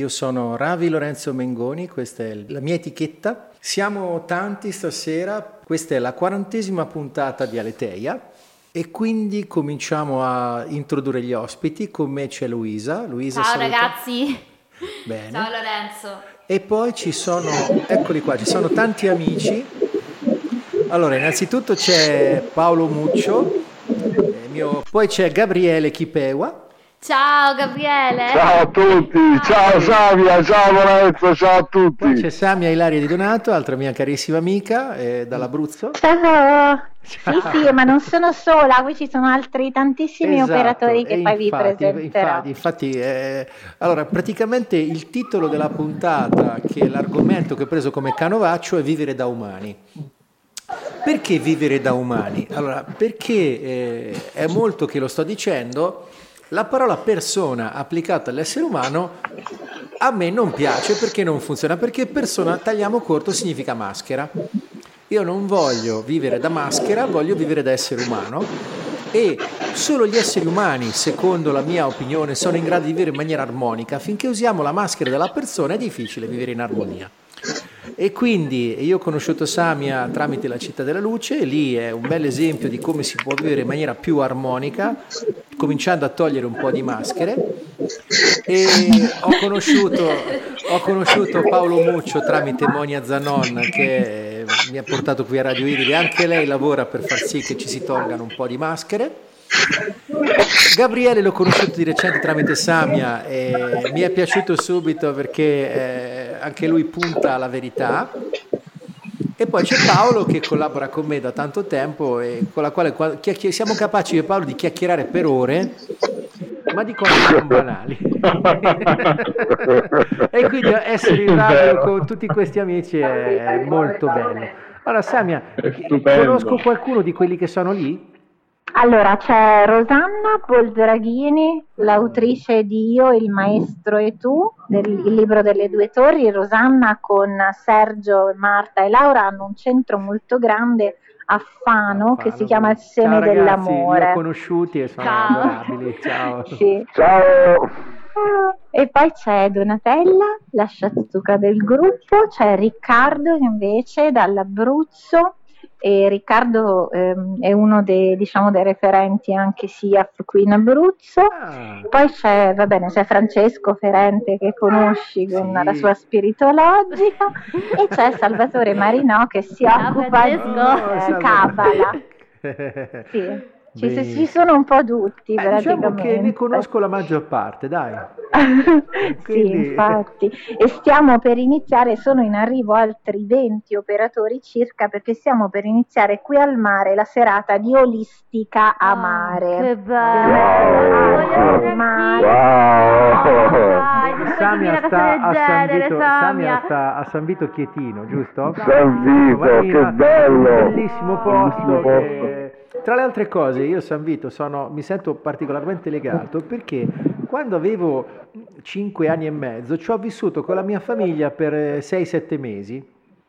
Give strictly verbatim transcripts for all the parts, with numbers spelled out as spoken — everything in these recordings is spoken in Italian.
Io sono Ravi Lorenzo Mengoni, questa è la mia etichetta. Siamo tanti stasera, questa è la quarantesima puntata di Aletheia e quindi cominciamo a introdurre gli ospiti. Con me c'è Luisa. Luisa, ciao saluta. Ragazzi. Bene. Ciao Lorenzo. E poi ci sono, eccoli qua, ci sono tanti amici. Allora, innanzitutto c'è Paolo Muccio, mio... poi c'è Gabriele Chipewa. Ciao Gabriele. Ciao a tutti, ciao, ciao Samia, ciao Lorenzo, ciao a tutti. Poi c'è Samia Ilaria Di Donato, altra mia carissima amica eh, dall'Abruzzo. Ciao. Ciao. Sì, sì, ma non sono sola, qui ci sono altri tantissimi esatto, operatori che poi infatti, vi presenterò. Infatti, infatti eh, allora, praticamente il titolo della puntata, che è l'argomento che ho preso come canovaccio, è vivere da umani. Perché vivere da umani? Allora, perché eh, è molto che lo sto dicendo. La parola persona applicata all'essere umano a me non piace perché non funziona, perché persona, tagliamo corto, significa maschera. Io non voglio vivere da maschera, voglio vivere da essere umano e solo gli esseri umani, secondo la mia opinione, sono in grado di vivere in maniera armonica. Finché usiamo la maschera della persona è difficile vivere in armonia. E quindi io ho conosciuto Samia tramite La Città della Luce, e lì è un bel esempio di come si può vivere in maniera più armonica, cominciando a togliere un po' di maschere. E ho conosciuto, ho conosciuto Paolo Muccio tramite Monia Zanon, che mi ha portato qui a Radio Iride, anche lei lavora per far sì che ci si tolgano un po' di maschere. Gabriele l'ho conosciuto di recente tramite Samia e mi è piaciuto subito perché eh, anche lui punta alla verità. E poi c'è Paolo che collabora con me da tanto tempo e con la quale chiacchier- siamo capaci io e Paolo di chiacchierare per ore, ma di cose non banali. E quindi essere in radio con tutti questi amici è molto bello. Allora Samia, conosco qualcuno di quelli che sono lì? Allora, c'è Rosanna Poldraghini, l'autrice di Io, il maestro e tu, del il libro delle due torri. Rosanna con Sergio, Marta e Laura hanno un centro molto grande a Fano, che si chiama Il Seme ciao, ragazzi, dell'amore. Li ho conosciuti e sono ciao. adorabili. Ciao. Sì. Ciao. E poi c'è Donatella, la sciattuca del gruppo, c'è Riccardo invece dall'Abruzzo. E Riccardo ehm, è uno dei, diciamo, dei referenti anche S I A F qui in Abruzzo. Ah. Poi c'è, va bene, c'è Francesco Ferente che conosci con Sì. la sua spiritologica e c'è Salvatore Marinò che si Ciao, occupa di Francesco. eh, Cabala. Sì. Ci, Bene. ci sono un po' tutti, Eh, praticamente. diciamo che ne conosco la maggior parte, dai. Sì, Quindi- infatti. E stiamo per iniziare, sono in arrivo altri venti operatori circa, perché stiamo per iniziare qui al mare la serata di Olistica a mare. Che bello. Wow. Mare. Dai, come puoi Samia dire una sta, cosa a del San genere, Vito, Samia? Samia sta a San Vito Chietino, giusto? San Vito, Marina, che bello. Bellissimo posto. Bellissimo posto. che- Tra le altre cose, io a San Vito sono, mi sento particolarmente legato perché quando avevo cinque anni e mezzo ci ho vissuto con la mia famiglia per sei sette mesi.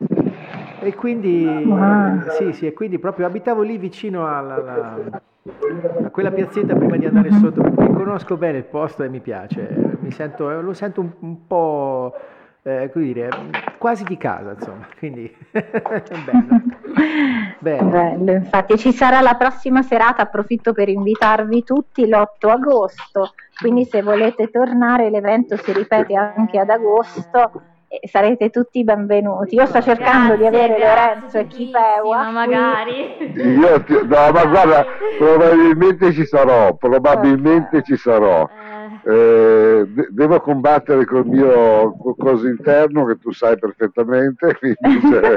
E quindi, Wow. sì, sì, e quindi proprio abitavo lì vicino alla, alla- a quella piazzetta prima di andare sotto, per cui conosco bene il posto e mi piace, mi sento, lo sento un, un po', eh, come dire, quasi di casa, insomma, quindi è bello. Bene. Bello, infatti ci sarà la prossima serata, approfitto per invitarvi tutti l'otto agosto, quindi se volete tornare l'evento si ripete anche ad agosto e sarete tutti benvenuti. Io sto cercando di avere Lorenzo e Chipewa ma magari. Io ti- no, ma guarda, probabilmente ci sarò, probabilmente ci sarò. Eh, Eh, de- devo combattere col mio co- coso interno che tu sai perfettamente, quindi cioè-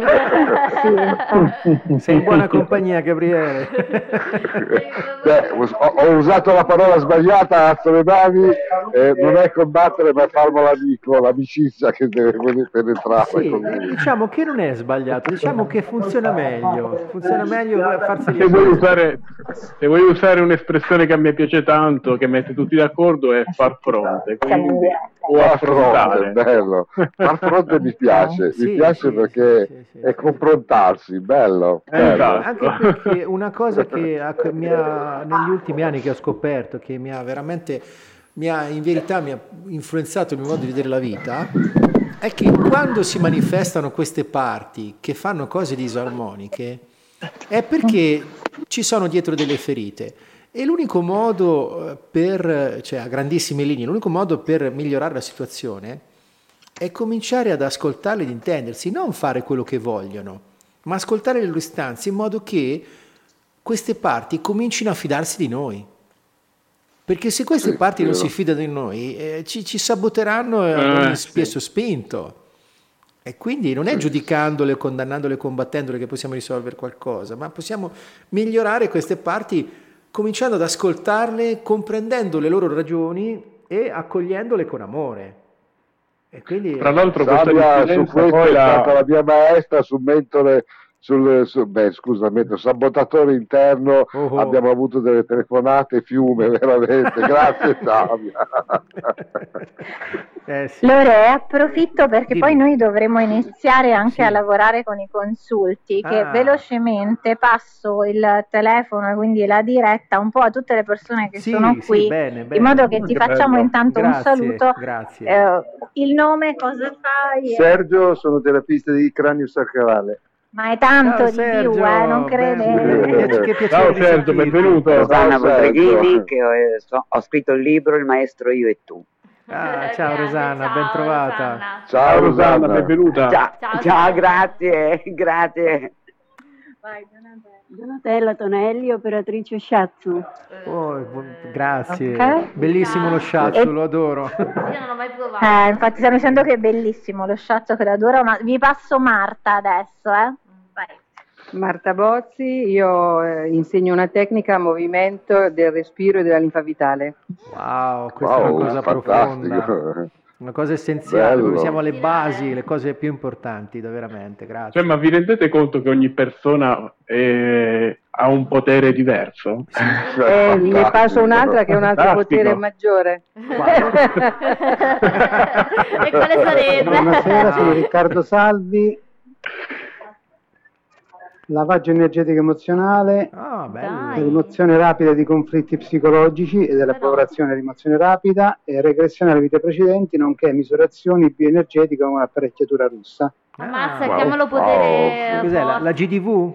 Sì. Sei in buona compagnia, Gabriele. Beh, ho, ho usato la parola sbagliata, alzo le mani, eh, non è combattere ma farmo l'amico, l'amicizia che deve penetrare Sì, con me. diciamo che non è sbagliato, diciamo che funziona meglio, funziona meglio farsi Se vuoi, usare, se vuoi usare un'espressione che a me piace tanto, che mette tutti d'accordo, è far fronte, quindi o Far fronte, affrontare. bello. Far fronte mi piace, Sì, mi piace sì, perché sì, sì, sì. è confrontarsi, bello. Eh, bello. esatto. Anche perché una cosa che ha- mi ha, negli ultimi anni che ho scoperto, che mi ha veramente mi ha, in verità mi ha influenzato il mio modo di vedere la vita è che quando si manifestano queste parti che fanno cose disarmoniche è perché ci sono dietro delle ferite. E l'unico modo per, cioè a grandissime linee, l'unico modo per migliorare la situazione è cominciare ad ascoltarle ed intendersi, non fare quello che vogliono, ma ascoltare le loro istanze in modo che queste parti comincino a fidarsi di noi. Perché se queste Sì, parti non vero. si fidano di noi, eh, ci, ci saboteranno ad Eh, ogni sì. spiesso spinto. E quindi non è giudicandole, condannandole, combattendole che possiamo risolvere qualcosa, ma possiamo migliorare queste parti cominciando ad ascoltarle, comprendendo le loro ragioni e accogliendole con amore. E quindi Tra l'altro questa Sabia su diffidenza questo poi è la... stata la mia maestra sul mentore, sul, su- beh, scusa, mentore, sabotatore interno. Oh, oh. Abbiamo avuto delle telefonate fiume, veramente. Grazie Sabia. eh, sì. Lore, approfitto perché Dimmi. poi noi dovremo iniziare anche Sì. a lavorare con i consulti, che Ah. velocemente passo il telefono e quindi la diretta un po' a tutte le persone che Sì, sono sì, qui, bene, bene. in modo che Oh, ti che facciamo bello. intanto un Grazie, saluto. grazie. Eh, il nome, cosa fai? Sergio, sono terapista di cranio sacrale. Ma è tanto Ciao, di Sergio, più, eh, non ben- credere. piace- che piacere Ciao di Sergio, sentirti. benvenuto. Rosanna Ciao, Boldraghini, Sergio. che ho, eh, so- ho scritto il libro Il maestro io e tu. Ah, ciao Grande, Rosanna, ciao, ben trovata. Rosanna. Ciao Ciao Rosanna, Rosanna. benvenuta. Ciao, Ciao, ciao, Sergio. grazie, grazie. Vai, Donatella. Donatella Tonelli, operatrice Shatsu. Oh, bu- grazie, Ok. bellissimo lo shiatsu, E- lo adoro. Io non l'ho mai provato. Eh, infatti stanno dicendo che è bellissimo lo sciaccio che l'adoro, ma vi passo Marta adesso, eh. Vai. Marta Bozzi, io eh, insegno una tecnica a movimento del respiro e della linfa vitale. Wow, questa è Wow, una cosa profonda, fantastico. una cosa essenziale, Bello. perché siamo alle basi, le cose più importanti, da veramente, grazie. Cioè, ma vi rendete conto che ogni persona eh, ha un potere diverso? E ne passo un'altra che è un altro Fantastico. potere maggiore. E quale sarebbe? Buonasera, sono Riccardo Salvi, lavaggio energetico emozionale, Ah, Dai. bello. rimozione rapida di conflitti psicologici e dell'elaborazione di rimozione rapida e regressione alle vite precedenti, nonché misurazioni bioenergetiche con un'apparecchiatura russa. Ammazza, Ah, chiamalo potere. cos'è, la, forte. la G D V?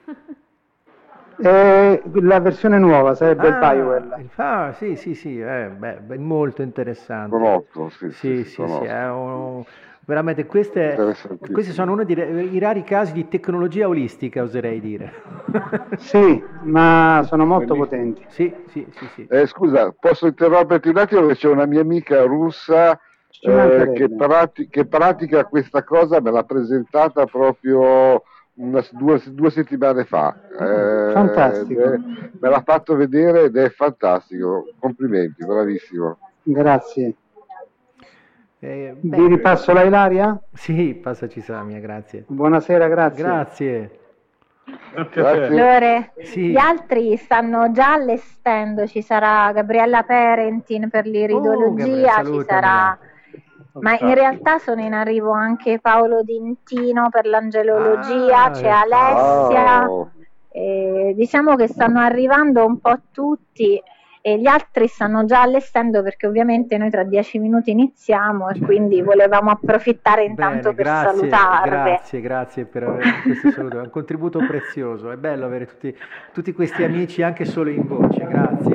E la versione nuova sarebbe il Ah, Biowell. il- ah, sì, sì, sì, eh, beh, beh, molto interessante. Conosco, sì, Sì, sì, sì, sì, conosco. è un- veramente queste, Interessantissimo. questi sono uno dei i rari casi di tecnologia olistica, oserei dire. Sì, ma sono molto Bellissimo. potenti. Sì, sì, sì, sì. Eh, scusa, posso interromperti un attimo perché c'è una mia amica russa Ci eh, mancherebbe. che, prati- che pratica questa cosa, me l'ha presentata proprio una- due, due settimane fa. Eh, Fantastico. ed è- me l'ha fatto vedere ed è fantastico. Complimenti, bravissimo. Grazie. Eh, Vi beh, ripasso la Ilaria? sì, passaci Samia, grazie. Buonasera, grazie. Grazie. Grazie. Lore, Sì. gli altri stanno già allestendo, ci sarà Gabriella Parentin per Oh, l'iridologia, Gabriella, ci salutamela. sarà... Ma in realtà sono in arrivo anche Paolo Dintino per l'angelologia, Ah, c'è Alessia, Wow. e diciamo che stanno arrivando un po' tutti e gli altri stanno già allestendo perché ovviamente noi tra dieci minuti iniziamo e quindi volevamo approfittare intanto Bene, per grazie, salutarvi. grazie, grazie per aver questo saluto, è un contributo prezioso, è bello avere tutti, tutti questi amici anche solo in voce, grazie.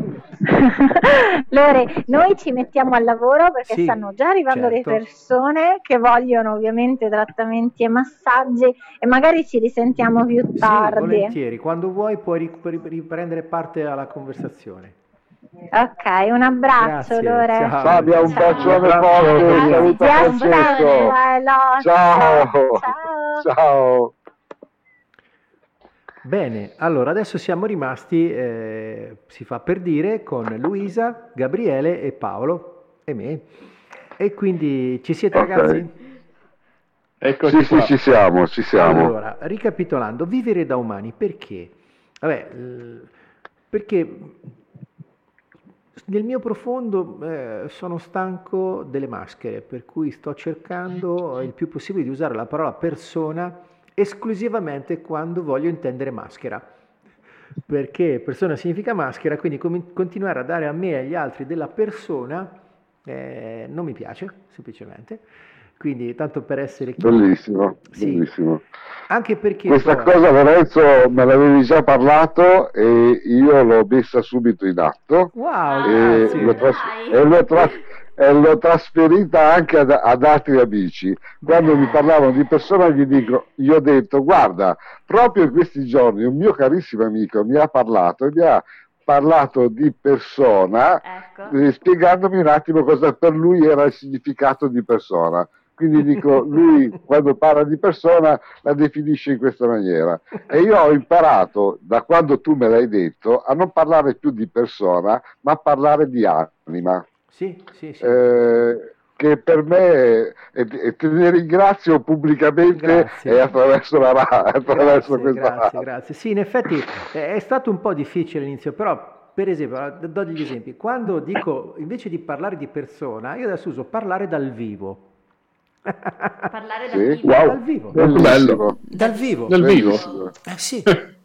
Lore, noi ci mettiamo al lavoro perché Sì, stanno già arrivando certo. le persone che vogliono ovviamente trattamenti e massaggi e magari ci risentiamo più Sì, tardi. volentieri, quando vuoi puoi rip- riprendere parte alla conversaone. Ok, un abbraccio Grazie, Lore. ciao. Fabia, un Ciao. bacione Ciao. forte, Ciao. saluta Ti Francesco. aspetto, Elo. Ciao. Ciao. Ciao. Bene, allora adesso siamo rimasti, eh, si fa per dire, con Luisa, Gabriele e Paolo e me. E quindi ci siete Ok. ragazzi? Eccoci Sì, sì, qua. ci siamo, ci siamo. Allora, ricapitolando, vivere da umani, perché? Vabbè, eh, perché nel mio profondo eh, sono stanco delle maschere, per cui sto cercando il più possibile di usare la parola persona esclusivamente quando voglio intendere maschera. perché persona significa maschera, quindi com- continuare a dare a me e agli altri della persona eh, non mi piace, semplicemente. Quindi, tanto per essere chiaro. Bellissimo, Sì. bellissimo. Anche perché Questa poi... cosa, Lorenzo, me l'avevi già parlato e io l'ho messa subito in atto. Wow, e grazie. l'ho, tras- e l'ho, tras- e l'ho trasferita anche ad, ad altri amici. Quando mi parlavano di persona gli dico, gli ho detto, guarda, proprio in questi giorni un mio carissimo amico mi ha parlato e mi ha parlato di persona, Ecco. eh, spiegandomi un attimo cosa per lui era il significato di persona. Quindi dico, lui quando parla di persona la definisce in questa maniera. E io ho imparato, da quando tu me l'hai detto, a non parlare più di persona, ma a parlare di anima. Sì, sì, sì. Eh, che per me, e, e te ne ringrazio pubblicamente Grazie. e attraverso la ra- attraverso Grazie, questa grazie, radio. grazie. Sì, in effetti eh, è stato un po' difficile all'inizio, però per esempio, eh, do degli esempi. Quando dico, invece di parlare di persona, io adesso uso parlare dal vivo. Parlare dal Sì, vivo. wow, Dal vivo. bellissimo. Dal vivo. Dal vivo. Bellissimo. Eh sì.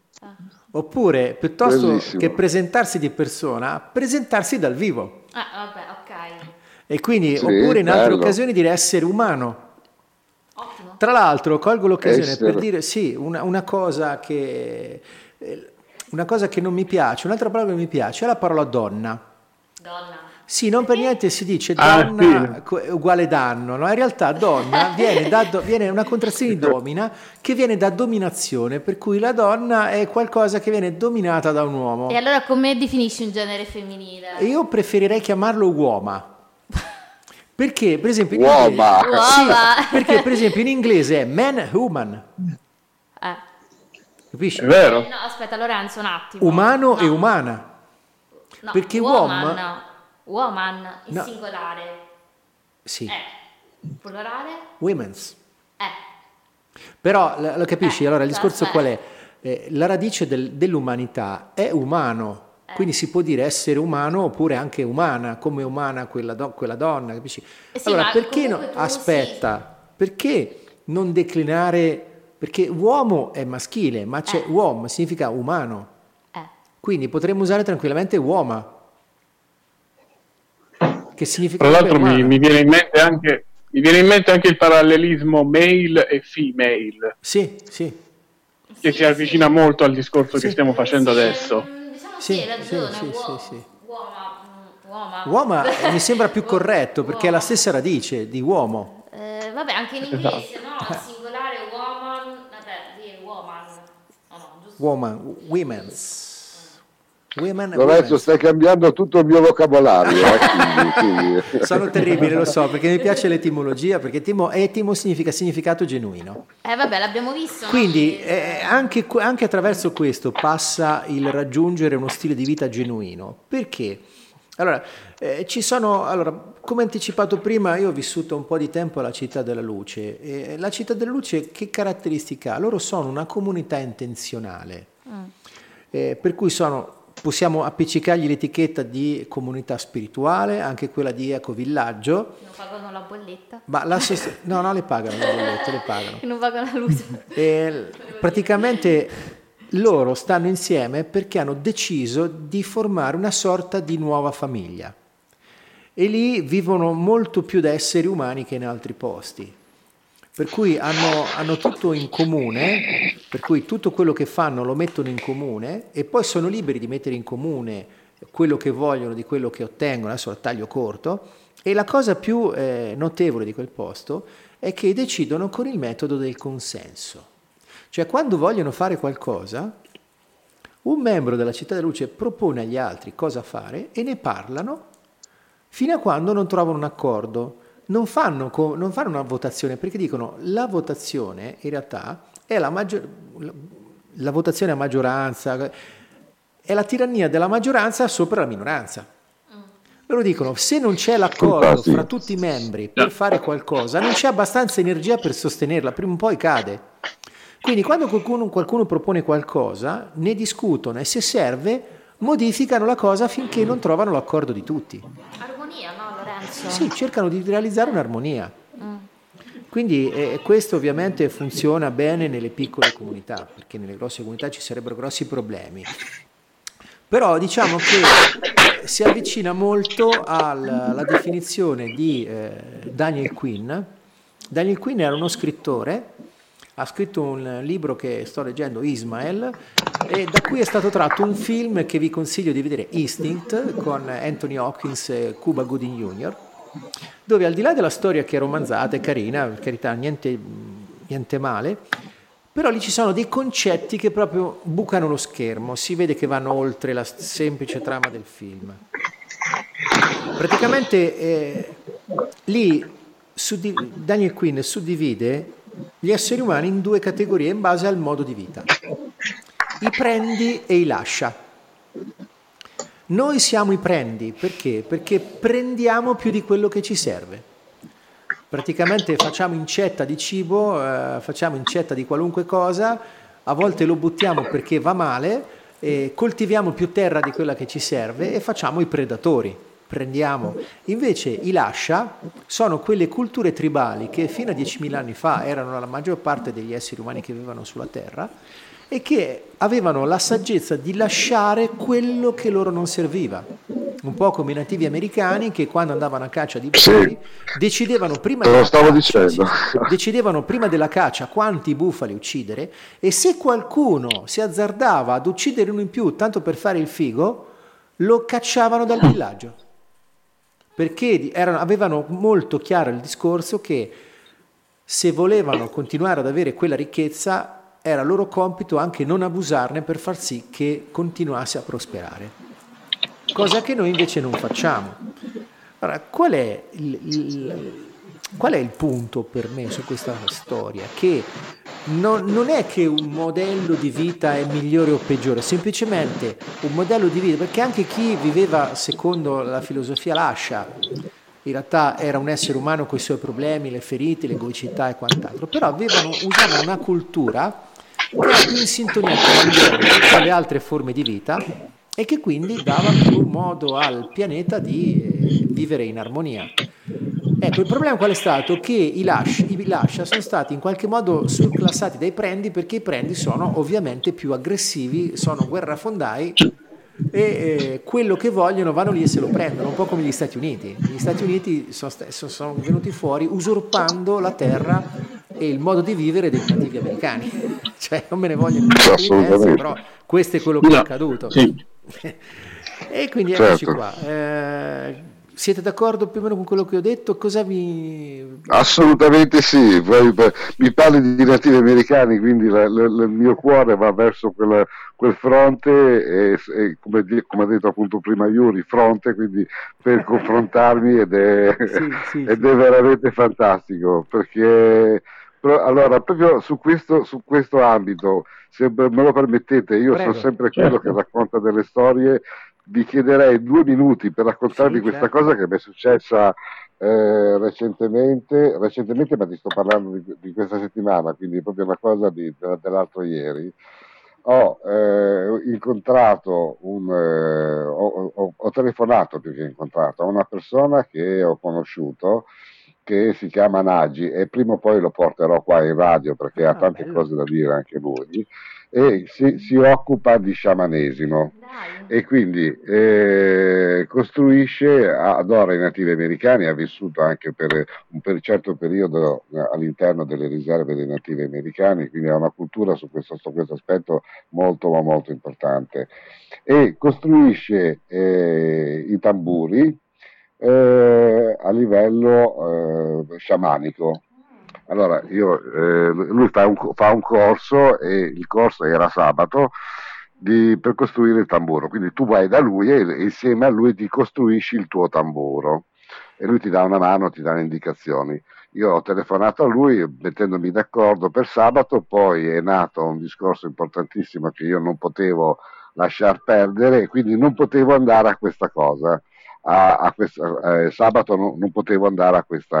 Oppure, piuttosto Bellissimo. che presentarsi di persona, presentarsi dal vivo. Ah, vabbè, ok. E quindi, Sì, oppure in altre bello. occasioni dire essere umano. Ottimo. Tra l'altro, colgo l'occasione Essere. per dire sì, una, una cosa che eh, una cosa che non mi piace, un'altra parola che non mi piace è la parola donna. Donna. Sì, non per niente si dice Ah, donna sì. co- è uguale danno, no? In realtà donna viene da do- viene una contrazione di domina che viene da dominazione, per cui la donna è qualcosa che viene dominata da un uomo. E allora come definisci un genere femminile? E io preferirei chiamarlo uoma. Perché, per esempio, in Uoma. inglese, sì, Uoma. perché per esempio in inglese è man, woman, Eh. capisci? È vero. Eh, no, aspetta Lorenzo, un attimo. Umano No, e umana. no, perché woman, uom- woman, il No. singolare. Sì, Eh. Plurale? women's. Eh. Però lo lo capisci? Eh, Allora il discorso aspetta. qual è? Eh, la radice del- dell'umanità è umano, Eh. quindi si può dire essere umano oppure anche umana, come umana quella, do- quella donna, capisci? Eh sì, allora ma perché no? comunque tu Aspetta, perché non declinare? Perché uomo è maschile, ma c'è Eh. uomo, significa umano, Eh. quindi potremmo usare tranquillamente uoma, che significa Tra l'altro mi, umana. mi viene in mente anche mi viene in mente anche il parallelismo male e female, Sì, sì. che si avvicina molto al discorso Sì. che stiamo facendo Sì, adesso. mm, Diciamo Sì, sì, hai ragione, sì, sì, uo- sì, sì. Uoma, mm, uoma. Uoma mi sembra più Uo- corretto perché è la uomo. stessa radice di uomo. Eh, vabbè, anche in Esatto. inglese, no? Singolare woman, vabbè, dire woman. No, no, giusto. Woman, women's. Women, Lorenzo, women's. stai cambiando tutto il mio vocabolario. Eh, quindi, quindi. Sono terribile, lo so, perché mi piace l'etimologia, perché etimo, etimo significa significato genuino. Eh, vabbè, l'abbiamo visto. no? Quindi Sì. eh, anche, que- anche attraverso questo passa il raggiungere uno stile di vita genuino. Perché? Allora, eh, ci sono, allora, come anticipato prima, io ho vissuto un po' di tempo alla Città della Luce. E la Città della Luce che caratteristica ha? Loro sono una comunità intenzionale, Mm. eh, per cui sono, possiamo appiccicargli l'etichetta di comunità spirituale, anche quella di ecovillaggio, Non pagano la bolletta. ma la sost- no, no, le pagano le bollette, le pagano. Che non pagano la luce. E praticamente loro stanno insieme perché hanno deciso di formare una sorta di nuova famiglia e lì vivono molto più da esseri umani che in altri posti, per cui hanno, hanno tutto in comune, per cui tutto quello che fanno lo mettono in comune e poi sono liberi di mettere in comune quello che vogliono di quello che ottengono, adesso lo taglio corto, e la cosa più eh, notevole di quel posto è che decidono con il metodo del consenso. Cioè quando vogliono fare qualcosa, un membro della Città della Luce propone agli altri cosa fare e ne parlano fino a quando non trovano un accordo. Non fanno, co- non fanno una votazione perché dicono la votazione in realtà è la, maggior- la, la votazione a maggioranza, è la tirannia della maggioranza sopra la minoranza. Loro dicono se non c'è l'accordo Fantastico. fra tutti i membri per fare qualcosa, non c'è abbastanza energia per sostenerla, prima o poi cade. Quindi quando qualcuno, qualcuno propone qualcosa, ne discutono e se serve modificano la cosa finché non trovano l'accordo di tutti. Armonia, no, Lorenzo? Sì, cercano di realizzare un'armonia. Mm. Quindi eh, questo ovviamente funziona bene nelle piccole comunità, perché nelle grosse comunità ci sarebbero grossi problemi. Però diciamo che si avvicina molto alla, alla definizione di eh, Daniel Quinn. Daniel Quinn era uno scrittore, ha scritto un libro che sto leggendo, Ismael, e da cui è stato tratto un film che vi consiglio di vedere, Instinct, con Anthony Hopkins e Cuba Gooding junior, dove al di là della storia che è romanzata e carina, per carità, niente, niente male, però lì ci sono dei concetti che proprio bucano lo schermo, si vede che vanno oltre la semplice trama del film. Praticamente eh, lì suddiv- Daniel Quinn suddivide gli esseri umani in due categorie in base al modo di vita: i prendi e i lascia. Noi siamo i prendi, perché? Perché prendiamo più di quello che ci serve. Praticamente facciamo incetta di cibo, eh, facciamo incetta di qualunque cosa, a volte lo buttiamo perché va male, eh, coltiviamo più terra di quella che ci serve e facciamo i predatori, prendiamo. Invece i lascia sono quelle culture tribali che fino a diecimila anni fa erano la maggior parte degli esseri umani che vivevano sulla terra, e che avevano la saggezza di lasciare quello che loro non serviva. Un po' come i nativi americani che quando andavano a caccia di bufali sì. decidevano prima Te lo della stavo caccia, dicendo. sì, decidevano prima della caccia quanti bufali uccidere, e se qualcuno si azzardava ad uccidere uno in più tanto per fare il figo, lo cacciavano dal villaggio, perché erano, avevano molto chiaro il discorso che se volevano continuare ad avere quella ricchezza era loro compito anche non abusarne per far sì che continuasse a prosperare, cosa che noi invece non facciamo. Allora, qual è il, il, qual è il punto per me su questa storia? Che non, non è che un modello di vita è migliore o peggiore, semplicemente un modello di vita, perché anche chi viveva secondo la filosofia lascia in realtà era un essere umano con i suoi problemi, le ferite, l'egoicità e quant'altro, però avevano, usavano una cultura che era più in sintonia con le altre forme di vita e che quindi dava più modo al pianeta di eh, vivere in armonia. Ecco, il problema qual è stato? Che i lascia, i lascia sono stati in qualche modo surclassati dai prendi, perché i prendi sono ovviamente più aggressivi, sono guerrafondai, e eh, quello che vogliono vanno lì e se lo prendono, un po' come gli Stati Uniti. Gli Stati Uniti sono, sono venuti fuori usurpando la terra e il modo di vivere dei nativi americani. Cioè, non me ne vogliono diversi, però questo è quello che no. è accaduto. Sì. E quindi eccoci certo. qua. Eh, siete d'accordo più o meno con quello che ho detto? Cosa vi... Assolutamente sì. Mi parli di nativi americani, quindi la, la, il mio cuore va verso quella, quel fronte e, e come, come ha detto appunto prima Yuri, fronte, quindi per confrontarmi ed è, sì, sì, ed sì. è veramente fantastico, perché allora proprio su questo, su questo ambito, se me lo permettete, io Prego, sono sempre certo. quello che racconta delle storie. Vi chiederei due minuti per raccontarvi sì, questa certo. cosa che mi è successa eh, recentemente, recentemente, ma ti sto parlando di, di questa settimana, quindi proprio una cosa di, dell'altro ieri. Ho eh, incontrato un, eh, ho, ho, ho telefonato più che incontrato a una persona che ho conosciuto, che si chiama Nagi, e prima o poi lo porterò qua in radio perché ah, ha tante bello. cose da dire anche lui, e si, si occupa di sciamanesimo. Dai. E quindi eh, costruisce, adora i nativi americani, ha vissuto anche per un per certo periodo all'interno delle riserve dei nativi americani, quindi ha una cultura su questo, su questo aspetto molto ma molto importante, e costruisce eh, i tamburi Eh, a livello eh, sciamanico. Allora io, eh, lui fa un, fa un corso, e il corso era sabato di, per costruire il tamburo, quindi tu vai da lui e, e insieme a lui ti costruisci il tuo tamburo e lui ti dà una mano, ti dà le indicazioni. Io ho telefonato a lui mettendomi d'accordo per sabato, poi è nato un discorso importantissimo che io non potevo lasciar perdere, e quindi non potevo andare a questa cosa. A, a questo, eh, sabato no, non potevo andare a questo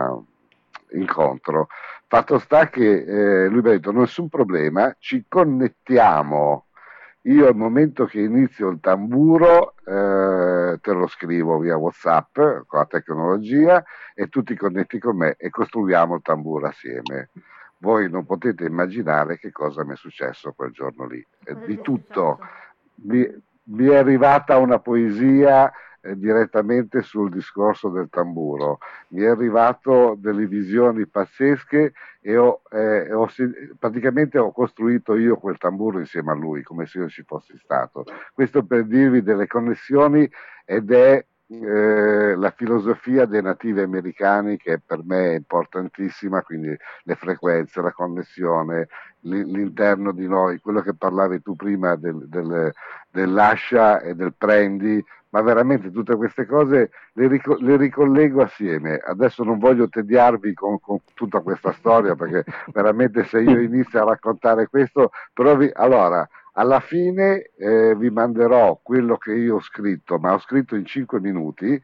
incontro. Fatto sta che eh, lui mi ha detto nessun problema, ci connettiamo, io al momento che inizio il tamburo eh, te lo scrivo via WhatsApp con la tecnologia e tu ti connetti con me e costruiamo il tamburo assieme. Voi non potete immaginare che cosa mi è successo quel giorno lì. Eh, di tutto. Mi, mi è arrivata una poesia eh, direttamente sul discorso del tamburo, mi è arrivato delle visioni pazzesche e ho, eh, ho, praticamente ho costruito io quel tamburo insieme a lui, come se io ci fossi stato. Questo per dirvi delle connessioni, ed è eh, la filosofia dei nativi americani, che per me è importantissima, quindi le frequenze, la connessione, l'interno di noi, quello che parlavi tu prima del, del, dell'ascia e del prendi, ma veramente tutte queste cose le, rico- le ricollego assieme. Adesso non voglio tediarvi con, con tutta questa storia, perché veramente se io inizio a raccontare questo, però vi, allora alla fine eh, vi manderò quello che io ho scritto, ma ho scritto in cinque minuti,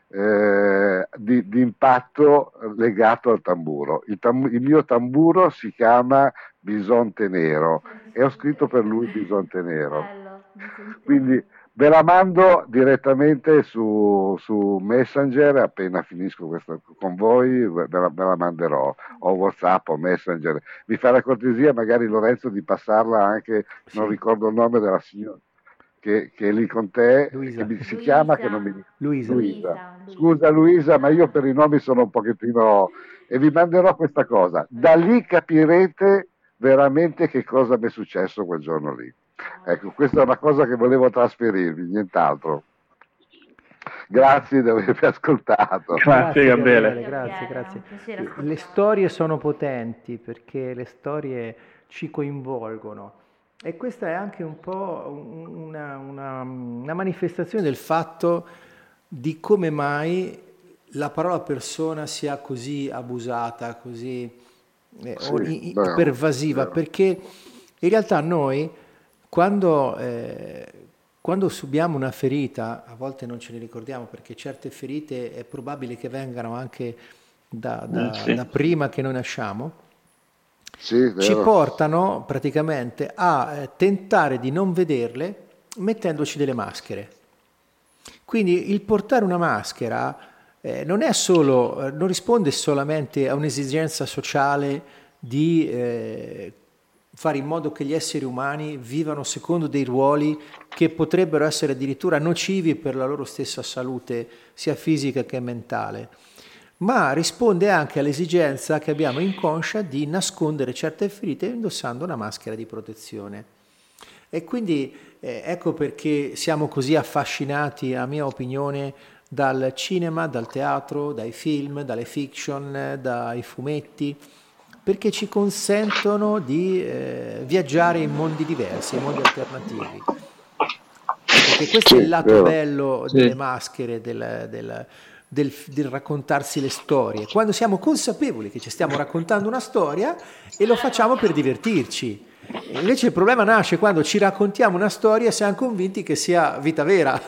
eh, di, di impatto legato al tamburo. Il, tam- il mio tamburo si chiama Bisonte Nero e ho scritto per lui Bisonte Nero. Quindi ve la mando direttamente su, su Messenger, appena finisco questo con voi ve la, ve la manderò, o WhatsApp o Messenger. Mi fa la cortesia magari Lorenzo di passarla anche, sì. Non ricordo il nome della signora che, che è lì con te, Luisa. Che mi, si Luisa. chiama che non mi... Luisa. Luisa. Scusa Luisa, ma io per i nomi sono un pochettino... E vi manderò questa cosa, da lì capirete veramente che cosa mi è successo quel giorno lì. Ecco, questa è una cosa che volevo trasferirvi, nient'altro. Grazie di avermi ascoltato. Grazie, grazie Gabriele. Grazie, grazie. Le storie sono potenti perché le storie ci coinvolgono e questa è anche un po' una, una, una manifestazione del fatto di come mai la parola persona sia così abusata, così eh, sì, o, pervasiva, vero. Perché in realtà noi Quando, eh, quando subiamo una ferita, a volte non ce ne ricordiamo perché certe ferite è probabile che vengano anche da, da, sì. da prima che noi nasciamo, sì, ci portano praticamente a eh, tentare di non vederle mettendoci delle maschere. Quindi il portare una maschera eh, non è solo, non risponde solamente a un'esigenza sociale di eh, fare in modo che gli esseri umani vivano secondo dei ruoli che potrebbero essere addirittura nocivi per la loro stessa salute, sia fisica che mentale, ma risponde anche all'esigenza che abbiamo inconscia di nascondere certe ferite indossando una maschera di protezione. E quindi eh, ecco perché siamo così affascinati, a mia opinione, dal cinema, dal teatro, dai film, dalle fiction, dai fumetti, perché ci consentono di eh, viaggiare in mondi diversi, in mondi alternativi. Perché questo sì, è il lato vero. bello sì. delle maschere, del, del, del, del raccontarsi le storie. Quando siamo consapevoli che ci stiamo raccontando una storia e lo facciamo per divertirci. E invece il problema nasce quando ci raccontiamo una storia e siamo convinti che sia vita vera.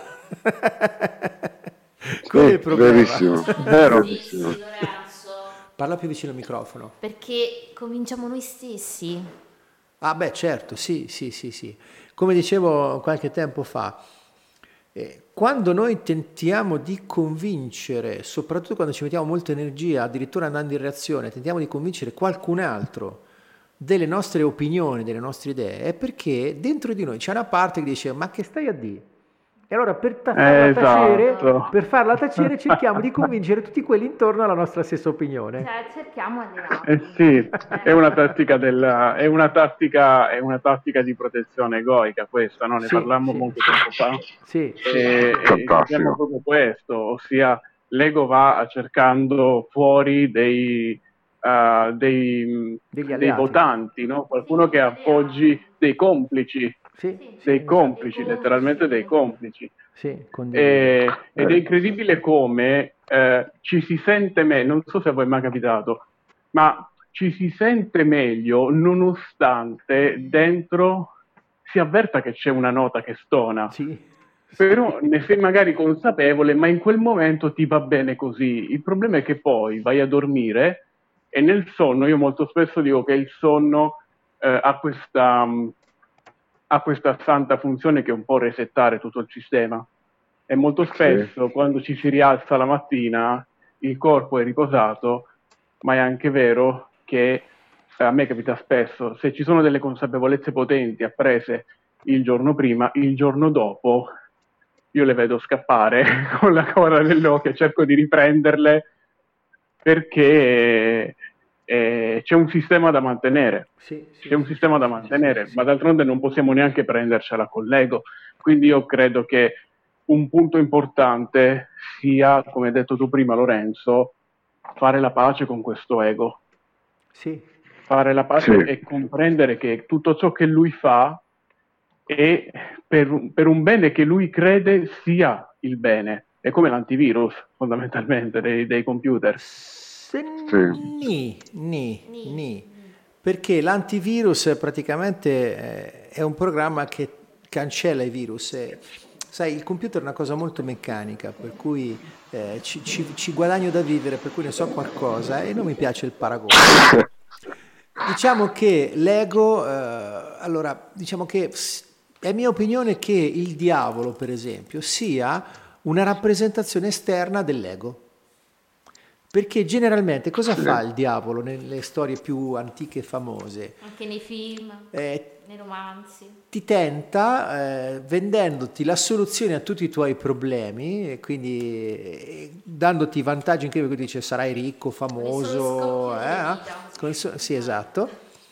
Quello è il problema. Verissimo, vero. Sì, sì, Parla più vicino al microfono. Perché convinciamo noi stessi. Ah beh, certo, sì, sì, sì, sì. Come dicevo qualche tempo fa, eh, quando noi tentiamo di convincere, soprattutto quando ci mettiamo molta energia, addirittura andando in reazione, tentiamo di convincere qualcun altro delle nostre opinioni, delle nostre idee, è perché dentro di noi c'è una parte che dice ma che stai a dire? E allora per farla, esatto. tacere, per farla tacere cerchiamo di convincere tutti quelli intorno alla nostra stessa opinione. Cioè cerchiamo di eh sì, è una tattica della, è una tattica, è una tattica di protezione egoica questa, no? Ne sì, parlammo sì. molto tempo fa. Sì, e, sì. e diciamo proprio questo, ossia l'ego va cercando fuori dei, uh, dei, dei votanti, no? Qualcuno che appoggi dei complici. Sì, dei sì, complici, sì. letteralmente dei complici. Sì, e, ed è incredibile come eh, ci si sente meglio, non so se a voi è mai capitato, ma ci si sente meglio nonostante dentro si avverta che c'è una nota che stona. Sì. Però ne sei magari consapevole, ma in quel momento ti va bene così. Il problema è che poi vai a dormire e nel sonno, io molto spesso dico che il sonno eh, ha questa... ha questa santa funzione che è un po' resettare tutto il sistema. E molto spesso sì. Quando ci si rialza la mattina il corpo è riposato, ma è anche vero che a me capita spesso, se ci sono delle consapevolezze potenti apprese il giorno prima, il giorno dopo io le vedo scappare con la coda nell'occhio e cerco di riprenderle perché eh, c'è un sistema da mantenere, sì, sì, c'è un sistema da mantenere, sì, sì, ma d'altronde non possiamo neanche prendercela con l'ego. Quindi io credo che un punto importante sia, come hai detto tu prima Lorenzo, fare la pace con questo ego. Sì. Fare la pace Sì. e comprendere che tutto ciò che lui fa è per, per un bene che lui crede sia il bene. È come l'antivirus, fondamentalmente, dei, dei computer. Se ni, ni, ni. Perché l'antivirus praticamente eh, è un programma che cancella i virus. E, sai, il computer è una cosa molto meccanica, per cui eh, ci, ci, ci guadagno da vivere, per cui ne so qualcosa e non mi piace il paragone. Diciamo che l'ego, eh, allora, diciamo che è mia opinione che il diavolo, per esempio, sia una rappresentazione esterna dell'ego. Perché generalmente cosa fa il diavolo nelle storie più antiche e famose? Anche nei film, eh, nei romanzi. Ti tenta eh, vendendoti la soluzione a tutti i tuoi problemi, e quindi eh, dandoti vantaggi incredibili, dice sarai ricco, famoso, eh, con so- sì, esatto,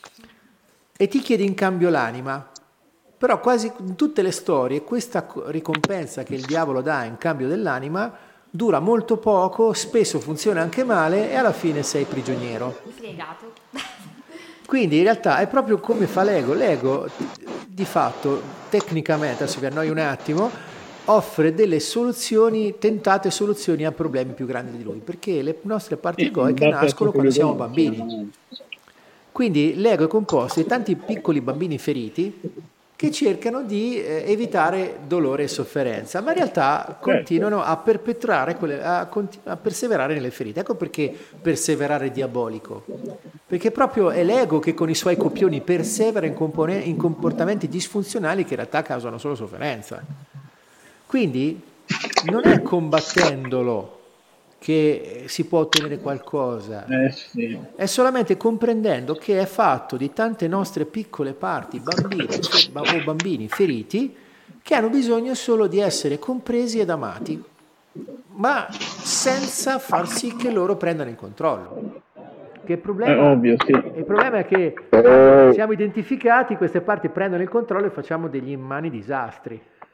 e ti chiede in cambio l'anima. Però quasi in tutte le storie questa ricompensa che il diavolo dà in cambio dell'anima dura molto poco, spesso funziona anche male e alla fine sei prigioniero. Fregato. Quindi in realtà è proprio come fa l'ego. L'ego di fatto, tecnicamente, adesso vi annoio un attimo, offre delle soluzioni, tentate soluzioni a problemi più grandi di lui, perché le nostre parti egoiche nascono quando siamo bambini. Quindi l'ego è composto di tanti piccoli bambini feriti che cercano di eh, evitare dolore e sofferenza, ma in realtà continuano a perpetrare, quelle, a, continu- a perseverare nelle ferite. Ecco perché perseverare è diabolico, perché proprio è l'ego che con i suoi copioni persevera in, compone- in comportamenti disfunzionali che in realtà causano solo sofferenza. Quindi non è combattendolo che si può ottenere qualcosa, eh sì. È solamente comprendendo che è fatto di tante nostre piccole parti, bambini o bambini feriti, che hanno bisogno solo di essere compresi ed amati, ma senza far sì che loro prendano il controllo. Che il problema, è ovvio, sì. Il problema è che quando siamo identificati, queste parti prendono il controllo e facciamo degli immani disastri.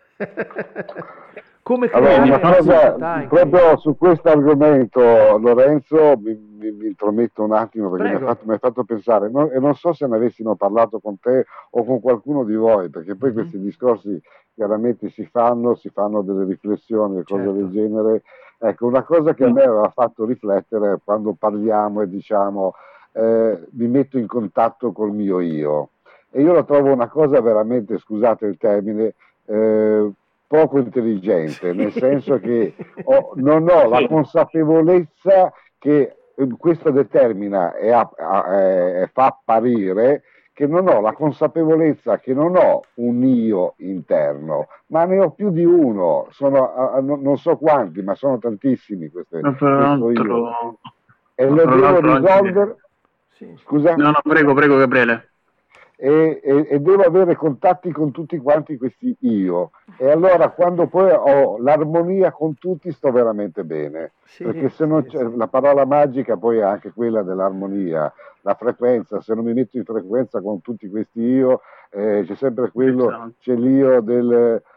Come allora, una cosa, proprio cui... su questo argomento, Lorenzo, mi, mi, mi intrometto un attimo perché mi ha, fatto, mi ha fatto pensare, no, e non so se ne avessimo parlato con te o con qualcuno di voi, perché poi mm-hmm. questi discorsi chiaramente si fanno, si fanno delle riflessioni e cose certo. del genere. Ecco, una cosa che a me aveva fatto riflettere quando parliamo e diciamo eh, mi metto in contatto col mio io, e io la trovo una cosa veramente, scusate il termine, eh, poco intelligente, nel senso che ho, non ho la consapevolezza che questo determina e, a, a, e fa apparire che non ho la consapevolezza che non ho un io interno, ma ne ho più di uno, sono, a, non so quanti, ma sono tantissimi queste, questo io. E lo devo risolvere. Sì. Scusa? No, no, prego, prego Gabriele. E, e, e devo avere contatti con tutti quanti questi io, e allora quando poi ho l'armonia con tutti sto veramente bene, sì, perché se non c'è, la parola magica poi è anche quella dell'armonia, la frequenza. Se non mi metto in frequenza con tutti questi io, eh, c'è sempre quello, esatto. C'è l'io del,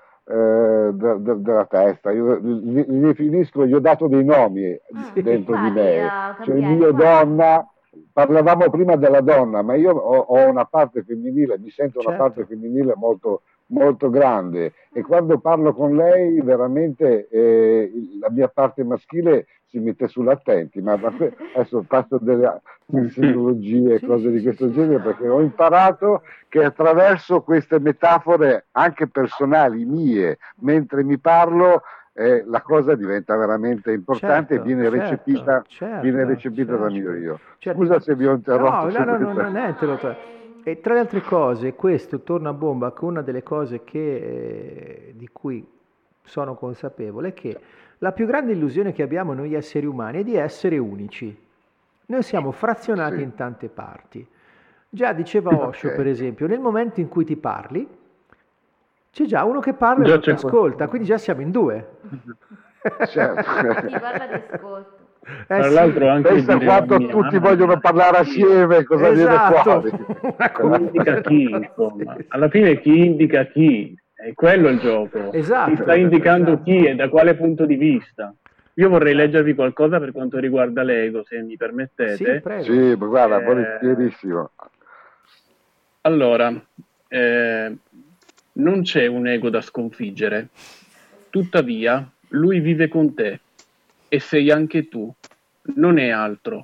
eh, de, de, della testa, io li, li definisco, gli ho dato dei nomi ah, dentro di me, c'è il mio donna. Parlavamo prima della donna, ma io ho, ho una parte femminile, mi sento certo. una parte femminile molto, molto grande, e quando parlo con lei veramente eh, la mia parte maschile si mette sull'attenti, ma adesso faccio delle psicologie e cose di questo genere, perché ho imparato che attraverso queste metafore anche personali mie, mentre mi parlo, Eh, la cosa diventa veramente importante, certo, e viene recepita, certo, viene recepita certo, da mio io. Certo. Scusa se vi ho interrotto. No, no, no, no, non è interrotto. E tra le altre cose, questo torna a bomba con una delle cose che, eh, di cui sono consapevole che la più grande illusione che abbiamo noi esseri umani è di essere unici. Noi siamo frazionati Sì. in tante parti. Già diceva Osho, Ok. per esempio, nel momento in cui ti parli, c'è già uno che parla e Già uno che c'è quello. ascolta, quindi già siamo in due. Certo. Ti parla di ascolto. Eh Tra sì, l'altro anche Pensa dire quando la mia, tutti vogliono parlare assieme, cosa esatto. viene fuori? Una chi cosa- indica chi, insomma. Alla fine chi indica chi, è quello il gioco. Esatto, Chi sta indicando esatto. chi e da quale punto di vista. Io vorrei Esatto. leggervi qualcosa per quanto riguarda l'ego, se mi Sì, permettete. prego. Sì, ma guarda, Eh, volentierissimo. Allora, eh, non c'è un ego da sconfiggere, tuttavia lui vive con te e sei anche tu, non è altro.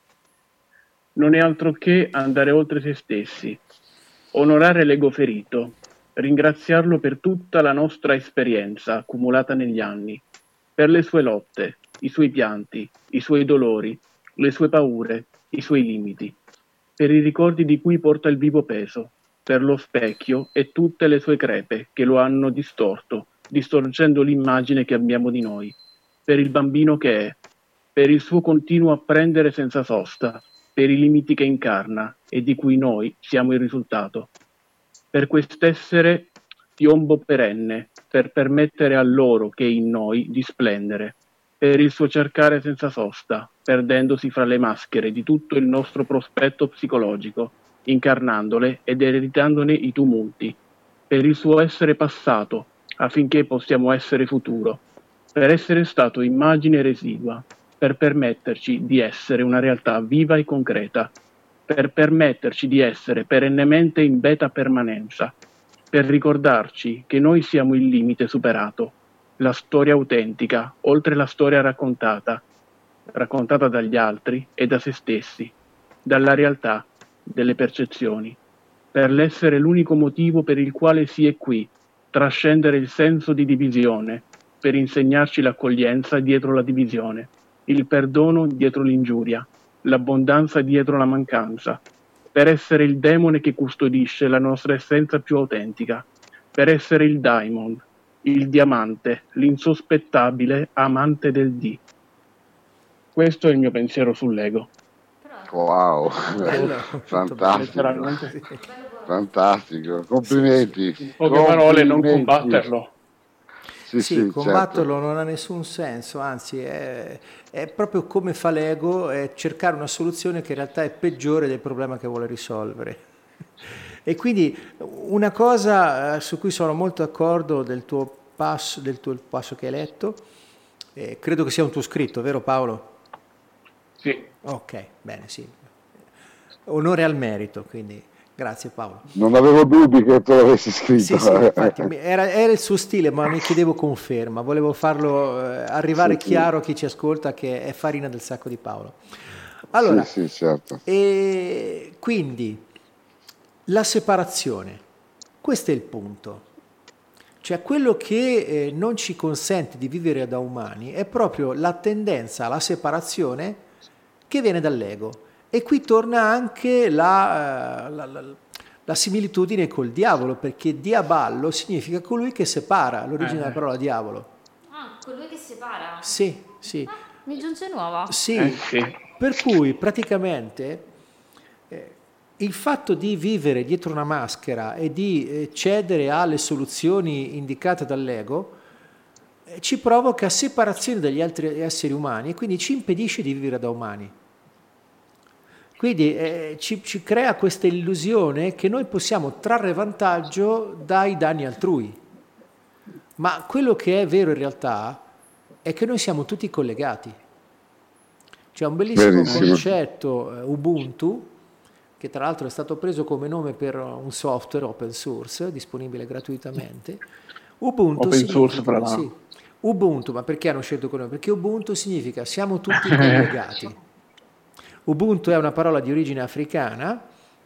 Non è altro che andare oltre se stessi, onorare l'ego ferito, ringraziarlo per tutta la nostra esperienza accumulata negli anni, per le sue lotte, i suoi pianti, i suoi dolori, le sue paure, i suoi limiti, per i ricordi di cui porta il vivo peso, per lo specchio e tutte le sue crepe che lo hanno distorto, distorcendo l'immagine che abbiamo di noi, per il bambino che è, per il suo continuo apprendere senza sosta, per i limiti che incarna e di cui noi siamo il risultato, per quest'essere piombo perenne, per permettere a loro che è in noi di splendere, per il suo cercare senza sosta, perdendosi fra le maschere di tutto il nostro prospetto psicologico, incarnandole ed ereditandone i tumulti, per il suo essere passato, affinché possiamo essere futuro, per essere stato immagine residua, per permetterci di essere una realtà viva e concreta, per permetterci di essere perennemente in beta permanenza, per ricordarci che noi siamo il limite superato, la storia autentica, oltre la storia raccontata, raccontata dagli altri e da se stessi, dalla realtà delle percezioni, per l'essere l'unico motivo per il quale si è qui, trascendere il senso di divisione, per insegnarci l'accoglienza dietro la divisione, il perdono dietro l'ingiuria, l'abbondanza dietro la mancanza, per essere il demone che custodisce la nostra essenza più autentica, per essere il diamond, il diamante, l'insospettabile amante del D. Questo è il mio pensiero sull'ego. Wow, Bello. fantastico, Letteralmente. fantastico, complimenti. In poche parole, non Complimenti. combatterlo. Sì, Sì, sì, combatterlo certo. non ha nessun senso, anzi è, è proprio come fa l'ego, è cercare una soluzione che in realtà è peggiore del problema che vuole risolvere. E quindi una cosa eh, su cui sono molto d'accordo del tuo passo, del tuo passo che hai letto, eh, credo che sia un tuo scritto, vero Paolo? Sì. Ok, bene, sì. Onore al merito, quindi grazie Paolo. Non avevo dubbi che tu l'avessi scritto. Sì, sì, infatti mi- era, era il suo stile, ma mi chiedevo conferma, volevo farlo eh, arrivare Sì, sì. chiaro a chi ci ascolta che è farina del sacco di Paolo. Allora, Sì, sì, certo. e quindi la separazione, questo è il punto. Cioè quello che eh, non ci consente di vivere da umani è proprio la tendenza alla separazione che viene dall'ego. E qui torna anche la, eh, la, la, la similitudine col diavolo, perché diaballo significa colui che separa, l'origine della parola diavolo. Ah, colui che separa. Sì, sì. Ah, mi giunge nuova. Sì, Eh, sì. per cui praticamente eh, il fatto di vivere dietro una maschera e di eh, cedere alle soluzioni indicate dall'ego eh, ci provoca separazione dagli altri esseri umani e quindi ci impedisce di vivere da umani. Quindi eh, ci, ci crea questa illusione che noi possiamo trarre vantaggio dai danni altrui. Ma quello che è vero in realtà è che noi siamo tutti collegati. C'è un bellissimo Verissimo. concetto eh, Ubuntu, che tra l'altro è stato preso come nome per un software open source disponibile gratuitamente. Ubuntu Open source, significa, fra l'altro. sì, Ubuntu, ma perché hanno scelto quello? Perché Ubuntu significa siamo tutti collegati. Ubuntu è una parola di origine africana,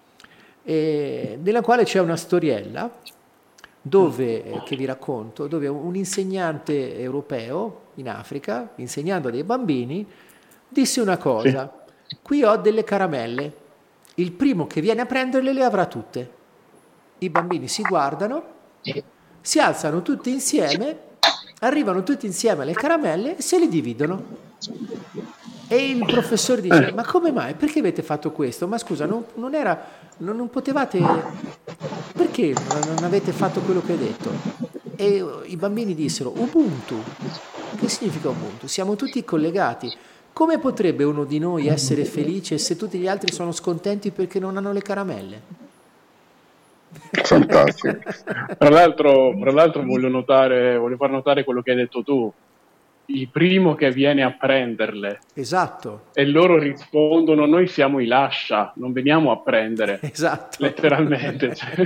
eh, nella quale c'è una storiella dove, eh, che vi racconto, dove un insegnante europeo in Africa, insegnando a dei bambini, disse una cosa: sì. Qui ho delle caramelle, il primo che viene a prenderle le avrà tutte. I bambini si guardano, si alzano tutti insieme arrivano tutti insieme alle caramelle e se li dividono. E il professore dice, ma come mai? Perché avete fatto questo? Ma scusa, non, non era, non, non potevate, perché non avete fatto quello che hai detto? E i bambini dissero, Ubuntu. Che significa Ubuntu? Siamo tutti collegati. Come potrebbe uno di noi essere felice se tutti gli altri sono scontenti perché non hanno le caramelle? Fantastico. Tra l'altro, tra l'altro voglio notare, voglio far notare quello che hai detto tu. Il primo che viene a prenderle. Esatto. E loro rispondono, noi siamo i lascia, non veniamo a prendere. Esatto. Letteralmente. Cioè.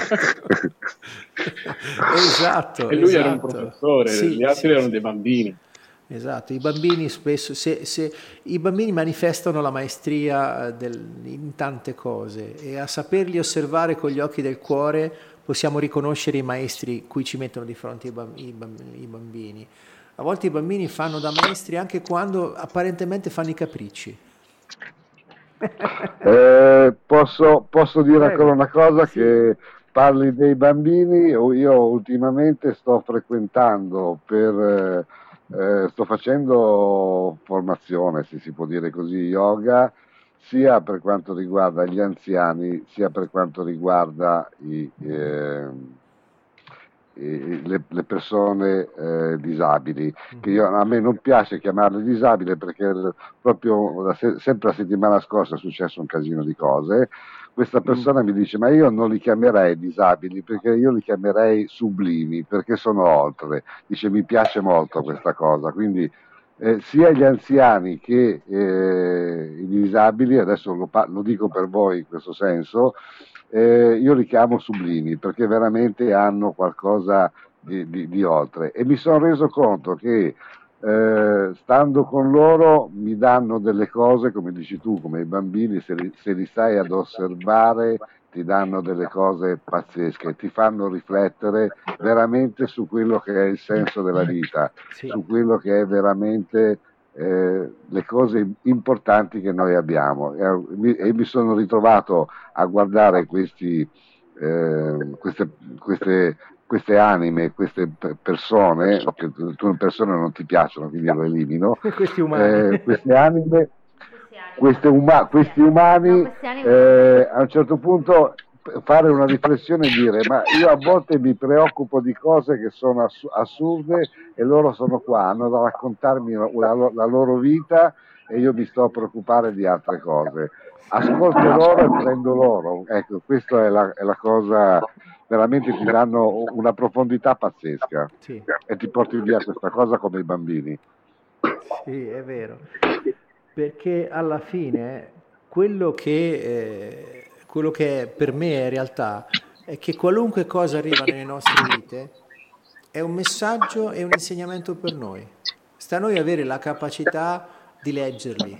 Esatto. E lui esatto. era un professore, sì, gli altri sì, erano sì. dei bambini. Esatto, i bambini spesso, se, se, i bambini manifestano la maestria del, in tante cose e a saperli osservare con gli occhi del cuore possiamo riconoscere i maestri cui ci mettono di fronte i, bamb- i, bamb- i bambini. A volte i bambini fanno da maestri anche quando apparentemente fanno i capricci. Eh, posso, posso dire Prego. ancora una cosa, Sì. che parli dei bambini. Io ultimamente sto frequentando per eh, sto facendo formazione, se si può dire così, yoga, sia per quanto riguarda gli anziani sia per quanto riguarda i, eh, i, le, le persone eh, disabili, che io, a me non piace chiamarle disabili perché proprio la, sempre la settimana scorsa è successo un casino di cose. Questa persona mi dice, ma io non li chiamerei disabili, perché io li chiamerei sublimi, perché sono oltre. Dice, mi piace molto questa cosa, quindi eh, sia gli anziani che eh, i disabili, adesso lo, lo dico per voi in questo senso, eh, io li chiamo sublimi, perché veramente hanno qualcosa di, di, di oltre. E mi sono reso conto che Eh, stando con loro mi danno delle cose, come dici tu, come i bambini, se li, se li stai ad osservare ti danno delle cose pazzesche, ti fanno riflettere veramente su quello che è il senso della vita, Sì. su quello che è veramente eh, le cose importanti che noi abbiamo. E, mi, e mi sono ritrovato a guardare questi, eh, queste, queste queste anime, queste persone, che tu persone non ti piacciono, quindi lo elimino, questi umani, eh, queste anime, queste uma- questi umani, no, questi anime... eh, a un certo punto fare una riflessione e dire, ma io a volte mi preoccupo di cose che sono ass- assurde e loro sono qua, hanno da raccontarmi la, la, la loro vita e io mi sto a preoccupare di altre cose. Ascolto loro e prendo loro, ecco, questa è la, è la cosa, veramente ti danno una profondità pazzesca, sì. E ti porti via questa cosa come i bambini. Sì, è vero, perché alla fine quello che, eh, quello che per me è realtà è che qualunque cosa arriva nelle nostre vite è un messaggio e un insegnamento per noi. Sta a noi avere la capacità di leggerli.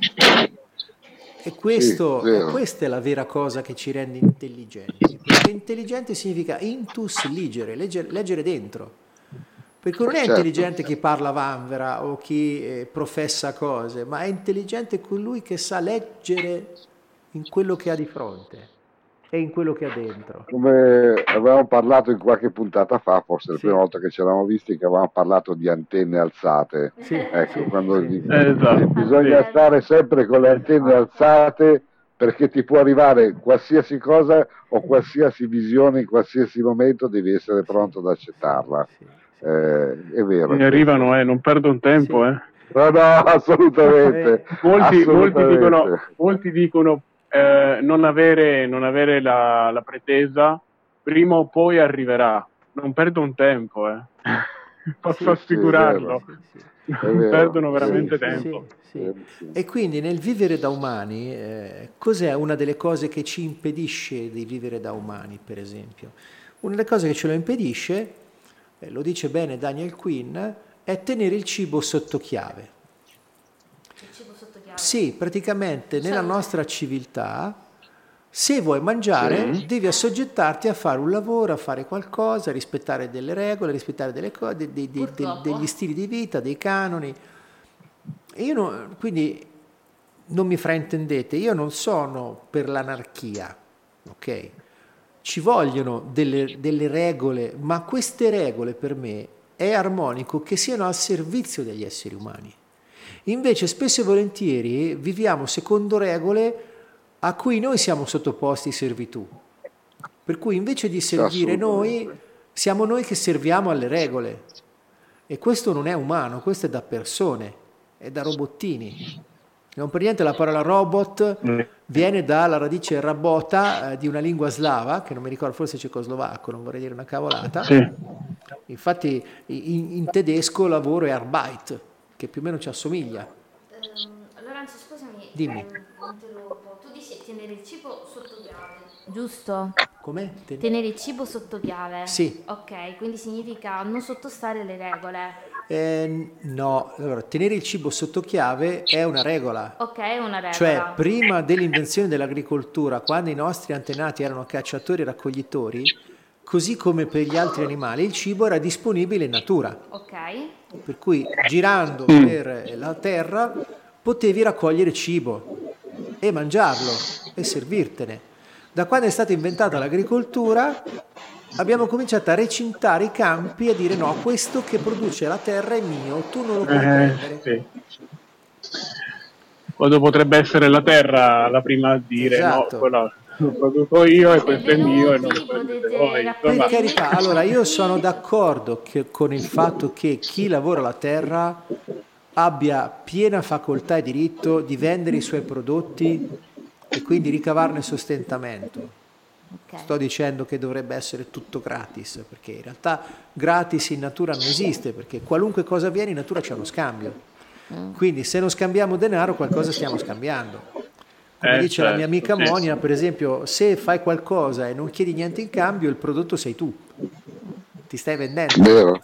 E questo, sì, e questa è la vera cosa che ci rende intelligenti, perché intelligente significa intus legere, leggere, leggere dentro, perché non è certo. intelligente chi parla vanvera o chi eh, professa cose, ma è intelligente colui che sa leggere in quello che ha di fronte e in quello che ha dentro. Come avevamo parlato in qualche puntata fa, forse la Sì. prima volta che ci eravamo visti, che avevamo parlato di antenne alzate. Sì, ecco, sì, quando sì. dico, Esatto. bisogna Sì. stare sempre con le antenne alzate, perché ti può arrivare qualsiasi cosa o qualsiasi visione in qualsiasi momento, devi essere pronto ad accettarla. Sì, sì. Eh, è vero. Mi arrivano, eh, non perdo un tempo, Sì. eh. No, no, assolutamente. Molti, molti assolutamente. dicono, molti dicono eh, non avere, non avere la, la pretesa, prima o poi arriverà. Non perdo un tempo, eh. Posso Sì, assicurarlo. Sì, sì. vero, Perdono è veramente Sì, tempo. sì, sì. E quindi nel vivere da umani, eh, cos'è una delle cose che ci impedisce di vivere da umani, per esempio? Una delle cose che ce lo impedisce, eh, lo dice bene Daniel Quinn, è tenere il cibo sotto chiave. Il cibo sotto chiave? Sì, praticamente nella Salute. nostra civiltà, se vuoi mangiare, Sì. devi assoggettarti a fare un lavoro, a fare qualcosa, a rispettare delle regole, a rispettare delle cose, dei, dei, dei, degli stili di vita, dei canoni. E io non, quindi non mi fraintendete, io non sono per l'anarchia, ok? Ci vogliono delle, delle regole, ma queste regole per me è armonico che siano al servizio degli esseri umani. Invece spesso e volentieri viviamo secondo regole a cui noi siamo sottoposti servitù. Per cui invece di servire noi, siamo noi che serviamo alle regole. E questo non è umano, questo è da persone, è da robottini. Non per niente la parola robot viene dalla radice rabota eh, di una lingua slava, che non mi ricordo, forse cecoslovacco, non vorrei dire una cavolata. Sì. Infatti in, in tedesco lavoro è Arbeit, che più o meno ci assomiglia. Um, Lorenzo, scusami, Dimmi. eh, interrompo. Tu dici tenere il cibo sotto chiave, giusto? Com'è? Ten- Tenere il cibo sotto chiave? Sì. Ok, quindi significa non sottostare alle regole. Eh, no, allora, tenere il cibo sotto chiave è una regola. Ok, è una regola. Cioè, prima dell'invenzione dell'agricoltura, quando i nostri antenati erano cacciatori e raccoglitori, così come per gli altri animali, il cibo era disponibile in natura. Ok. Per cui, girando per la terra, potevi raccogliere cibo e mangiarlo e servirtene. Da quando è stata inventata l'agricoltura, abbiamo cominciato a recintare i campi e a dire no, questo che produce la terra è mio, tu non lo puoi Eh, prendere. sì. Quando potrebbe essere la terra la prima a dire Esatto. no, quella lo produco io e questo è mio e non lo prendete voi. Per Insomma, carità, allora io sono d'accordo che, con il fatto che chi lavora la terra abbia piena facoltà e diritto di vendere i suoi prodotti e quindi ricavarne sostentamento. Okay. Sto dicendo che dovrebbe essere tutto gratis, perché in realtà gratis in natura non esiste, perché qualunque cosa avviene in natura c'è uno scambio. Mm. Quindi se non scambiamo denaro qualcosa stiamo scambiando. Come Eh, dice la certo, mia amica sì. Monia, per esempio, se fai qualcosa e non chiedi niente in cambio, il prodotto sei tu. Ti stai vendendo. Vero.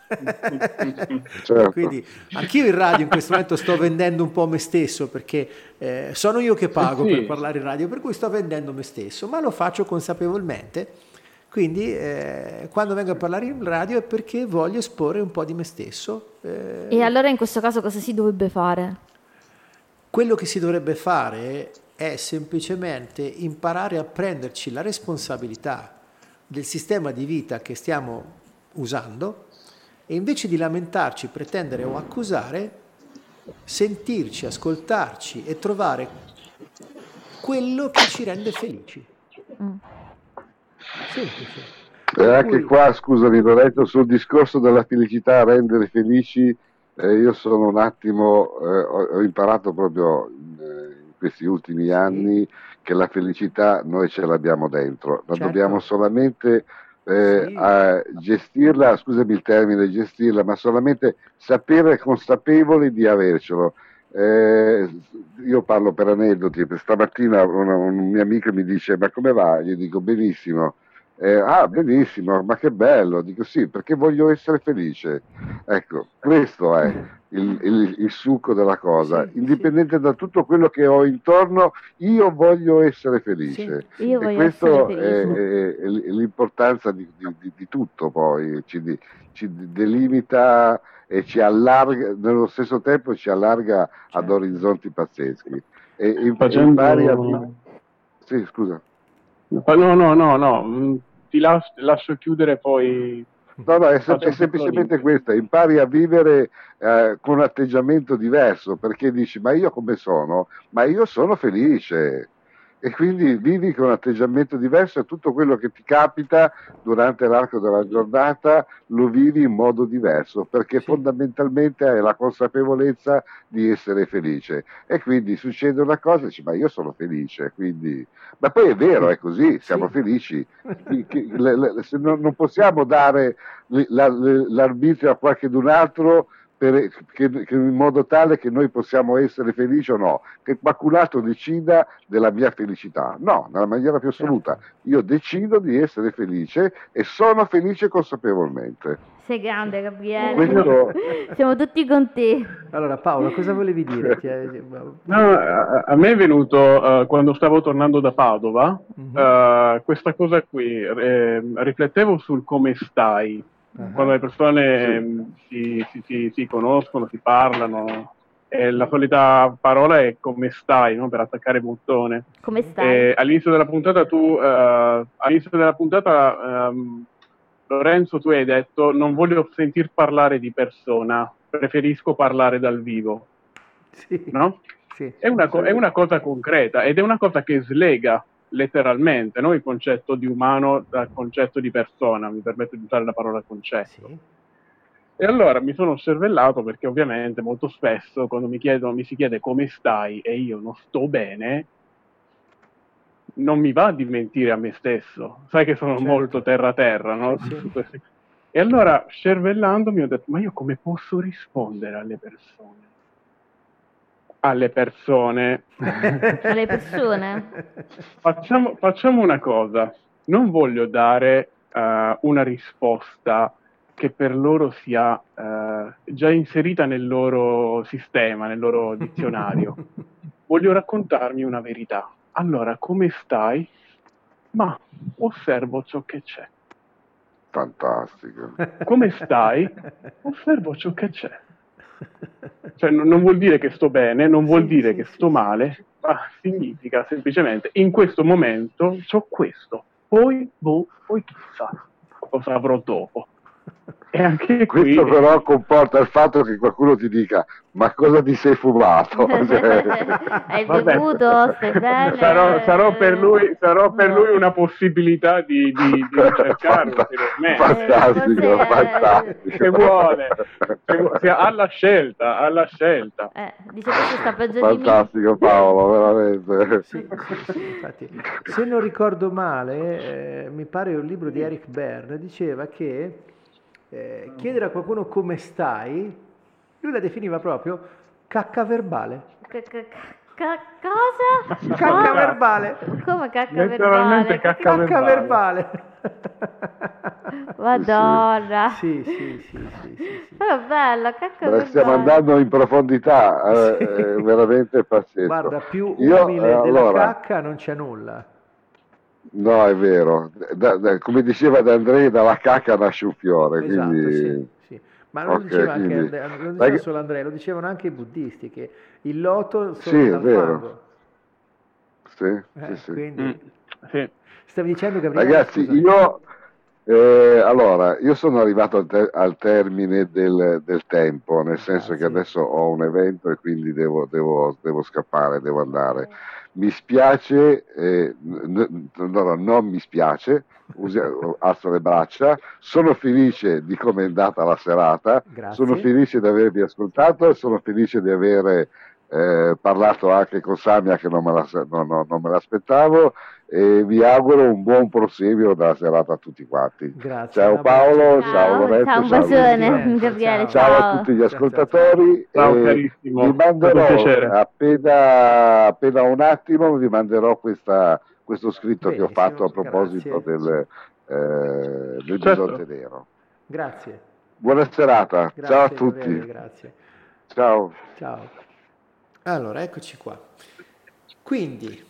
Certo. Quindi anch'io in radio in questo momento sto vendendo un po' me stesso, perché eh, sono io che pago Eh sì. per parlare in radio, per cui sto vendendo me stesso, ma lo faccio consapevolmente. Quindi eh, quando vengo a parlare in radio è perché voglio esporre un po' di me stesso. eh, E allora in questo caso cosa si dovrebbe fare? Quello che si dovrebbe fare è semplicemente imparare a prenderci la responsabilità del sistema di vita che stiamo usando e invece di lamentarci, pretendere o accusare, sentirci, ascoltarci e trovare quello che ci rende felici. Mm. Semplice. E Per anche cui- qua, scusami Lorenzo, sul discorso della felicità, rendere felici, eh, io sono un attimo, eh, ho, ho imparato proprio eh, in questi ultimi anni che la felicità noi ce l'abbiamo dentro, la Certo. dobbiamo solamente eh, Sì. a gestirla, scusami il termine gestirla, ma solamente sapere consapevoli di avercelo. Eh, io parlo per aneddoti, per stamattina una, un mio amico mi dice ma come va? Gli dico benissimo. Eh, ah, benissimo, ma che bello, dico sì, perché voglio essere felice. Ecco, questo è il, il- il succo della cosa, Sì, indipendente da tutto quello che ho intorno, io voglio essere felice. Io E voglio questo essere è, felice. è- è l'importanza di, di- di- di tutto, poi ci, di- ci delimita e ci allarga, nello stesso tempo ci allarga ad Certo. orizzonti pazzeschi. E, e Facendo- impari a... Sì, scusa. no, no, no, no, mm, ti las- lascio chiudere poi. No, no, è, sem- Faccio è un semplicemente piccolo questa, impari a vivere eh, con un atteggiamento diverso, perché dici, ma io come sono? Ma io sono felice. E quindi vivi con un atteggiamento diverso e tutto quello che ti capita durante l'arco della giornata lo vivi in modo diverso, perché Sì. fondamentalmente hai la consapevolezza di essere felice. E quindi succede una cosa e dici, ma io sono felice, quindi... Ma poi è vero, è così, siamo Sì. felici. Chi- chi- le- le- se non, non possiamo dare li- la- le- l'arbitrio a qualcun altro per- che- che in modo tale che noi possiamo essere felici o no, che qualcun altro decida della mia felicità. No, nella maniera più assoluta. Io decido di essere felice e sono felice consapevolmente. Sei grande, Gabriele. Questo- Siamo tutti con te. Allora Paolo, cosa volevi dire? Ti è- No, a, a me è venuto eh, quando stavo tornando da Padova Mhm. eh, questa cosa qui, eh, riflettevo sul come stai, Ah. quando le persone mh, si, si- si- si conoscono, si parlano, e la solita parola è come stai, no? Per attaccare il bottone. Come stai? E all'inizio della puntata tu, eh, all'inizio della puntata ehm, Lorenzo, tu hai detto non voglio sentir parlare di persona, preferisco parlare dal vivo. Sì. No? Sì. È una, co- è una cosa concreta ed è una cosa che slega letteralmente, no, il concetto di umano dal concetto di persona, mi permetto di usare la parola concetto. Sì. E allora mi sono cervellato perché ovviamente molto spesso quando mi chiedono, mi si chiede come stai e io non sto bene, non mi va di mentire a me stesso, sai che sono Certo. molto terra terra, no? Sì. E allora cervellandomi ho detto, ma io come posso rispondere alle persone? Alle persone. Alle persone? Facciamo, facciamo una cosa, non voglio dare uh, una risposta che per loro sia uh, già inserita nel loro sistema, nel loro dizionario. Voglio raccontarmi una verità. Allora, come stai? Ma osservo ciò che c'è. Fantastico. Come stai? Osservo ciò che c'è. Cioè, non, non vuol dire che sto bene, non vuol Sì, dire sì, che sì, sto sì. male, ma significa semplicemente in questo momento c'ho questo, poi, boh, poi chissà cosa avrò dopo. E anche qui... Questo però comporta il fatto che qualcuno ti dica ma cosa ti sei fumato? Cioè... Hai Vabbè, bevuto? Stai bene? sarò, sarò per lui, sarò per No. lui una possibilità di, di, di cercare ulteriormente. Fantastico, Eh, forse, fantastico. Se vuole, se vuole, se ha la scelta, ha la scelta. Eh, dice che sta peggio di me. Fantastico Paolo, veramente. Sì, sì, sì, infatti, se non ricordo male, eh, mi pare un libro di Eric Berne diceva che eh, chiedere a qualcuno come stai, lui la definiva proprio cacca verbale. Ca- ca- ca- cosa? Cacca Cosa? verbale. Come cacca Letteralmente verbale? cacca Cacca verbale. verbale. Madonna. Sì, sì, sì, sì, sì, sì. Però bello, cacca Beh, stiamo verbale. andando in profondità, eh, è veramente pazzesco. Guarda, più Io, umile eh, della allora, cacca non c'è nulla. no, è vero. Da- da- come diceva De André, dalla cacca nasce un fiore. Esatto, quindi... sì, sì. Ma non lo Ok, diceva anche quindi- Andre- non lo Sai diceva che- solo Andrea, lo dicevano anche i buddisti che il loto Sì, sorge è dal vero. fango. Sì, Eh, sì, sì. quindi Mm, sì. stavi dicendo, Gabriele? Ragazzi, Scusami. io, eh, allora, io sono arrivato al, te- al termine del, del tempo, nel senso Grazie. che adesso ho un evento e quindi devo, devo- devo scappare, devo andare. Mi spiace, eh, n- n- no, no, non mi spiace, usi- alzo le braccia, sono felice di come è andata la serata, Grazie. sono felice di avervi ascoltato e sono felice di avere eh, parlato anche con Samia che non me, la, non, non- non me l'aspettavo e vi auguro un buon proseguio della serata a tutti quanti. Grazie, un Ciao abbraccio. Paolo, Ciao, ciao Lorenzo, ciao, un ciao bacione, Lucia. Gabriele, Ciao ciao. a tutti gli Ciao, ciao, ascoltatori. Ciao e carissimo, vi è stato un manderò piacere. appena, appena un attimo vi manderò questa, questo scritto che ho Benissimo, fatto a proposito grazie. del, eh, del Certo. bisonte nero. Grazie. Buona serata, Grazie, ciao a Gabriele, tutti. grazie. Ciao. Ciao. Allora, eccoci qua. Quindi,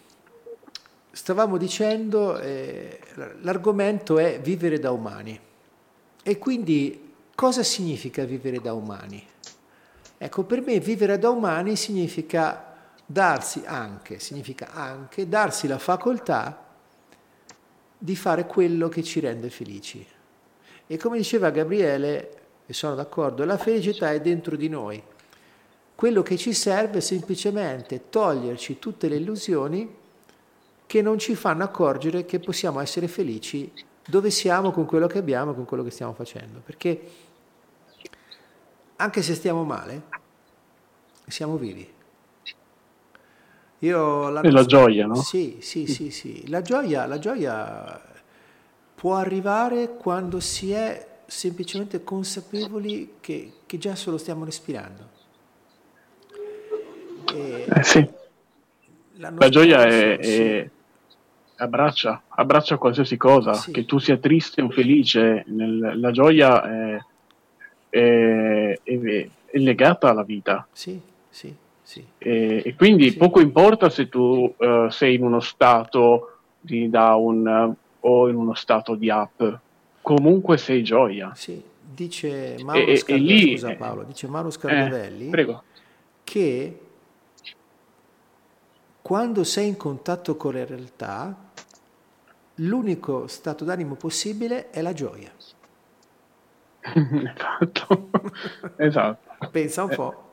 stavamo dicendo, eh, l'argomento è vivere da umani. E quindi, cosa significa vivere da umani? Ecco, per me vivere da umani significa darsi anche, significa anche darsi la facoltà di fare quello che ci rende felici. E come diceva Gabriele, e sono d'accordo, la felicità è dentro di noi. Quello che ci serve è semplicemente toglierci tutte le illusioni che non ci fanno accorgere che possiamo essere felici dove siamo, con quello che abbiamo, con quello che stiamo facendo. Perché anche se stiamo male, siamo vivi. Io l'anno E la sc- gioia, no? Sì, sì, sì, sì. La gioia, la gioia può arrivare quando si è semplicemente consapevoli che, che già solo stiamo respirando. E Eh sì, l'anno la gioia è, scorso, sì, è- abbraccia, abbraccia qualsiasi cosa, Sì. che tu sia triste o felice, nel- la gioia è, è- è- è legata alla vita. sì, sì, sì. E, e quindi Sì. poco importa se tu eh, sei in uno stato di down eh, o in uno stato di up, comunque sei gioia. Sì, dice Mauro E, e- e Scarda- lì, scusa eh, Paolo, dice Mauro eh, Scardavelli prego. che quando sei in contatto con la realtà, l'unico stato d'animo possibile è la gioia. Esatto. Esatto. Pensa un po'.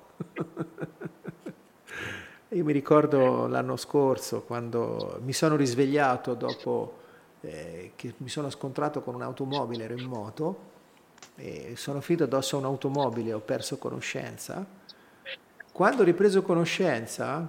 Io mi ricordo l'anno scorso quando mi sono risvegliato dopo eh, che mi sono scontrato con un'automobile, ero in moto e sono finito addosso a un'automobile, ho perso conoscenza. Quando ho ripreso conoscenza,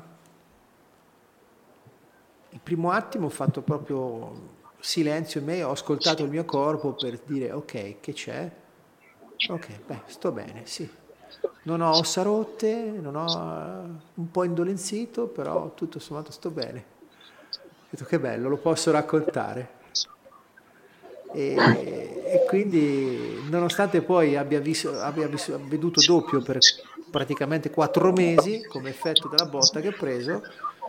il primo attimo ho fatto proprio silenzio in me, ho ascoltato il mio corpo per dire ok, che c'è? Ok, beh, sto bene, sì. Non ho ossa rotte, non ho un po' indolenzito, però tutto sommato sto bene. Ho detto che bello, lo posso raccontare. E, e quindi, nonostante poi abbia, visto, abbia visto, veduto doppio per praticamente quattro mesi, come effetto della botta che ho preso,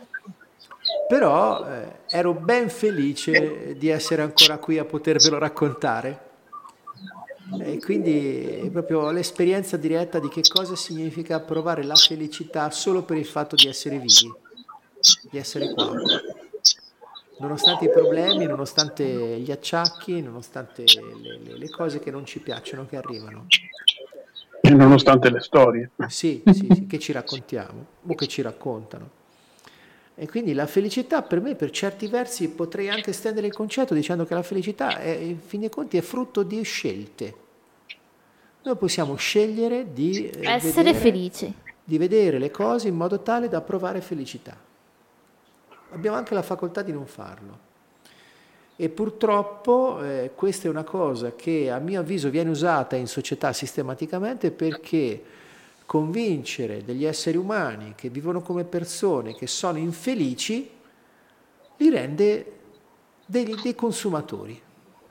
però eh, ero ben felice di essere ancora qui a potervelo raccontare. E quindi proprio l'esperienza diretta di che cosa significa provare la felicità solo per il fatto di essere vivi, di essere qua. Nonostante i problemi, nonostante gli acciacchi, nonostante le, le, le cose che non ci piacciono, che arrivano. E nonostante le storie. Sì, sì, sì, che ci raccontiamo o che ci raccontano. E quindi la felicità per me, per certi versi, potrei anche estendere il concetto dicendo che la felicità, è, in fin dei conti, è frutto di scelte. Noi possiamo scegliere di eh, essere vedere, felici, di vedere le cose in modo tale da provare felicità. Abbiamo anche la facoltà di non farlo. E purtroppo eh, questa è una cosa che a mio avviso viene usata in società sistematicamente perché convincere degli esseri umani che vivono come persone, che sono infelici, li rende dei, dei consumatori.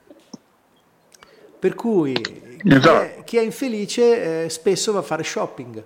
Per cui chi è, chi è infelice eh, spesso va a fare shopping.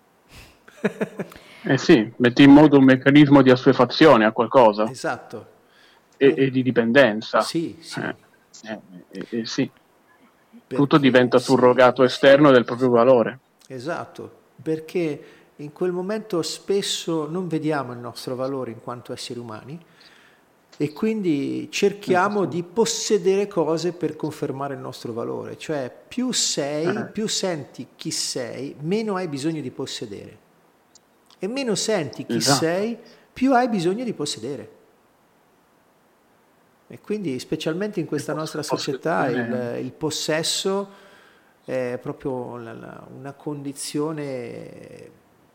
Eh sì, metti in moto un meccanismo di assuefazione a qualcosa. Esatto. E, e di dipendenza. Sì, sì. Eh, eh, eh, eh, sì. Perché, tutto diventa surrogato sì, esterno del proprio valore. Esatto, perché in quel momento spesso non vediamo il nostro valore in quanto esseri umani e quindi cerchiamo di possedere cose per confermare il nostro valore, cioè più sei, più senti chi sei, meno hai bisogno di possedere e meno senti chi Esatto. sei, più hai bisogno di possedere. E quindi specialmente in questa nostra società il, il possesso è proprio la, la, una condizione,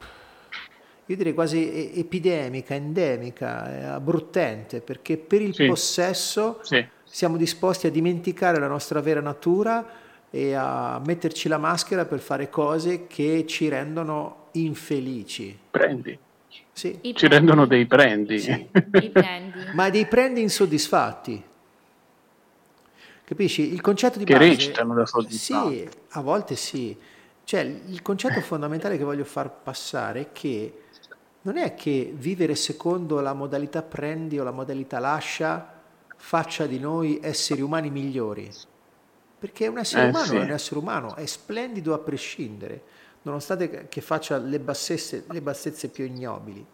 io direi quasi epidemica, endemica, abbruttente, perché per il Sì. possesso Sì. siamo disposti a dimenticare la nostra vera natura e a metterci la maschera per fare cose che ci rendono infelici. Prendi. Sì. Ci prendi. rendono dei prendi. Sì. I prendi. Ma dei prendi insoddisfatti. Capisci? Il concetto di che base... recitano da soddisfatti. Sì, a volte sì. Cioè, il concetto fondamentale che voglio far passare è che non è che vivere secondo la modalità prendi o la modalità lascia faccia di noi esseri umani migliori. Perché un essere Eh, umano sì. è un essere umano, è splendido a prescindere, nonostante che faccia le bassezze, le bassezze più ignobili.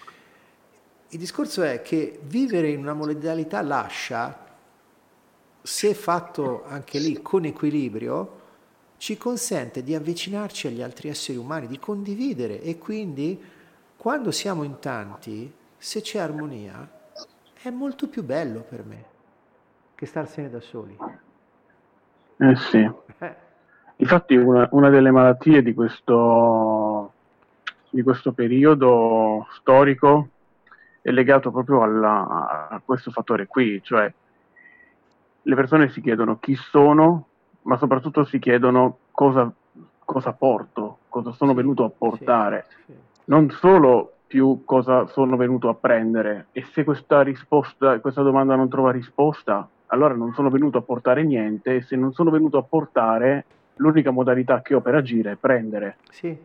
Il discorso è che vivere in una modalità lascia, se fatto anche lì con equilibrio, ci consente di avvicinarci agli altri esseri umani, di condividere e quindi quando siamo in tanti, se c'è armonia, è molto più bello per me che starsene da soli. Eh sì. Eh. Infatti una, una delle malattie di questo, di questo periodo storico è legato proprio alla, a questo fattore qui, cioè le persone si chiedono chi sono, ma soprattutto si chiedono cosa, cosa porto, cosa sono Sì, venuto a portare, sì, sì. non solo più cosa sono venuto a prendere, e se questa risposta, questa domanda non trova risposta, allora non sono venuto a portare niente, e se non sono venuto a portare, l'unica modalità che ho per agire è prendere. Sì.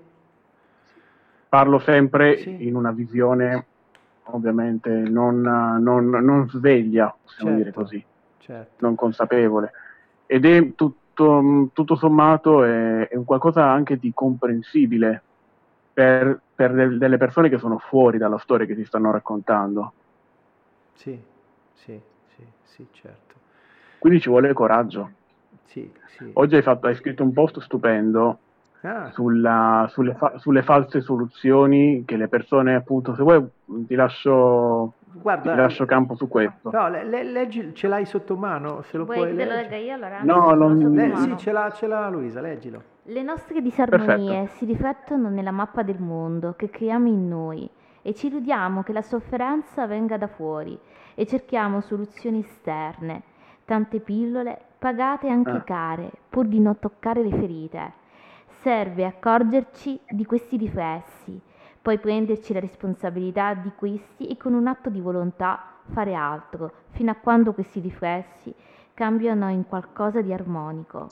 Parlo sempre Sì. in una visione ovviamente non, non, non sveglia, possiamo Certo, dire così, certo. non consapevole, ed è tutto, tutto sommato è, è un qualcosa anche di comprensibile per, per del, delle persone che sono fuori dalla storia che si stanno raccontando. Sì, sì, sì, sì, certo. Quindi ci vuole coraggio. Sì, sì. Oggi hai, fatto, hai scritto un post stupendo Ah. sulla, sulle, fa, sulle false soluzioni che le persone, appunto, se vuoi ti lascio, Guarda, ti lascio campo su questo. no, le, le, leggi, ce l'hai sotto mano, se lo Vuoi puoi che te lo leggere. legga io allora? No, Ce l'ho non- sotto Le- mano. sì, ce l'ha, ce l'ha Luisa, leggilo. Le nostre disarmonie si riflettono nella mappa del mondo che creiamo in noi e ci illudiamo che la sofferenza venga da fuori e cerchiamo soluzioni esterne, tante pillole pagate anche Ah. care pur di non toccare le ferite. Serve accorgerci di questi riflessi, poi prenderci la responsabilità di questi e con un atto di volontà fare altro, fino a quando questi riflessi cambiano in qualcosa di armonico.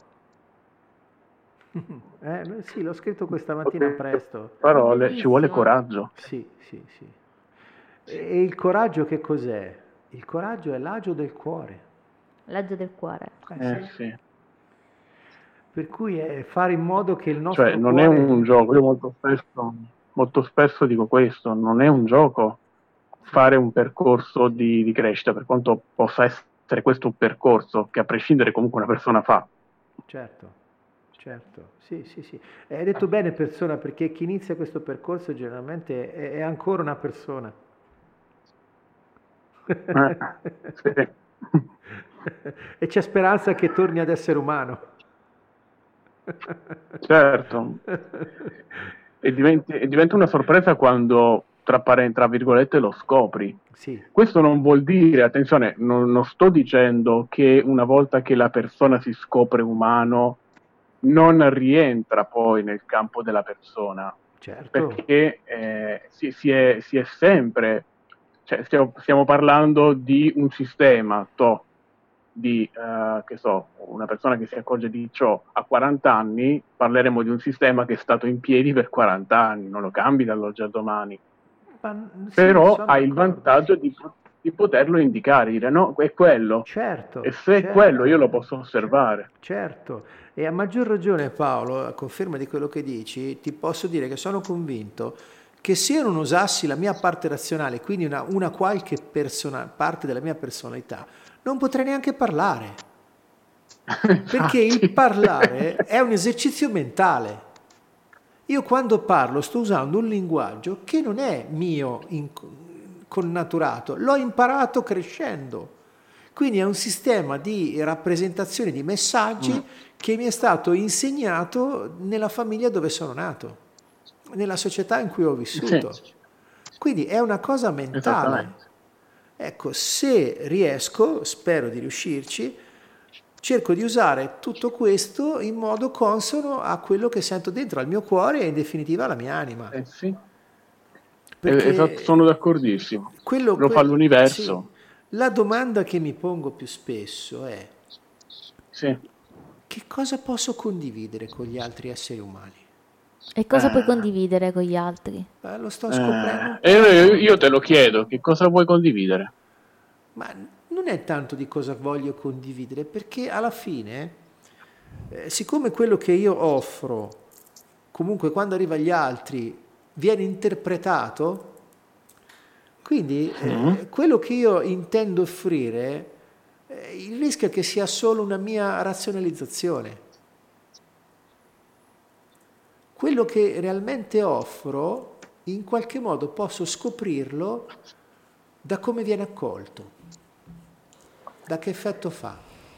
Eh, no, sì, l'ho scritto questa mattina presto. Parole, ci vuole Bellissimo. coraggio. Sì, sì, sì. E il coraggio che cos'è? Il coraggio è l'agio del cuore. L'agio del cuore. Eh, Eh, sì. sì. Per cui è fare in modo che il nostro Cioè, non è cuore... un gioco. Io molto spesso, molto spesso dico questo: non è un gioco fare un percorso di, di crescita, per quanto possa essere questo un percorso che a prescindere comunque una persona fa. Certo, certo, sì, sì, sì. E hai detto bene persona, perché chi inizia questo percorso generalmente è, è ancora una persona. Eh, sì. E c'è speranza che torni ad essere umano. Certo. E diventi- e diventa una sorpresa quando, tra, pare- tra virgolette, lo scopri. Sì, Questo non vuol dire, attenzione, non, non sto dicendo che una volta che la persona si scopre umano non rientra poi nel campo della persona, certo. perché eh, si, si è, si è sempre, cioè stiamo, stiamo parlando di un sistema, to, di, eh, che so, una persona che si accorge di ciò a quaranta anni, parleremo di un sistema che è stato in piedi per quaranta anni, non lo cambi dall'oggi al domani. Ma, sì, Però sono hai il d'accordo. vantaggio di, di poterlo indicare, dire no, è quello, Certo, e se è certo. quello io lo posso osservare. Certo, e a maggior ragione Paolo, a conferma di quello che dici, ti posso dire che sono convinto che se io non usassi la mia parte razionale, quindi una, una qualche persona, parte della mia personalità, non potrei neanche parlare, perché il parlare è un esercizio mentale. Io quando parlo sto usando un linguaggio che non è mio in, connaturato, l'ho imparato crescendo. Quindi è un sistema di rappresentazione di messaggi mm. che mi è stato insegnato nella famiglia dove sono nato, nella società in cui ho vissuto. Sì. Quindi è una cosa mentale. Ecco, se riesco, spero di riuscirci, cerco di usare tutto questo in modo consono a quello che sento dentro, al mio cuore e in definitiva alla mia anima. Eh sì. Perché esatto, sono d'accordissimo. Quello, lo fa l'universo. Sì. La domanda che mi pongo più spesso è: sì. che cosa posso condividere con gli altri esseri umani? E cosa eh. puoi condividere con gli altri? Beh, lo sto scoprendo. Eh. Io, io te lo chiedo, che cosa vuoi condividere? Ma non è tanto di cosa voglio condividere, perché alla fine, eh, siccome quello che io offro, comunque quando arriva agli altri, viene interpretato, quindi mm. eh, quello che io intendo offrire, eh, il rischio è che sia solo una mia razionalizzazione. Quello che realmente offro, in qualche modo posso scoprirlo da come viene accolto, da che effetto fa.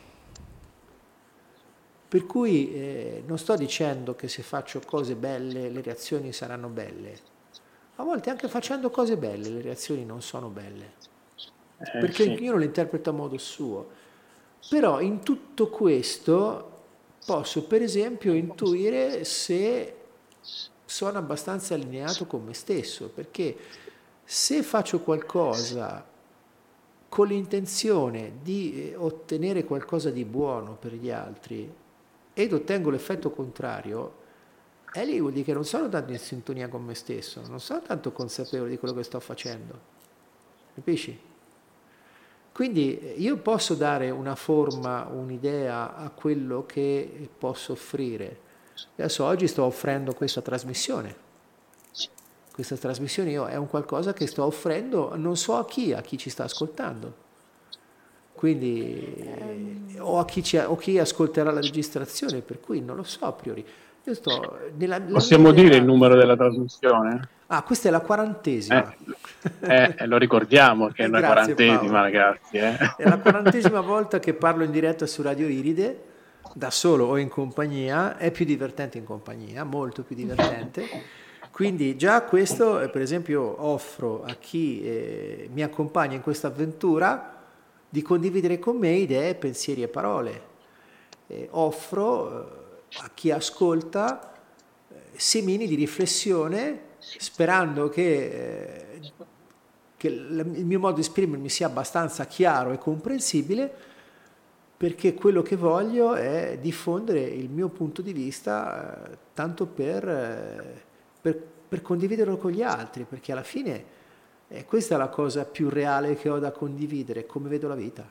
Per cui eh, non sto dicendo che se faccio cose belle le reazioni saranno belle. A volte anche facendo cose belle le reazioni non sono belle, eh, perché sì. ognuno lo interpreta a modo suo. Però in tutto questo posso per esempio intuire se sono abbastanza allineato con me stesso, perché se faccio qualcosa con l'intenzione di ottenere qualcosa di buono per gli altri ed ottengo l'effetto contrario, è lì vuol dire che non sono tanto in sintonia con me stesso, non sono tanto consapevole di quello che sto facendo, capisci? Quindi io posso dare una forma, un'idea a quello che posso offrire. Adesso oggi sto offrendo questa trasmissione, questa trasmissione io è un qualcosa che sto offrendo, non so a chi, a chi ci sta ascoltando. quindi o a chi, ci, o chi ascolterà la registrazione, per cui non lo so a priori. Io sto nella, Possiamo dire il numero della trasmissione? Ah, questa è la quarantesima. Eh, eh, lo ricordiamo che è una Grazie, quarantesima, Paolo. ragazzi. Eh. È la quarantesima volta che parlo in diretta su Radio Iride, da solo o in compagnia. È più divertente in compagnia, molto più divertente. Quindi già questo, eh, per esempio, offro a chi eh, mi accompagna in questa avventura di condividere con me idee, pensieri e parole. Eh, offro eh, a chi ascolta eh, semini di riflessione, sperando che, eh, che l- il mio modo di esprimermi sia abbastanza chiaro e comprensibile, perché quello che voglio è diffondere il mio punto di vista eh, tanto per, eh, per, per condividerlo con gli altri, perché alla fine eh, questa è la cosa più reale che ho da condividere, come vedo la vita.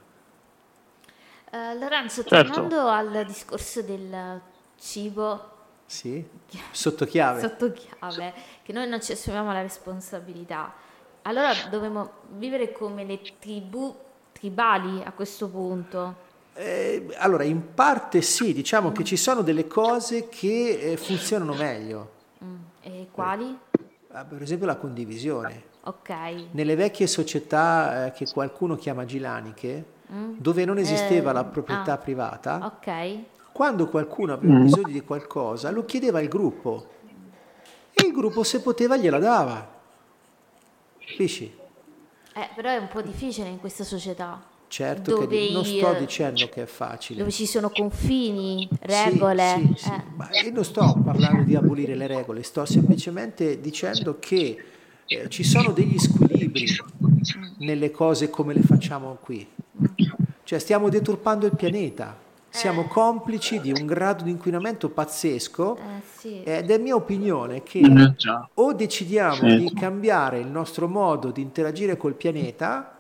Uh, Lorenzo, Certo. tornando al discorso del cibo Sì, sotto chiave. sotto chiave, che noi non ci assumiamo la responsabilità, allora dovremmo vivere come le tribù tribali a questo punto. Eh, allora, in parte sì, diciamo che ci sono delle cose che eh, funzionano meglio. Mm. E quali? Ah, per esempio la condivisione. Ok. Nelle vecchie società eh, che qualcuno chiama gilaniche, Mm. dove non esisteva Eh, la proprietà ah. privata, Ok. quando qualcuno aveva bisogno di qualcosa lo chiedeva al gruppo e il gruppo, se poteva, gliela dava. Capisci? Eh, però è un po' difficile in questa società. Certo che Dove di- non i- sto dicendo che è facile. Dove ci sono confini, Sì, regole. sì, sì. eh. Ma io non sto parlando di abolire le regole, sto semplicemente dicendo che eh, ci sono degli squilibri nelle cose come le facciamo qui. Cioè stiamo deturpando il pianeta, siamo complici di un grado di inquinamento pazzesco Eh, sì. ed è mia opinione che Eh, già. o decidiamo Sì. di cambiare il nostro modo di interagire col pianeta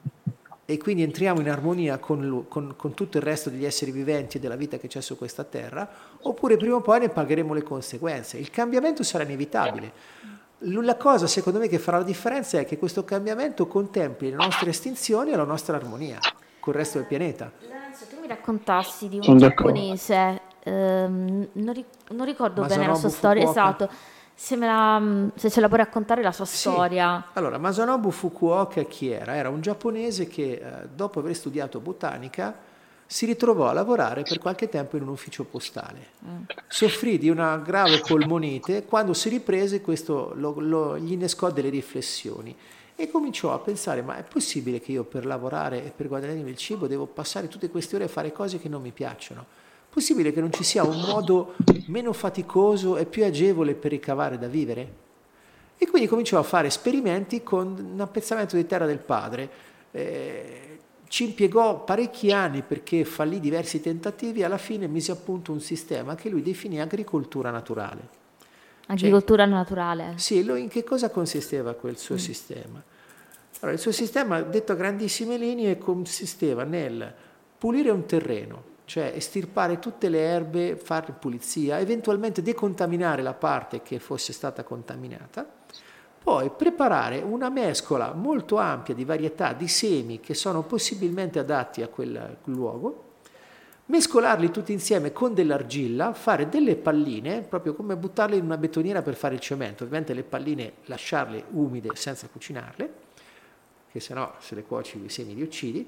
e quindi entriamo in armonia con, lu- con- con tutto il resto degli esseri viventi e della vita che c'è su questa terra, oppure prima o poi ne pagheremo le conseguenze. Il cambiamento sarà inevitabile. L- La cosa secondo me che farà la differenza è che questo cambiamento contempli le nostre estinzioni e la nostra armonia col resto del pianeta. Lorenzo, tu mi raccontassi di un Sono d'accordo. giapponese, ehm, non, ri- non ricordo bene la Masanobu sua storia, Fukuoka. esatto. Se, me la- se ce la puoi raccontare la sua Sì. storia. Allora, Masanobu Fukuoka chi era? Era un giapponese che eh, dopo aver studiato botanica si ritrovò a lavorare per qualche tempo in un ufficio postale. Soffrì di una grave polmonite, quando si riprese questo lo- lo- gli innescò delle riflessioni e cominciò a pensare: ma è possibile che io per lavorare e per guadagnarmi il cibo devo passare tutte queste ore a fare cose che non mi piacciono? Possibile che non ci sia un modo meno faticoso e più agevole per ricavare da vivere? E quindi cominciò a fare esperimenti con un appezzamento di terra del padre. Eh, ci impiegò parecchi anni perché fallì diversi tentativi e alla fine mise a punto un sistema che lui definì agricoltura naturale. Agricoltura naturale. Sì, lo- in che cosa consisteva quel suo sistema? Allora, il suo sistema, detto a grandissime linee, consisteva nel pulire un terreno, cioè estirpare tutte le erbe, fare pulizia, eventualmente decontaminare la parte che fosse stata contaminata, poi preparare una mescola molto ampia di varietà di semi che sono possibilmente adatti a quel luogo, mescolarli tutti insieme con dell'argilla, fare delle palline, proprio come buttarle in una betoniera per fare il cemento. Ovviamente le palline lasciarle umide senza cucinarle, che sennò se le cuoci i semi li uccidi.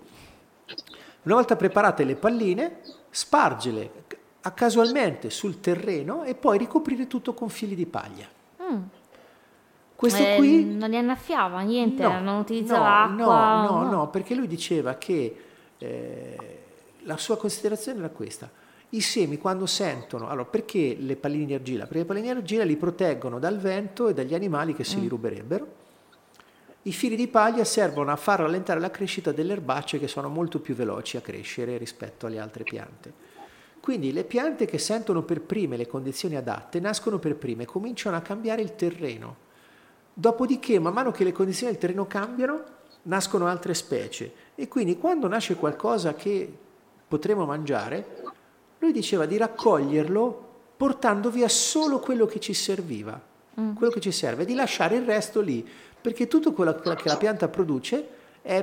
Una volta preparate le palline, spargele a casualmente sul terreno e poi ricoprire tutto con fili di paglia. Mm. Questo Eh, qui non li annaffiava, niente, No, non utilizzava no, acqua. No, no, no, perché lui diceva che eh, la sua considerazione era questa. I semi quando sentono, allora perché le palline di argilla? Perché le palline di argilla li proteggono dal vento e dagli animali che se li ruberebbero. I fili di paglia servono a far rallentare la crescita delle erbacce che sono molto più veloci a crescere rispetto alle altre piante. Quindi le piante che sentono per prime le condizioni adatte nascono per prime, cominciano a cambiare il terreno. Dopodiché, man mano che le condizioni del terreno cambiano, nascono altre specie. E quindi quando nasce qualcosa che potremo mangiare, lui diceva di raccoglierlo portando via solo quello che ci serviva, mm. quello che ci serve, e di lasciare il resto lì, perché tutto quello che la pianta produce è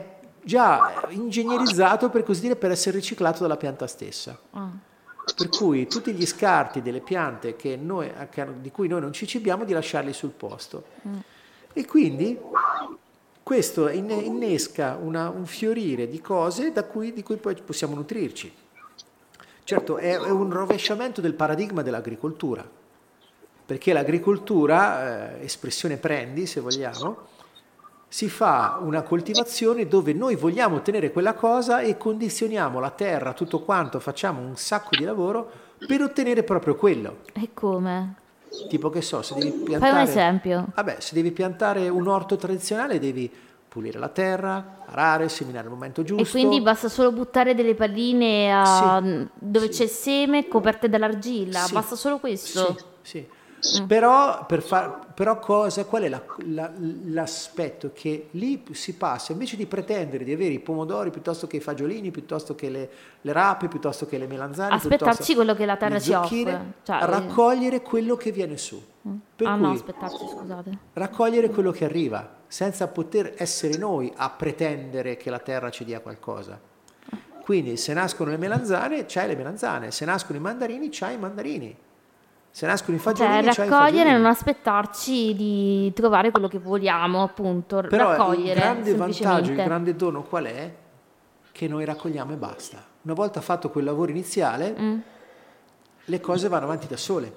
già ingegnerizzato, per così dire, per essere riciclato dalla pianta stessa. Ah. Per cui tutti gli scarti delle piante che noi, di cui noi non ci cibiamo, di lasciarli sul posto. Mm. E quindi questo innesca una, un fiorire di cose da cui, di cui poi possiamo nutrirci. Certo, è, è un rovesciamento del paradigma dell'agricoltura, perché l'agricoltura, eh, espressione prendi se vogliamo, si fa una coltivazione dove noi vogliamo ottenere quella cosa e condizioniamo la terra, tutto quanto, facciamo un sacco di lavoro per ottenere proprio quello. E come? Tipo, che so, se devi piantare... Fai un esempio. Vabbè, se devi piantare un orto tradizionale devi pulire la terra, arare, seminare al momento giusto. E quindi basta solo buttare delle palline a... Sì, dove sì. c'è seme coperte dall'argilla, Sì, basta solo questo? Sì, sì. Mm. Però, per far, però cosa, qual è la, la, l'aspetto? Che lì si passa, invece di pretendere di avere i pomodori piuttosto che i fagiolini, piuttosto che le, le rape, piuttosto che le melanzane, aspettarci quello che la terra ci offre, cioè, a raccogliere quello che viene su. Mm. Per ah cui, no, aspettarci, scusate. Raccogliere quello che arriva, senza poter essere noi a pretendere che la terra ci dia qualcosa. Quindi se nascono le melanzane, c'hai le melanzane, se nascono i mandarini, c'hai i mandarini. Se nascono i fagiolini, cioè, c'hai i raccogliere fagiolini. e non aspettarci di trovare quello che vogliamo, appunto. Però raccogliere, il grande vantaggio, il semplicemente. grande dono qual è? Che noi raccogliamo e basta. Una volta fatto quel lavoro iniziale, Mm. le cose vanno avanti da sole.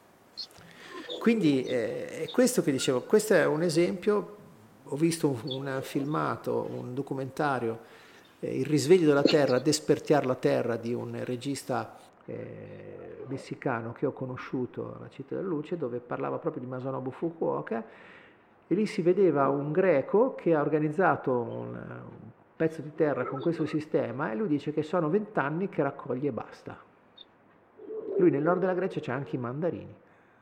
Quindi eh, è questo che dicevo, questo è un esempio. Ho visto un, un filmato, un documentario, eh, Il risveglio della terra, Despertiar la terra, di un regista eh, messicano che ho conosciuto alla Città della Luce, dove parlava proprio di Masanobu Fukuoka, e lì si vedeva un greco che ha organizzato un, un pezzo di terra con questo sistema, e lui dice che sono vent'anni che raccoglie e basta. Lui nel nord della Grecia c'è anche i mandarini.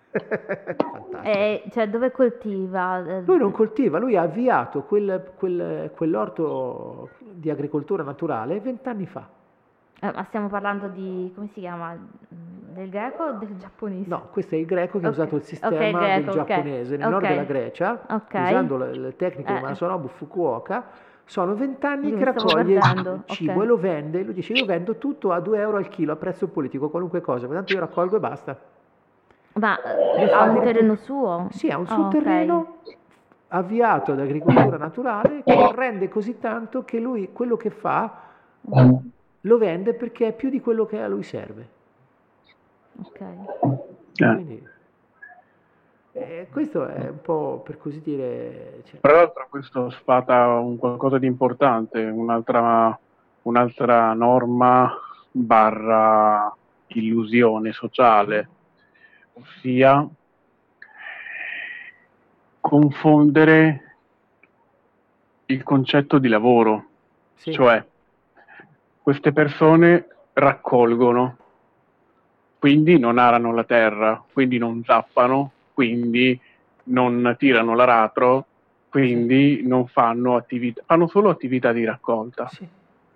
Eh, cioè, dove coltiva? Lui non coltiva, lui ha avviato quel, quel, quell'orto di agricoltura naturale vent'anni fa. Eh, ma stiamo parlando di, come si chiama, del greco o del giapponese? No, questo è il greco che okay. ha usato il sistema okay, greco, del giapponese. okay. Nel nord okay. della Grecia, okay. usando le, le tecniche eh. di Masanobu Fukuoka, sono vent'anni Io che raccoglie il cibo okay. e lo vende. Lui dice: io vendo tutto a due euro al chilo, a prezzo politico, qualunque cosa, tanto io raccolgo e basta. Ma ha un terreno suo? Sì, ha un suo oh, terreno okay. avviato ad agricoltura naturale, che rende così tanto che lui quello che fa lo vende perché è più di quello che a lui serve. Ok. Quindi, eh, questo è un po', per così dire... Cioè... Tra l'altro questo sfata un qualcosa di importante, un'altra, un'altra norma barra illusione sociale, ossia confondere il concetto di lavoro, sì. Cioè queste persone raccolgono, quindi non arano la terra, quindi non zappano, quindi non tirano l'aratro, quindi sì. non fanno attività, fanno solo attività di raccolta. Sì.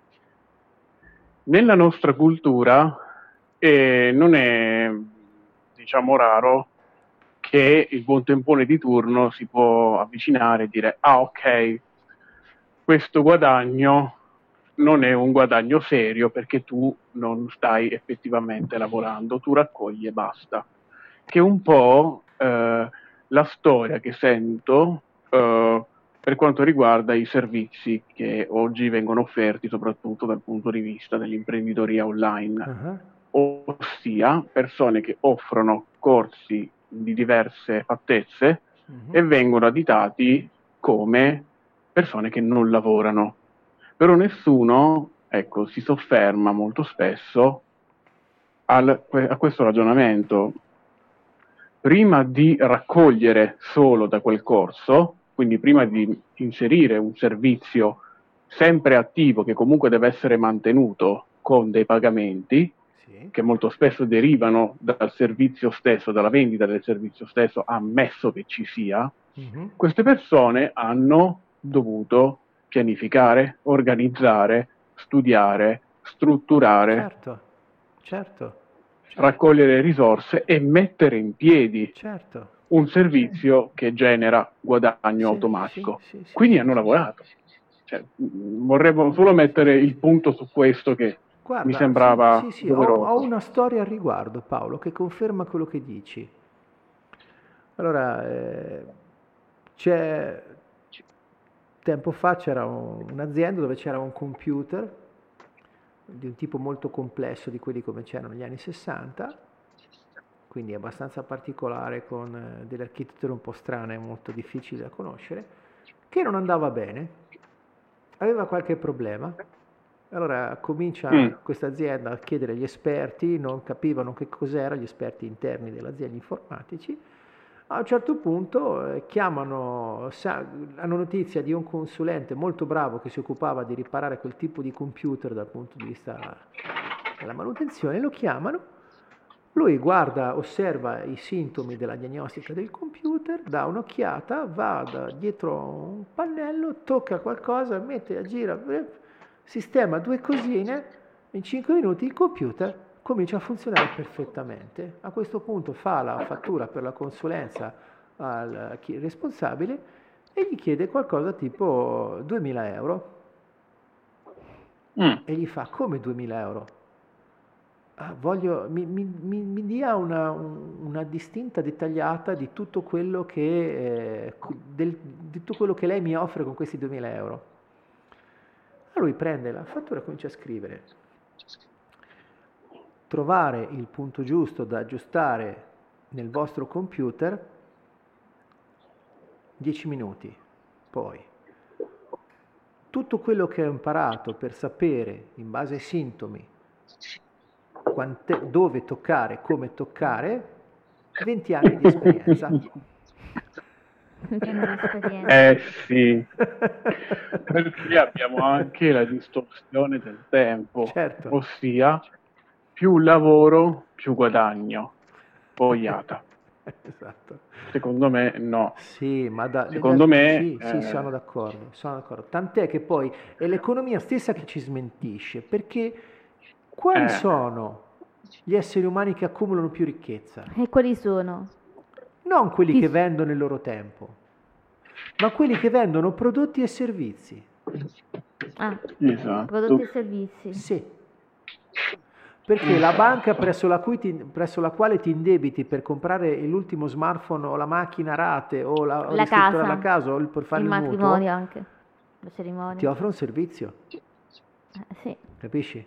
Nella nostra cultura eh, non è, diciamo, raro che il buontempone di turno si può avvicinare e dire: ah, ok, questo guadagno non è un guadagno serio perché tu non stai effettivamente lavorando, tu raccogli e basta. Che è un po' eh, la storia che sento eh, per quanto riguarda i servizi che oggi vengono offerti, soprattutto dal punto di vista dell'imprenditoria online, uh-huh. ossia persone che offrono corsi di diverse fattezze uh-huh. e vengono additati come persone che non lavorano. Però nessuno, ecco, si sofferma molto spesso al, a questo ragionamento. Prima di raccogliere solo da quel corso, quindi prima di inserire un servizio sempre attivo che comunque deve essere mantenuto con dei pagamenti, sì. che molto spesso derivano dal servizio stesso, dalla vendita del servizio stesso, ammesso che ci sia, uh-huh. queste persone hanno dovuto pianificare, organizzare, studiare, strutturare, certo, certo. raccogliere risorse e mettere in piedi certo. un servizio che genera guadagno sì, automatico. Sì, sì, sì, Quindi sì, hanno sì, lavorato. cioè, vorrei solo mettere il punto su questo che Guarda, mi sembrava sì, sì, sì, ho, doveroso. ho una storia al riguardo, Paolo, che conferma quello che dici. Allora, eh, c'è tempo fa c'era un- un'azienda dove c'era un computer di un tipo molto complesso di quelli come c'erano negli anni sessanta, quindi abbastanza particolare, con eh, delle architetture un po' strane e molto difficili da conoscere, che non andava bene, aveva qualche problema. Allora comincia Mm. questa azienda a chiedere agli esperti, non capivano che cos'era, gli esperti interni dell'azienda informatici. A un certo punto eh, chiamano, sa- hanno notizia di un consulente molto bravo che si occupava di riparare quel tipo di computer dal punto di vista della manutenzione, lo chiamano, lui guarda, osserva i sintomi della diagnostica del computer, dà un'occhiata, va da dietro un pannello, tocca qualcosa, mette, gira, eh, sistema due cosine, in cinque minuti il computer comincia a funzionare perfettamente. A questo punto fa la fattura per la consulenza al chi- responsabile e gli chiede qualcosa tipo duemila euro. Mm. E gli fa, come duemila euro? Ah, voglio, mi, mi- mi- mi dia una, un- una distinta dettagliata di tutto quello che, eh, cu- del- di tutto quello che lei mi offre con questi duemila euro. Allora lui prende la fattura e comincia a scrivere. Trovare il punto giusto da aggiustare nel vostro computer, dieci minuti. Poi, tutto quello che ho imparato per sapere, in base ai sintomi, quante- dove toccare, come toccare, venti anni di esperienza. Eh sì, perché abbiamo anche la distorsione del tempo, Certo. ossia più lavoro, più guadagno. Boiata. Esatto. Secondo me no. Sì, ma da, Secondo da- me, sì, sì, eh, sono d'accordo, sono d'accordo. Tant'è che poi è l'economia stessa che ci smentisce, perché quali Eh. sono gli esseri umani che accumulano più ricchezza? E quali sono? Non quelli Chi che s- vendono il loro tempo, ma quelli che vendono prodotti e servizi. Ah, esatto. prodotti e servizi. Sì. Perché la banca presso la, cui ti- presso la quale ti indebiti per comprare l'ultimo smartphone o la macchina a rate o la, o La ristrutturare casa. la casa o il- per fare Il il mutuo, matrimonio anche. La cerimonia. ti offre un servizio, Eh, sì. capisci?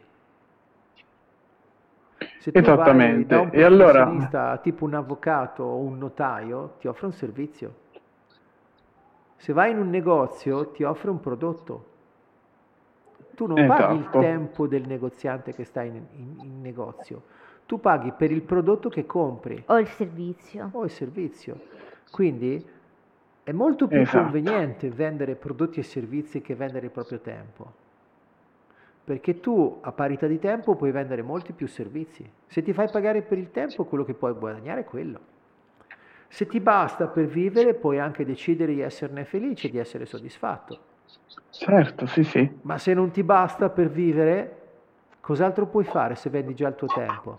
Se tu vai Esattamente. da un E allora- professionista tipo un avvocato o un notaio, ti offre un servizio. Se vai in un negozio, ti offre un prodotto. Tu non paghi il Esatto. tempo del negoziante che sta in, in- in negozio, tu paghi per il prodotto che compri O il servizio. o il servizio. Quindi è molto più Esatto. conveniente vendere prodotti e servizi che vendere il proprio tempo. Perché tu a parità di tempo puoi vendere molti più servizi. Se ti fai pagare per il tempo, quello che puoi guadagnare è quello. Se ti basta per vivere, puoi anche decidere di esserne felice, di essere soddisfatto. Certo, sì, sì. Ma se non ti basta per vivere, cos'altro puoi fare se vendi già il tuo tempo?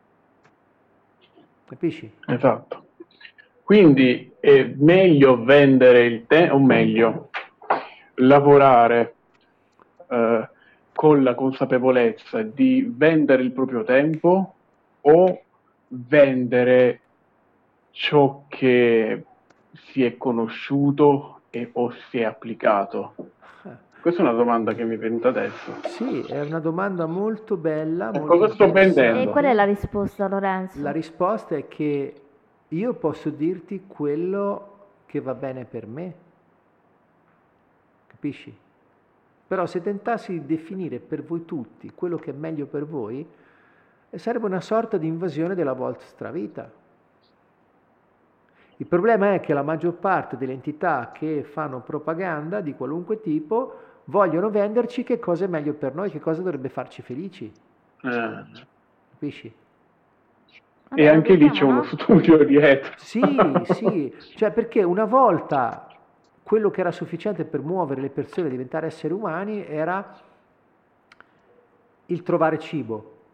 Capisci? Esatto. Quindi è meglio vendere il tempo, o meglio, lavorare eh, con la consapevolezza di vendere il proprio tempo o vendere ciò che si è conosciuto e o si è applicato? Questa è una domanda che mi è venuta adesso. Sì, è una domanda molto bella. E molto cosa sto interessante. vendendo? E qual è la risposta, Lorenzo? La risposta è che io posso dirti quello che va bene per me. Capisci? Però se tentassi di definire per voi tutti quello che è meglio per voi, eh, sarebbe una sorta di invasione della vostra vita. Il problema è che la maggior parte delle entità che fanno propaganda di qualunque tipo vogliono venderci che cosa è meglio per noi, che cosa dovrebbe farci felici. Eh, Capisci? Vabbè, e lo anche lì vediamo, c'è uno no? studio dietro. Sì, sì, cioè perché una volta quello che era sufficiente per muovere le persone a diventare esseri umani era il trovare cibo.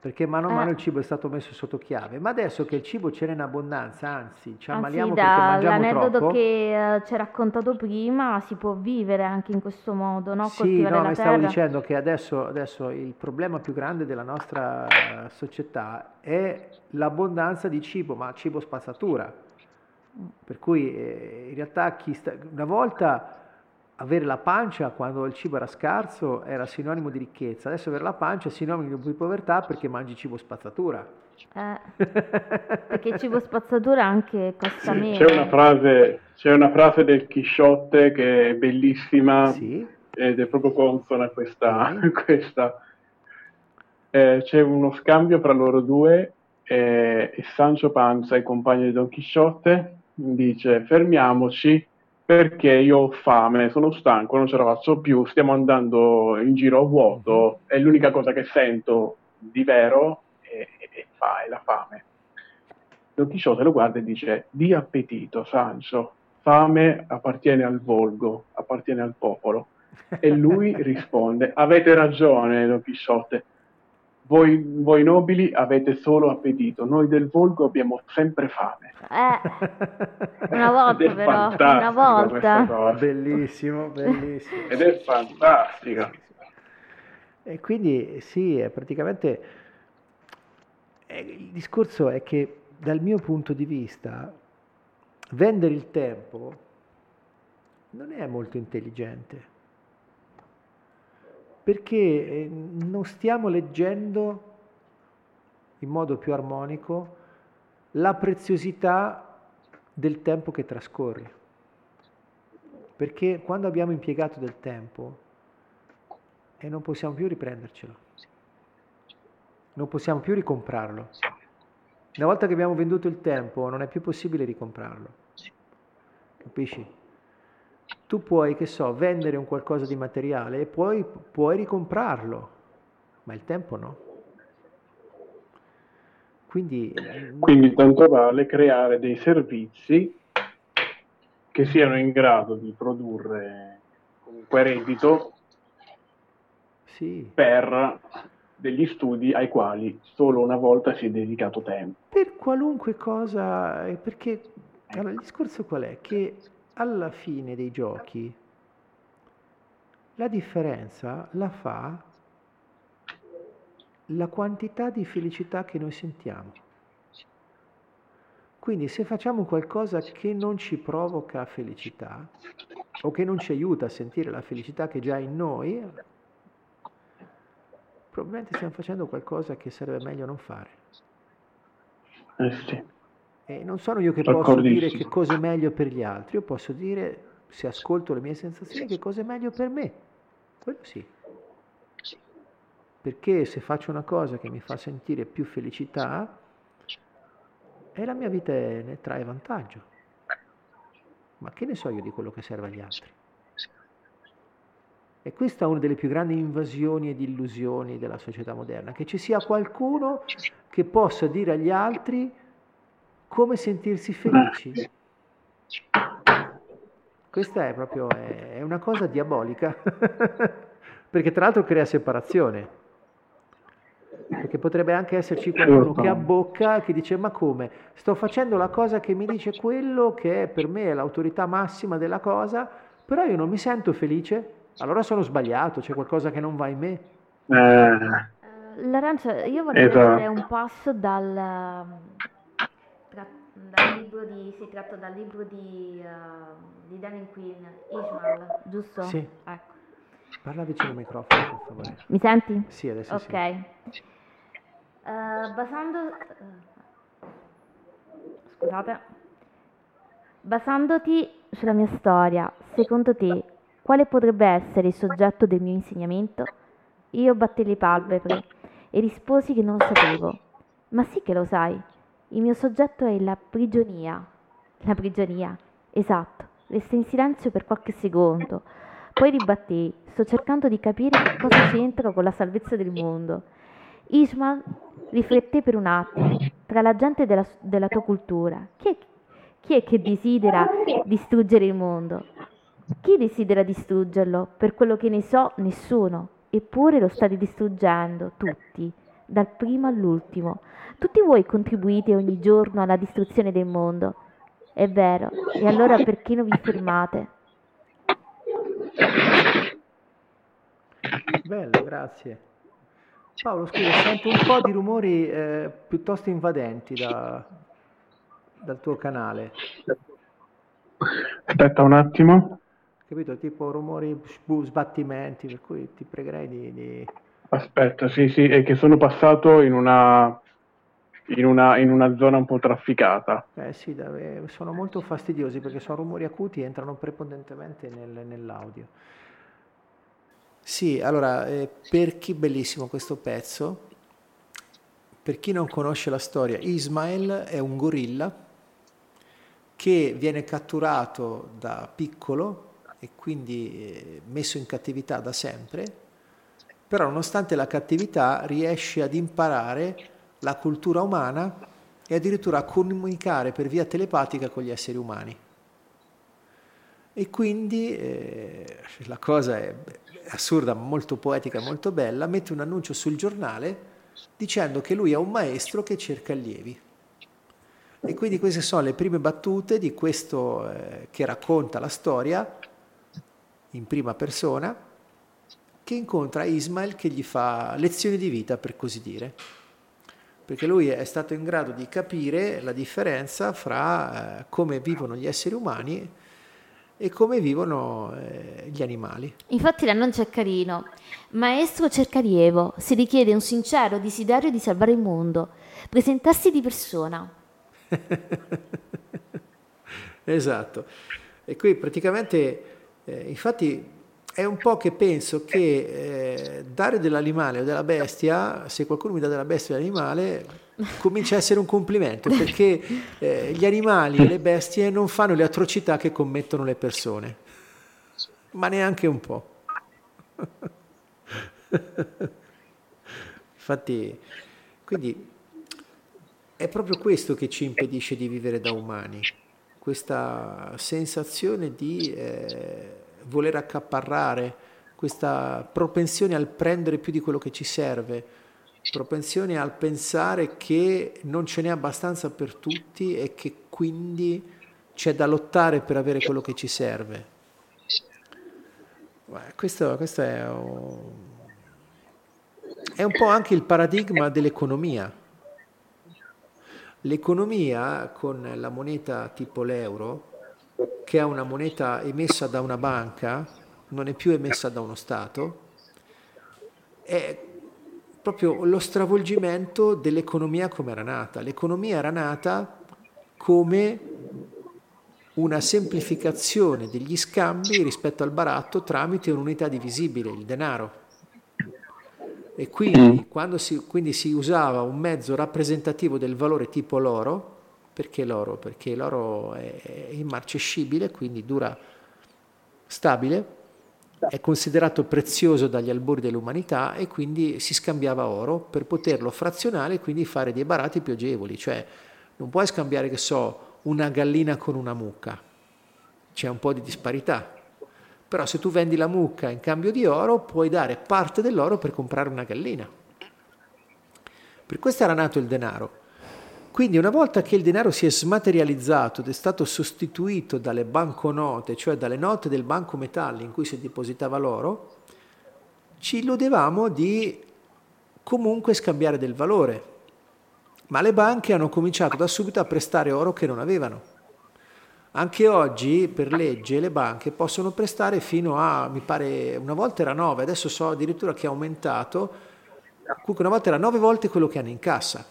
perché mano a mano Eh. il cibo è stato messo sotto chiave, ma adesso che il cibo c'era in abbondanza, anzi ci Anzi, ammaliamo perché mangiamo dall'aneddoto troppo. che eh, ci hai raccontato prima, si può vivere anche in questo modo, no? Sì, Coltivare no, la mi stavo terra. dicendo che adesso, adesso il problema più grande della nostra eh, società è l'abbondanza di cibo, ma cibo spazzatura. Per cui eh, in realtà chi sta- una volta avere la pancia quando il cibo era scarso era sinonimo di ricchezza, adesso avere la pancia è sinonimo di povertà perché mangi cibo spazzatura. Eh, perché il cibo spazzatura anche costa Sì, meno. c'è una frase, c'è una frase del Chisciotte che è bellissima Sì, ed è proprio consona a questa, dimmi. questa. Eh, c'è uno scambio fra loro due eh, e Sancho Panza, il compagno di Don Chisciotte, dice: fermiamoci perché io ho fame, sono stanco, non ce la faccio più, stiamo andando in giro a vuoto e l'unica cosa che sento di vero è, è, fa- è la fame. Don Chisciotte lo guarda e dice: di appetito, Sancho, fame appartiene al volgo, appartiene al popolo. E lui risponde: avete ragione, Don Chisciotte, voi, voi nobili avete solo appetito, noi del volgo abbiamo sempre fame. Eh, una Ed volta è però, una fantastica questa volta. cosa. Bellissimo, bellissimo. Ed è fantastica. E quindi sì, è praticamente eh, il discorso è che dal mio punto di vista vendere il tempo non è molto intelligente, perché eh, non stiamo leggendo in modo più armonico la preziosità del tempo che trascorre. Perché quando abbiamo impiegato del tempo e non possiamo più riprendercelo, non possiamo più ricomprarlo. Una volta che abbiamo venduto il tempo non è più possibile ricomprarlo. Capisci? Tu puoi, che so, vendere un qualcosa di materiale e poi puoi ricomprarlo, ma il tempo no. Quindi, Quindi tanto vale creare dei servizi che siano in grado di produrre comunque reddito sì, per degli studi ai quali solo una volta si è dedicato tempo. per qualunque cosa, eh, perché allora, il discorso qual è? Che alla fine dei giochi la differenza la fa la quantità di felicità che noi sentiamo. Quindi se facciamo qualcosa che non ci provoca felicità o che non ci aiuta a sentire la felicità che è già in noi, probabilmente stiamo facendo qualcosa che sarebbe meglio non fare. Eh sì. E non sono io che posso dire D'accordissimo. che cosa è meglio per gli altri, io posso dire, se ascolto le mie sensazioni, che cosa è meglio per me. Quello sì. Perché se faccio una cosa che mi fa sentire più felicità, e la mia vita è- ne trae vantaggio. Ma che ne so io di quello che serve agli altri? E questa è una delle più grandi invasioni ed illusioni della società moderna, che ci sia qualcuno che possa dire agli altri come sentirsi felici. Questa è proprio è, è una cosa diabolica, perché tra l'altro crea separazione. Perché potrebbe anche esserci qualcuno che abbocca e che dice: ma come? Sto facendo la cosa che mi dice quello che è per me è l'autorità massima della cosa, però io non mi sento felice, allora sono sbagliato, c'è qualcosa che non va in me. Eh, L'arancia, io vorrei Esatto. leggere un passo dal, tra- dal libro di, si tratta dal libro di, eh, di Danny Quinn, Ishmael, giusto? Sì. Ecco. Parla vicino al microfono, per favore. Mi senti? Sì, adesso Ok. sì. Eh, basando... Scusate. Basandoti sulla mia storia, secondo te, quale potrebbe essere il soggetto del mio insegnamento? Io battai le palpebre e risposi che non lo sapevo. Ma sì che lo sai. Il mio soggetto è la prigionia. La prigionia, esatto. Restai in silenzio per qualche secondo. Poi ribattei, sto cercando di capire che cosa c'entra con la salvezza del mondo. Ishmael rifletté per un attimo. Tra la gente della, della tua cultura, chi è, chi è che desidera distruggere il mondo? Chi desidera distruggerlo? Per quello che ne so, nessuno. Eppure lo state distruggendo, tutti. dal primo all'ultimo. Tutti voi contribuite ogni giorno alla distruzione del mondo. È vero, e allora perché non vi fermate? Bello, grazie. Paolo, scusa, sento un po' di rumori eh, piuttosto invadenti da, dal tuo canale. Aspetta un attimo. Capito? Tipo rumori, sbu- sbattimenti, per cui ti pregherei di... di... Aspetta, sì, sì, è che sono passato in una, in una, in una zona un po' trafficata. Eh sì, da- eh, sono molto fastidiosi perché sono rumori acuti e entrano prepotentemente nel- nell'audio. Sì, allora, eh, per chi bellissimo questo pezzo, per chi non conosce la storia, Ismael è un gorilla che viene catturato da piccolo e quindi eh, messo in cattività da sempre, però nonostante la cattività riesce ad imparare la cultura umana e addirittura a comunicare per via telepatica con gli esseri umani. E quindi eh, la cosa è assurda, molto poetica, molto bella, mette un annuncio sul giornale dicendo che lui è un maestro che cerca allievi. E quindi queste sono le prime battute di questo eh, che racconta la storia in prima persona, che incontra Ismael che gli fa lezioni di vita, per così dire, perché lui è stato in grado di capire la differenza fra eh, come vivono gli esseri umani e come vivono eh, gli animali. Infatti l'annuncio è carino. Maestro cercarievo, si richiede un sincero desiderio di salvare il mondo. Presentarsi di persona. Esatto. E qui praticamente, eh, infatti, è un po' che penso che eh, dare dell'animale o della bestia, se qualcuno mi dà della bestia o dell'animale, comincia a essere un complimento, perché eh, gli animali e le bestie non fanno le atrocità che commettono le persone, ma neanche un po'. Infatti, quindi è proprio questo che ci impedisce di vivere da umani, questa sensazione di eh, voler accaparrare, questa propensione al prendere più di quello che ci serve, propensione al pensare che non ce n'è abbastanza per tutti e che quindi c'è da lottare per avere quello che ci serve. Beh, questo, questo è, un, è un po' anche il paradigma dell'economia. L'economia con la moneta tipo l'euro, che è una moneta emessa da una banca, non è più emessa da uno Stato, è proprio lo stravolgimento dell'economia come era nata. L'economia era nata come una semplificazione degli scambi rispetto al baratto tramite un'unità divisibile, il denaro. E quindi, quando si, quindi si usava un mezzo rappresentativo del valore tipo l'oro, perché l'oro? Perché l'oro è, è immarcescibile, quindi dura stabile, è considerato prezioso dagli albori dell'umanità e quindi si scambiava oro per poterlo frazionare e quindi fare dei baratti più agevoli. Cioè non puoi scambiare, che so, una gallina con una mucca, c'è un po' di disparità. Però se tu vendi la mucca in cambio di oro, puoi dare parte dell'oro per comprare una gallina. Per questo era nato il denaro. Quindi una volta che il denaro si è smaterializzato ed è stato sostituito dalle banconote, cioè dalle note del banco metalli in cui si depositava l'oro, ci illudevamo di comunque scambiare del valore. Ma le banche hanno cominciato da subito a prestare oro che non avevano. Anche oggi, per legge, le banche possono prestare fino a, mi pare, una volta era nove, adesso so addirittura che è aumentato, comunque una volta era nove volte quello che hanno in cassa.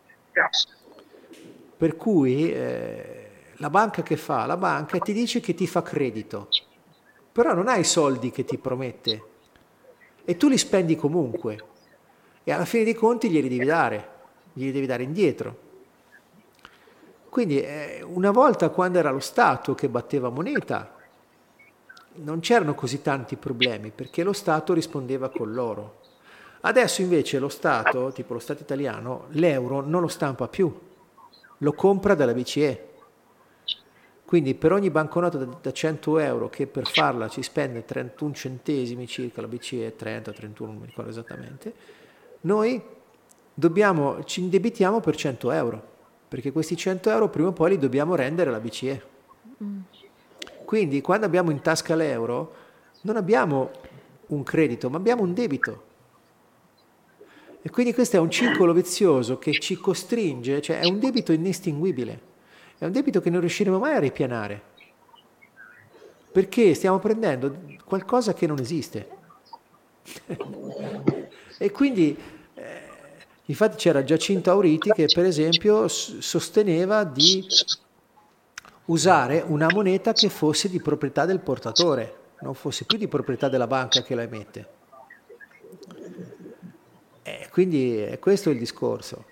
Per cui eh, la banca che fa? La banca ti dice che ti fa credito, però non hai i soldi che ti promette e tu li spendi comunque e alla fine dei conti glieli devi dare, glieli devi dare indietro. Quindi eh, una volta, quando era lo Stato che batteva moneta, non c'erano così tanti problemi perché lo Stato rispondeva con l'oro. Adesso invece lo Stato, tipo lo Stato italiano, l'euro non lo stampa più, lo compra dalla B C E. Quindi per ogni banconota da, da cento euro che per farla ci spende trentuno centesimi circa, la B C E trenta, trentuno, non mi ricordo esattamente, noi dobbiamo, ci indebitiamo per cento euro, perché questi cento euro prima o poi li dobbiamo rendere alla B C E. Mm. Quindi quando abbiamo in tasca l'euro non abbiamo un credito, ma abbiamo un debito. E quindi questo è un circolo vizioso che ci costringe, cioè è un debito inestinguibile, è un debito che non riusciremo mai a ripianare, perché stiamo prendendo qualcosa che non esiste. E quindi, eh, infatti c'era Giacinto Auriti che per esempio s- sosteneva di usare una moneta che fosse di proprietà del portatore, non fosse più di proprietà della banca che la emette. Eh, quindi è questo il discorso.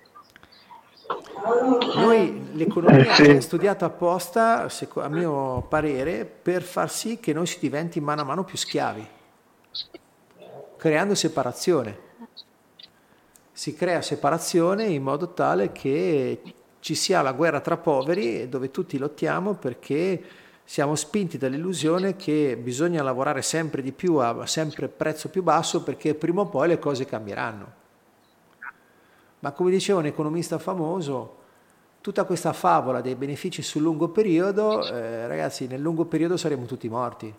Noi l'economia eh, sì. è studiata apposta, a mio parere, per far sì che noi si diventi mano a mano più schiavi, creando separazione. Si crea separazione in modo tale che ci sia la guerra tra poveri, dove tutti lottiamo perché siamo spinti dall'illusione che bisogna lavorare sempre di più a sempre prezzo più basso, perché prima o poi le cose cambieranno. Ma come diceva un economista famoso, tutta questa favola dei benefici sul lungo periodo, eh, ragazzi, nel lungo periodo saremo tutti morti.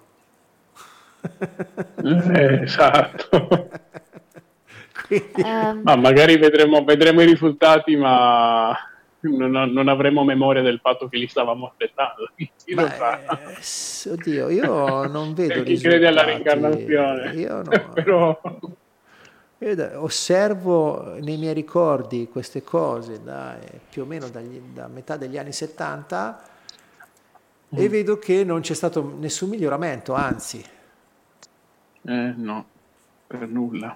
Eh, esatto. Quindi... Um, ma magari vedremo, vedremo i risultati, ma non, non avremo memoria del fatto che li stavamo aspettando. Chi lo sa? Eh, oddio, io non vedo per chi risultati. crede alla reincarnazione. Io no. Però... Io osservo nei miei ricordi queste cose da, eh, più o meno dagli, da metà degli anni settanta mm. e vedo che non c'è stato nessun miglioramento, anzi. Eh, no, per nulla.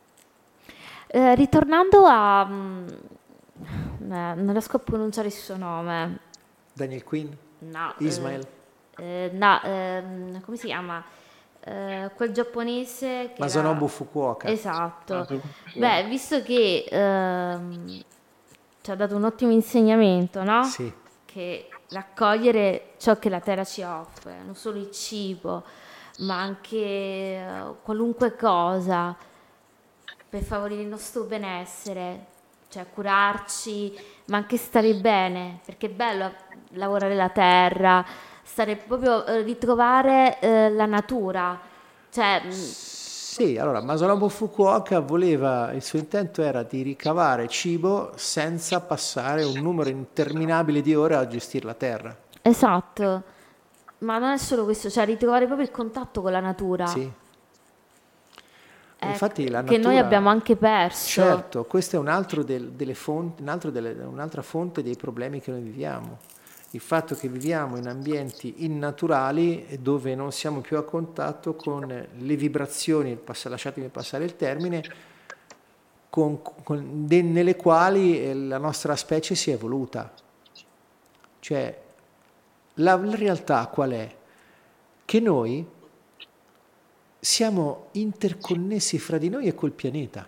Eh, ritornando a... Mm, eh, non riesco a pronunciare il suo nome. Daniel Quinn? No. Ismail? Eh, eh, no, ehm, come si chiama? Uh, quel giapponese che Masanobu era... Fukuoka. Esatto. Beh, visto che uh, ci ha dato un ottimo insegnamento, no? Sì. Che raccogliere ciò che la terra ci offre, non solo il cibo, ma anche uh, qualunque cosa per favorire il nostro benessere, cioè curarci, ma anche stare bene, perché è bello lavorare la terra, stare proprio eh, ritrovare eh, la natura, cioè sì, allora Masanobu Fukuoka voleva, il suo intento era di ricavare cibo senza passare un numero interminabile di ore a gestire la terra. Esatto, ma non è solo questo, cioè ritrovare proprio il contatto con la natura. Sì. Eh, Infatti la che natura, noi abbiamo anche perso. Certo, questo è un altro del, delle fonti, un altro delle, un'altra fonte dei problemi che noi viviamo. Il fatto che viviamo in ambienti innaturali dove non siamo più a contatto con le vibrazioni, pass- lasciatemi passare il termine, con, con, de, nelle quali la nostra specie si è evoluta. Cioè, la, la realtà qual è? Che noi siamo interconnessi fra di noi e col pianeta.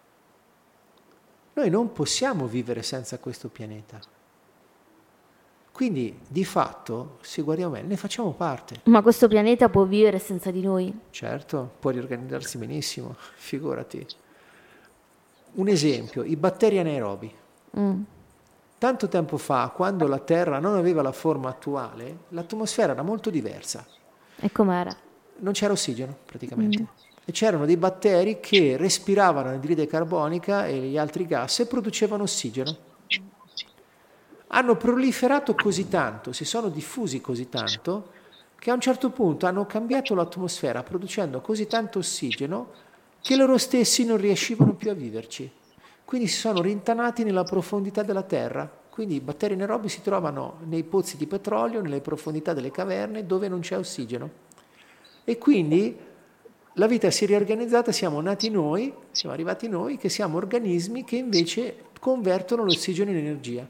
Noi non possiamo vivere senza questo pianeta. Quindi, di fatto, se guardiamo bene, ne facciamo parte. Ma questo pianeta può vivere senza di noi? Certo, può riorganizzarsi benissimo, figurati. Un esempio, i batteri anaerobi. Mm. Tanto tempo fa, quando la Terra non aveva la forma attuale, l'atmosfera era molto diversa. E com'era? Non c'era ossigeno, praticamente. Mm. E c'erano dei batteri che respiravano anidride carbonica e gli altri gas e producevano ossigeno. Hanno proliferato così tanto, si sono diffusi così tanto, che a un certo punto hanno cambiato l'atmosfera producendo così tanto ossigeno che loro stessi non riuscivano più a viverci. Quindi si sono rintanati nella profondità della terra. Quindi i batteri anaerobi si trovano nei pozzi di petrolio, nelle profondità delle caverne dove non c'è ossigeno. E quindi la vita si è riorganizzata, siamo nati noi, siamo arrivati noi, che siamo organismi che invece convertono l'ossigeno in energia.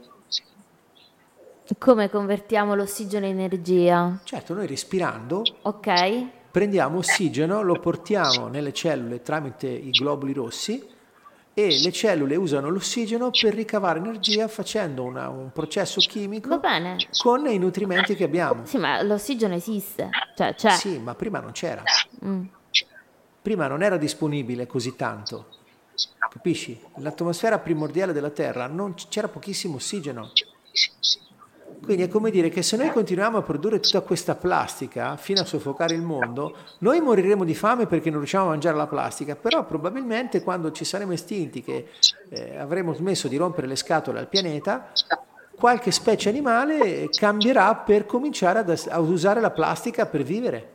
Come convertiamo l'ossigeno in energia? Certo, noi respirando okay. prendiamo ossigeno, lo portiamo nelle cellule tramite i globuli rossi e le cellule usano l'ossigeno per ricavare energia facendo una, un processo chimico Va bene. con i nutrimenti che abbiamo. Sì, ma l'ossigeno esiste, cioè c'è. Sì, ma prima non c'era. Mm. Prima non era disponibile così tanto. Capisci? L'atmosfera primordiale della Terra non c'era pochissimo ossigeno. Quindi è come dire che se noi continuiamo a produrre tutta questa plastica fino a soffocare il mondo, noi moriremo di fame perché non riusciamo a mangiare la plastica, però probabilmente quando ci saremo estinti, che eh, avremo smesso di rompere le scatole al pianeta, qualche specie animale cambierà per cominciare ad, a usare la plastica per vivere.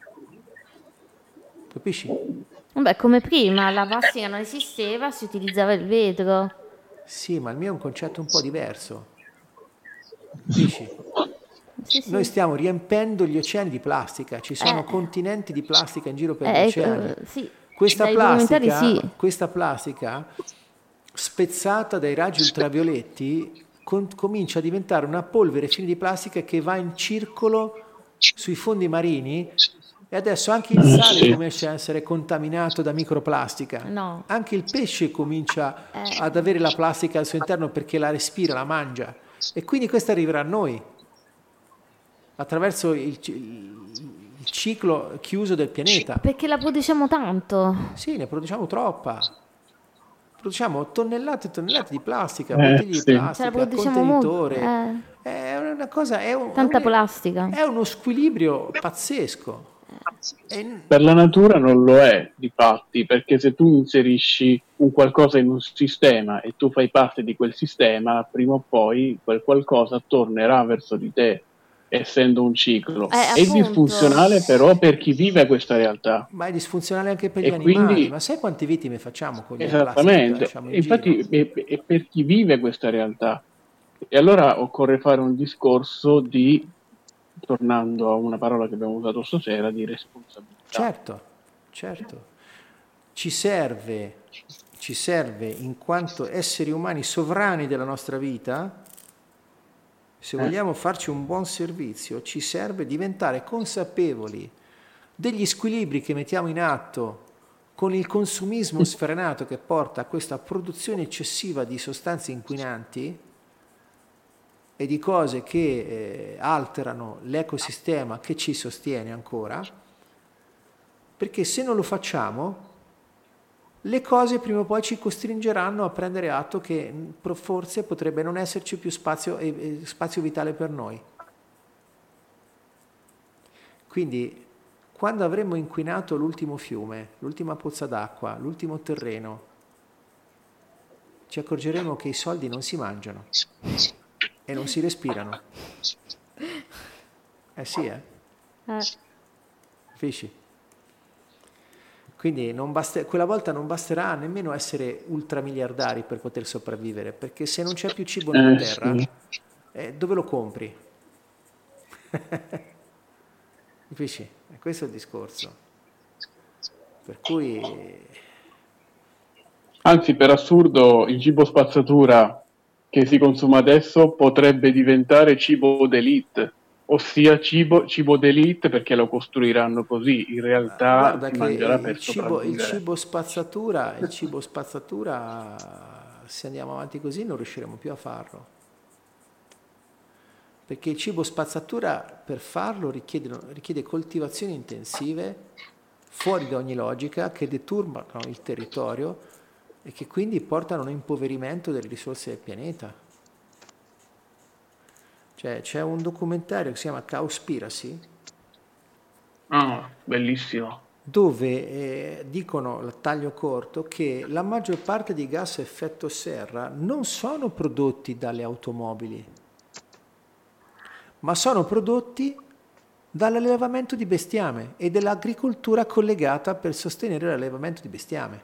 Capisci? Beh, come prima, la plastica non esisteva, si utilizzava il vetro. Sì, ma il mio è un concetto un po' diverso. Capisci? Sì, sì. Noi stiamo riempendo gli oceani di plastica, ci sono Eh. continenti di plastica in giro per Eh, gli oceani. ecco, sì. Questa Dai documentari plastica, sì. questa plastica spezzata dai raggi ultravioletti con- comincia a diventare una polvere fine di plastica che va in circolo sui fondi marini e adesso anche il Eh, sale sì. comincia a essere contaminato da microplastica. No. Anche il pesce comincia Eh. ad avere la plastica al suo interno perché la respira, la mangia. E quindi questa arriverà a noi attraverso il, ci- il ciclo chiuso del pianeta. Perché la produciamo tanto. Sì, ne produciamo troppa. Produciamo tonnellate e tonnellate di plastica, Eh, bottiglie di sì. Ce la plastica, produciamo molto. contenitore. Eh, È una cosa, è, un- tanta è un- plastica. è uno squilibrio pazzesco. E- Per la natura non lo è, di fatti, perché se tu inserisci un qualcosa in un sistema e tu fai parte di quel sistema, prima o poi quel qualcosa tornerà verso di te, essendo un ciclo. Eh, È appunto. disfunzionale però per chi vive questa realtà. ma è disfunzionale anche per E gli animali. quindi- Ma sai quante vittime facciamo con gli plastica che Esattamente, lasciamo in infatti giro? è, è per chi vive questa realtà. E allora occorre fare un discorso di, tornando a una parola che abbiamo usato stasera, di responsabilità. Certo, certo. Ci serve, ci serve in quanto esseri umani sovrani della nostra vita, se vogliamo farci un buon servizio, ci serve diventare consapevoli degli squilibri che mettiamo in atto con il consumismo sfrenato che porta a questa produzione eccessiva di sostanze inquinanti e di cose che eh, alterano l'ecosistema che ci sostiene ancora, perché se non lo facciamo, le cose prima o poi ci costringeranno a prendere atto che mh, forse potrebbe non esserci più spazio, e, e spazio vitale per noi. Quindi, quando avremo inquinato l'ultimo fiume, l'ultima pozza d'acqua, l'ultimo terreno, ci accorgeremo che i soldi non si mangiano e non si respirano. Eh sì, eh? Eh. Capisci? Quindi non baste- quella volta non basterà nemmeno essere ultramiliardari per poter sopravvivere, perché se non c'è più cibo nella Eh, terra, sì. eh, dove lo compri? Capisci? E questo è il discorso. Per cui Anzi, per assurdo, il cibo spazzatura che si consuma adesso potrebbe diventare cibo d'élite, ossia cibo, cibo d'élite perché lo costruiranno così, in realtà guarda si che mangerà per il cibo, il sopravvivere. cibo spazzatura, il cibo spazzatura, se andiamo avanti così non riusciremo più a farlo. Perché il cibo spazzatura per farlo richiede, richiede coltivazioni intensive, fuori da ogni logica, che deturbano il territorio e che quindi portano a un impoverimento delle risorse del pianeta. Cioè, c'è un documentario che si chiama Cowspiracy, Ah, bellissimo. dove eh, dicono, a taglio corto, che la maggior parte dei gas a effetto serra non sono prodotti dalle automobili, ma sono prodotti dall'allevamento di bestiame e dell'agricoltura collegata per sostenere l'allevamento di bestiame.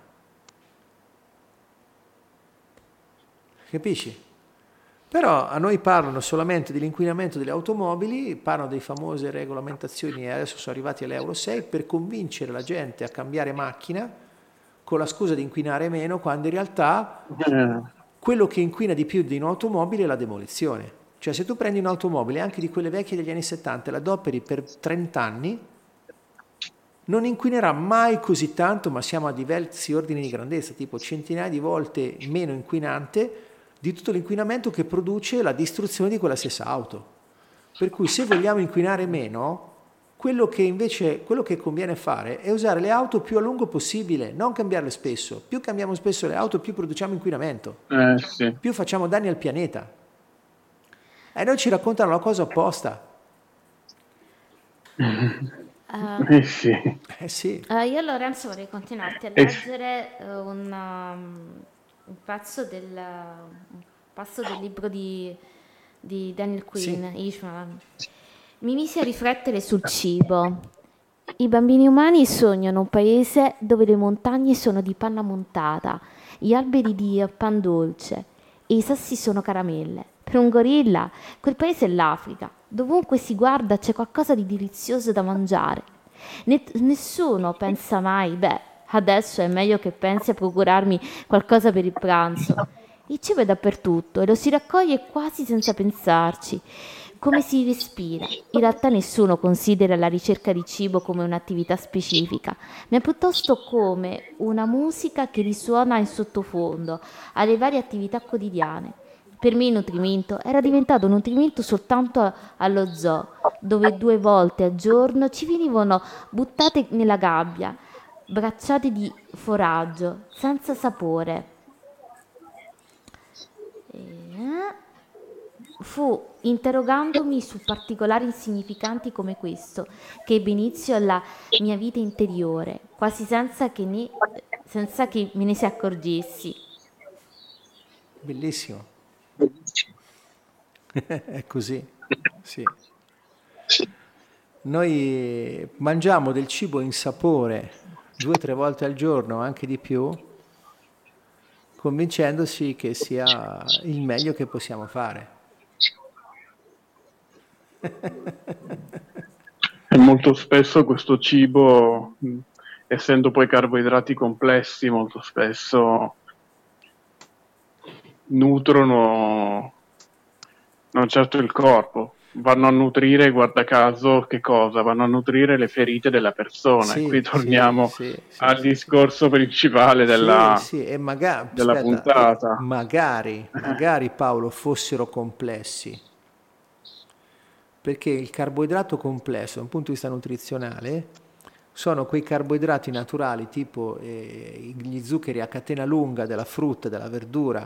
Capisci? Però a noi parlano solamente dell'inquinamento delle automobili, parlano delle famose regolamentazioni e adesso sono arrivati all'Euro sei per convincere la gente a cambiare macchina con la scusa di inquinare meno, quando in realtà Eh, quello che inquina di più di un'automobile è la demolizione. Cioè se tu prendi un'automobile, anche di quelle vecchie degli anni settanta, e la adoperi per trenta anni, non inquinerà mai così tanto, ma siamo a diversi ordini di grandezza, tipo centinaia di volte meno inquinante di tutto l'inquinamento che produce la distruzione di quella stessa auto. Per cui se vogliamo inquinare meno, quello che invece, quello che conviene fare è usare le auto più a lungo possibile, non cambiarle spesso. Più cambiamo spesso le auto, più produciamo inquinamento, Eh, sì. più facciamo danni al pianeta. E noi ci raccontano la cosa opposta. Uh, Eh sì. Eh sì. uh, io Lorenzo vorrei continuarti a Eh sì. leggere uh, un, um, un pezzo del, un pezzo del libro di, di Daniel Quinn, Sì. Ishmael. Mi misi a riflettere sul cibo. I bambini umani sognano un paese dove le montagne sono di panna montata, gli alberi di pan dolce e i sassi sono caramelle. Per un gorilla, quel paese è l'Africa. Dovunque si guarda c'è qualcosa di delizioso da mangiare. Ne- nessuno pensa mai, beh, adesso è meglio che pensi a procurarmi qualcosa per il pranzo. Il cibo è dappertutto e lo si raccoglie quasi senza pensarci. Come si respira? In realtà nessuno considera la ricerca di cibo come un'attività specifica, ma piuttosto come una musica che risuona in sottofondo alle varie attività quotidiane. Per me il nutrimento era diventato nutrimento soltanto a- allo zoo, dove due volte al giorno ci venivano buttate nella gabbia, bracciate di foraggio, senza sapore. E... Fu interrogandomi su particolari insignificanti come questo che ebbe inizio alla mia vita interiore, quasi senza che, ne, senza che me ne si accorgessi. Bellissimo. È così, sì. Noi mangiamo del cibo in sapore due o tre volte al giorno, anche di più, convincendosi che sia il meglio che possiamo fare. E molto spesso questo cibo, mh, essendo poi carboidrati complessi, molto spesso nutrono non certo il corpo, vanno a nutrire, guarda caso, che cosa? Vanno a nutrire le ferite della persona. Sì, e qui torniamo sì, sì, sì, al sì, discorso principale della, sì, sì, e maga- della aspetta, puntata. magari, magari Paolo fossero complessi, perché il carboidrato complesso, da un punto di vista nutrizionale, sono quei carboidrati naturali tipo eh, gli zuccheri a catena lunga della frutta, della verdura,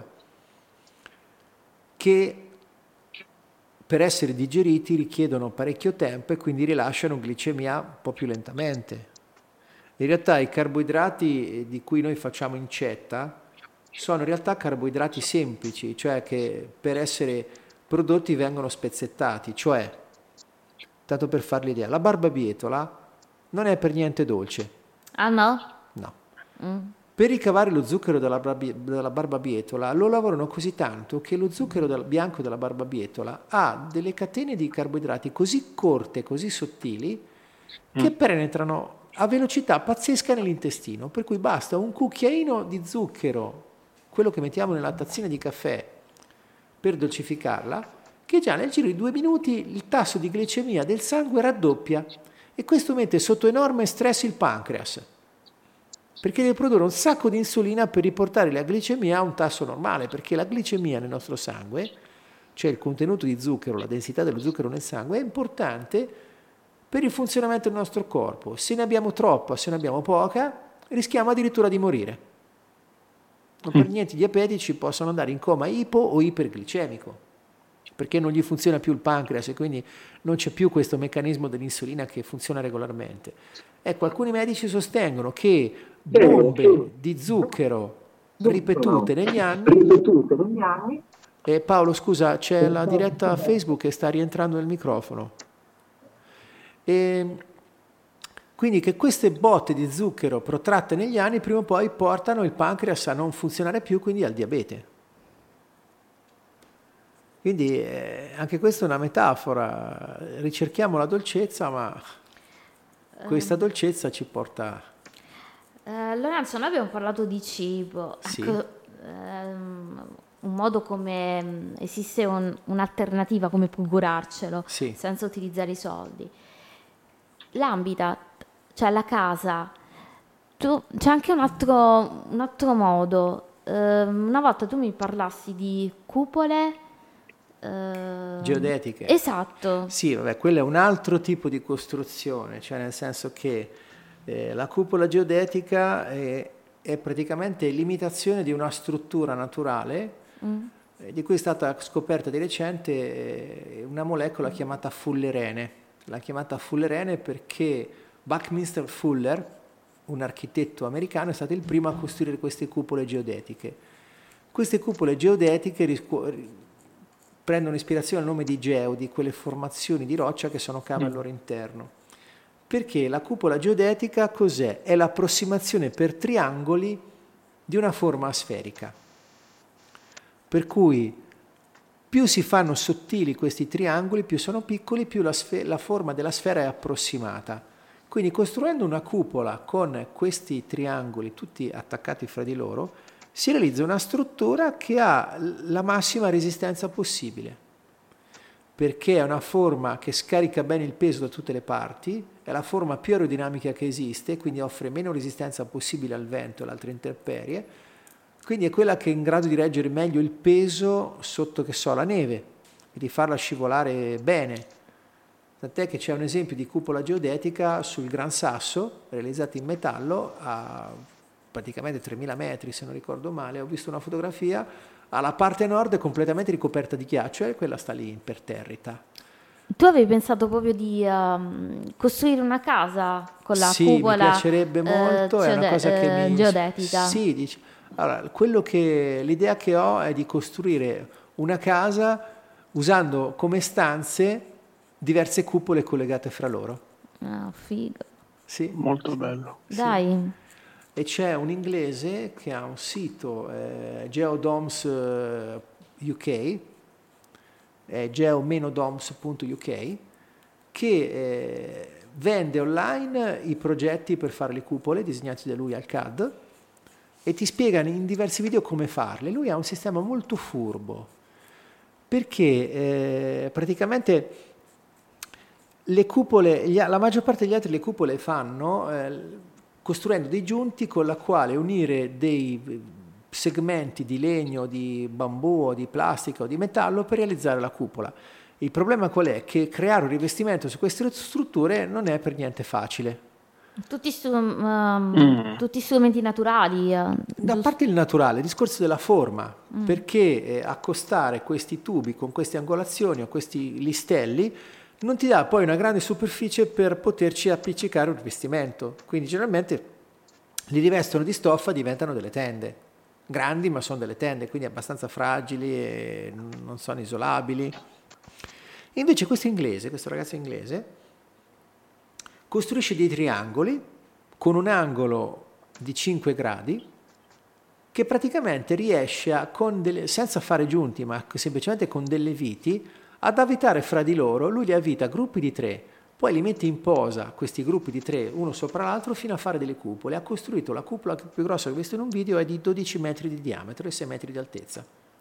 che per essere digeriti richiedono parecchio tempo e quindi rilasciano glicemia un po' più lentamente. In realtà i carboidrati di cui noi facciamo incetta sono in realtà carboidrati semplici, cioè che per essere prodotti vengono spezzettati, cioè, tanto per farli l'idea, la barbabietola non è per niente dolce. Ah no? No. Mm. Per ricavare lo zucchero dalla, barbi- dalla barbabietola lo lavorano così tanto che lo zucchero del bianco della barbabietola ha delle catene di carboidrati così corte, così sottili, che Mm. penetrano a velocità pazzesca nell'intestino, per cui basta un cucchiaino di zucchero, quello che mettiamo nella tazzina di caffè per dolcificarla, che già nel giro di due minuti il tasso di glicemia del sangue raddoppia e questo mette sotto enorme stress il pancreas, perché deve produrre un sacco di insulina per riportare la glicemia a un tasso normale, perché la glicemia nel nostro sangue, cioè il contenuto di zucchero, la densità dello zucchero nel sangue, è importante per il funzionamento del nostro corpo. Se ne abbiamo troppa, se ne abbiamo poca, rischiamo addirittura di morire. Non per niente i diabetici possono andare in coma ipo o iperglicemico, perché non gli funziona più il pancreas e quindi non c'è più questo meccanismo dell'insulina che funziona regolarmente. Ecco, alcuni medici sostengono che bombe di zucchero ripetute negli anni... Eh, Paolo, scusa, c'è la diretta Facebook che sta rientrando nel microfono. E quindi che queste botte di zucchero protratte negli anni prima o poi portano il pancreas a non funzionare più, quindi al diabete. Quindi eh, anche questa è una metafora, ricerchiamo la dolcezza, ma questa dolcezza ci porta... Eh, Lorenzo, noi abbiamo parlato di cibo, Sì. ecco, ehm, un modo come mm, esiste un- un'alternativa come procurarcelo Sì. senza utilizzare i soldi. L'habitat, cioè la casa, tu- c'è anche un altro, un altro modo. Ehm, una volta tu mi parlassi di cupole Uh, geodetiche. Esatto. Sì, vabbè, quello è un altro tipo di costruzione, cioè nel senso che eh, la cupola geodetica è, è praticamente l'imitazione di una struttura naturale mm. eh, di cui è stata scoperta di recente eh, una molecola chiamata fullerene. L'ha chiamata fullerene perché Buckminster Fuller, un architetto americano, è stato il primo a costruire queste cupole geodetiche. Queste cupole geodetiche riscu- prendono ispirazione al nome di geo, di quelle formazioni di roccia che sono cave mm. al loro interno. Perché la cupola geodetica cos'è? È l'approssimazione per triangoli di una forma sferica. Per cui più si fanno sottili questi triangoli, più sono piccoli, più la, sfe- la forma della sfera è approssimata. Quindi costruendo una cupola con questi triangoli tutti attaccati fra di loro, si realizza una struttura che ha la massima resistenza possibile, perché è una forma che scarica bene il peso da tutte le parti, è la forma più aerodinamica che esiste, quindi offre meno resistenza possibile al vento e alle altre intemperie, quindi è quella che è in grado di reggere meglio il peso sotto, che so, la neve, e di farla scivolare bene. Tant'è che c'è un esempio di cupola geodetica sul Gran Sasso, realizzata in metallo, a praticamente tremila metri, se non ricordo male. Ho visto una fotografia, alla parte nord è completamente ricoperta di ghiaccio e quella sta lì imperterrita. Tu avevi pensato proprio di um, costruire una casa con la sì, cupola? Sì, mi piacerebbe molto, eh, è una cosa che eh, mi... geodetica. Sì, dice... allora, quello che... l'idea che ho è di costruire una casa usando come stanze diverse cupole collegate fra loro. Ah, figo. Sì. Molto bello. Dai. Sì. E c'è un inglese che ha un sito, eh, geodomes U K, eh, geo-domes punto U K, che eh, vende online i progetti per fare le cupole disegnati da lui al C A D e ti spiega in diversi video come farle. Lui ha un sistema molto furbo, perché eh, praticamente le cupole, gli, la maggior parte degli altri le cupole fanno... Eh, costruendo dei giunti con la quale unire dei segmenti di legno, di bambù o di plastica o di metallo per realizzare la cupola. Il problema qual è? Che creare un rivestimento su queste strutture non è per niente facile. Tutti, stru- um, mm. tutti strumenti naturali. Uh, da giusto? Parte il naturale, il discorso della forma, mm. perché eh, accostare questi tubi con queste angolazioni o questi listelli non ti dà poi una grande superficie per poterci appiccicare un rivestimento. Quindi generalmente li rivestono di stoffa, diventano delle tende. Grandi, ma sono delle tende, quindi abbastanza fragili e non sono isolabili. Invece questo inglese, questo ragazzo inglese, costruisce dei triangoli con un angolo di cinque gradi che praticamente riesce a, con delle, senza fare giunti, ma semplicemente con delle viti, ad avvitare fra di loro. Lui li avvita gruppi di tre, poi li mette in posa, questi gruppi di tre, uno sopra l'altro, fino a fare delle cupole. Ha costruito la cupola più grossa che ho visto in un video, è di dodici metri di diametro e sei metri di altezza.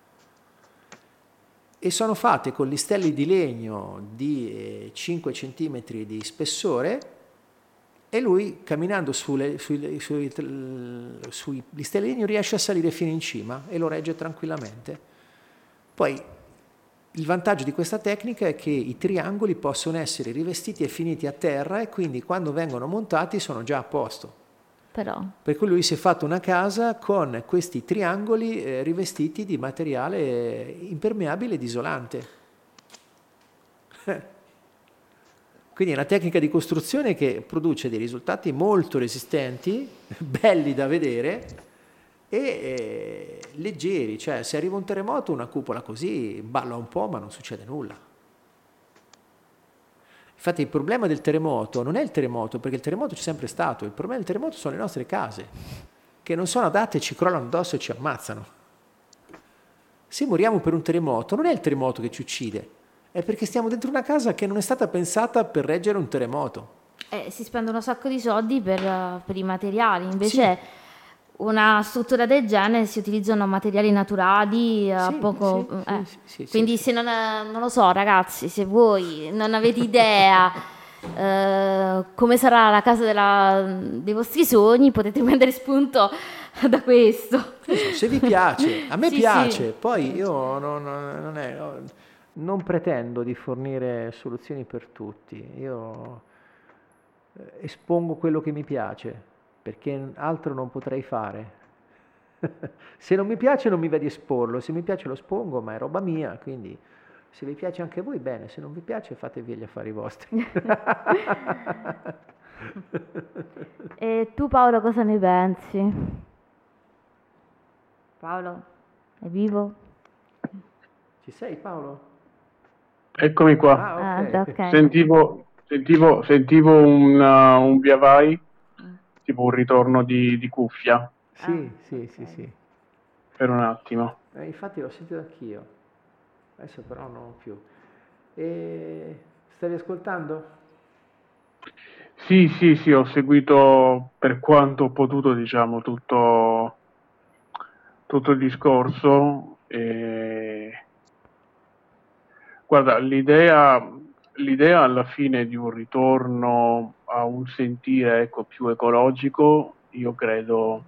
E sono fatte con listelli di legno di cinque centimetri di spessore, e lui, camminando sulle, sui, sui, sui listelli di legno, riesce a salire fino in cima e lo regge tranquillamente. Poi il vantaggio di questa tecnica è che i triangoli possono essere rivestiti e finiti a terra, e quindi quando vengono montati sono già a posto. Però. Per cui lui si è fatto una casa con questi triangoli eh, rivestiti di materiale impermeabile ed isolante. Quindi è una tecnica di costruzione che produce dei risultati molto resistenti, belli da vedere, e eh, leggeri, cioè se arriva un terremoto una cupola così balla un po' ma non succede nulla. Infatti il problema del terremoto non è il terremoto, perché il terremoto c'è sempre stato, il problema del terremoto sono le nostre case, che non sono adatte, ci crollano addosso e ci ammazzano. Se moriamo per un terremoto non è il terremoto che ci uccide, è perché stiamo dentro una casa che non è stata pensata per reggere un terremoto. Eh, si spendono un sacco di soldi per, uh, per i materiali, invece... Sì. Una struttura del genere si utilizzano materiali naturali a sì, poco, sì, eh. sì, sì, quindi sì, se non, non lo so ragazzi, se voi non avete idea eh, come sarà la casa della, dei vostri sogni, potete prendere spunto da questo. Se vi piace, a me sì, piace, sì. Poi io non, non è... non pretendo di fornire soluzioni per tutti, io eh, espongo quello che mi piace, perché altro non potrei fare. Se non mi piace non mi vedi esporlo, se mi piace lo espongo, ma è roba mia, quindi se vi piace anche a voi bene, se non vi piace fatevi gli affari vostri. E tu Paolo cosa ne pensi? Paolo, è vivo? Ci sei Paolo? Eccomi qua. Ah, ok. Ah, ok. Sentivo, sentivo, sentivo un, uh, un via vai, tipo un ritorno di, di cuffia, Sì, Ah, sì, ok. sì, sì. per un attimo. Eh, infatti l'ho sentito anch'io, adesso però non più. E stavi ascoltando? Sì, sì, sì, ho seguito per quanto ho potuto, diciamo, tutto, tutto il discorso. E... Guarda, l'idea, l'idea alla fine di un ritorno a un sentire, ecco, più ecologico, io credo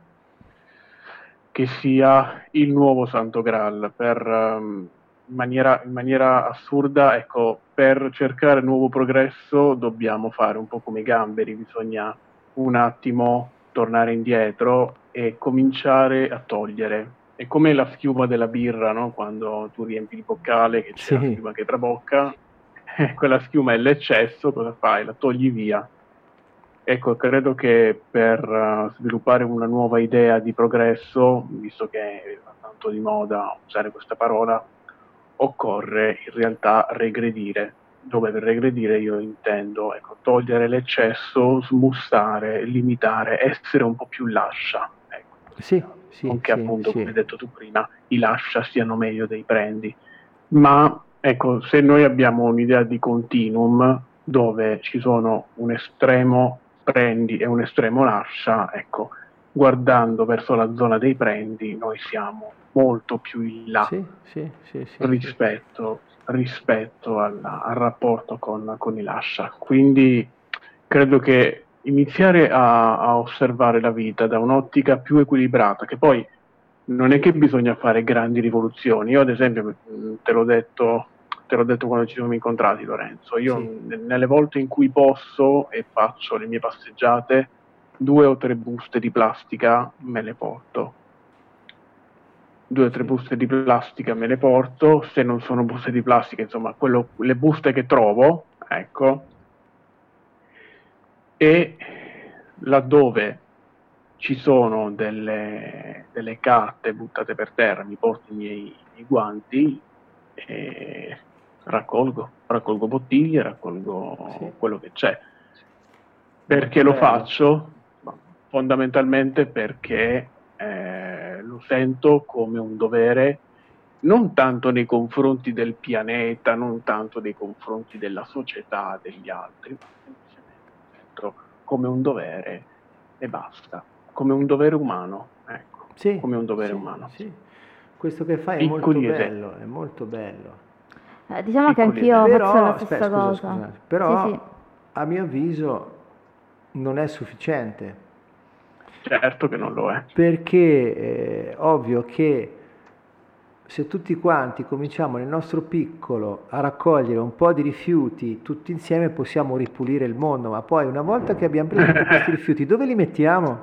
che sia il nuovo Santo Graal. Per, um, in maniera, in maniera assurda, ecco, per cercare nuovo progresso dobbiamo fare un po' come i gamberi, bisogna un attimo tornare indietro e cominciare a togliere. È come la schiuma della birra, no? Quando tu riempi il boccale, che c'è la Sì. schiuma che trabocca, eh, quella schiuma è l'eccesso, cosa fai? La togli via. Ecco, credo che per uh, sviluppare una nuova idea di progresso, visto che va tanto di moda usare questa parola, occorre in realtà regredire. Dove per regredire io intendo, ecco, togliere l'eccesso, smussare, limitare, essere un po' più lascia. Ecco, Sì, sì, non che sì, appunto, sì. come hai detto tu prima, i lascia siano meglio dei prendi. Ma ecco, se noi abbiamo un'idea di continuum dove ci sono un estremo prendi e un estremo lascia, ecco, guardando verso la zona dei prendi noi siamo molto più in là Sì, sì, sì, sì, sì. rispetto, rispetto al, al rapporto con, con i lascia. Quindi credo che iniziare a, a osservare la vita da un'ottica più equilibrata, che poi non è che bisogna fare grandi rivoluzioni. Io ad esempio, mh, te l'ho detto, te l'ho detto quando ci siamo incontrati, Lorenzo, io Sì. n- nelle volte in cui posso e faccio le mie passeggiate, due o tre buste di plastica me le porto. Due o tre Sì. buste di plastica me le porto, se non sono buste di plastica, insomma, quello, le buste che trovo, ecco, e laddove ci sono delle, delle carte buttate per terra, mi porto i miei, i guanti e raccolgo, raccolgo bottiglie, raccolgo Sì. quello che c'è. Perché lo Bello. faccio? Fondamentalmente perché eh, lo sento come un dovere, non tanto nei confronti del pianeta, non tanto nei confronti della società, degli altri, ma semplicemente lo sento come un dovere e basta, come un dovere umano, ecco, Sì, come un dovere sì, umano. sì. Questo che fai è molto Piccoli esempi. bello, è molto bello. Eh, diciamo che Piccoli anch'io Però, faccio la stessa aspetta, scusa, cosa. scusate, però Sì, sì. a mio avviso non è sufficiente, Certo che non lo è. perché è ovvio che se tutti quanti cominciamo nel nostro piccolo a raccogliere un po' di rifiuti, tutti insieme possiamo ripulire il mondo, ma poi una volta che abbiamo preso tutti questi rifiuti, dove li mettiamo?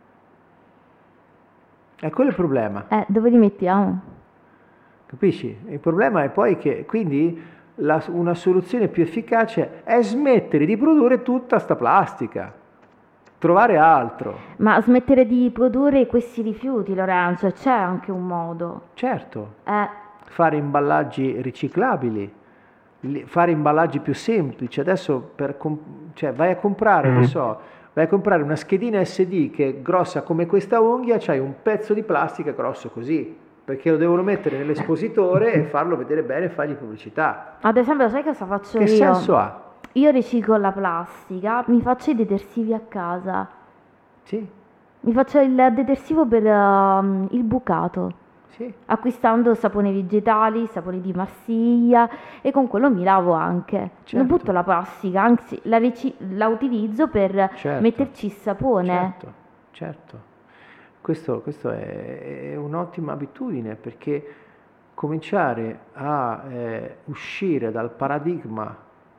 È quello il problema, Eh, dove li mettiamo? capisci? Il problema è poi che quindi la- una soluzione più efficace è smettere di produrre tutta sta plastica, trovare altro. Ma smettere di produrre questi rifiuti, Lorenzo, c'è anche un modo. Certo, Eh, fare imballaggi riciclabili, li- fare imballaggi più semplici. Adesso per com- cioè vai a comprare, Mm. non so, vai a comprare una schedina S D che è grossa come questa unghia, c'hai un pezzo di plastica grosso così, perché lo devono mettere nell'espositore e farlo vedere bene e fargli pubblicità. ad esempio, sai cosa faccio Che io? senso ha? Io riciclo la plastica, mi faccio i detersivi a casa. Sì, Mi faccio il detersivo per ehm, il bucato, sì, acquistando saponi vegetali, saponi di Marsiglia e con quello mi lavo anche. Non Certo. butto la plastica, anzi la, rici- la utilizzo per Certo. metterci il sapone. certo, certo. Questo, questo è, è un'ottima abitudine perché cominciare a eh, uscire dal paradigma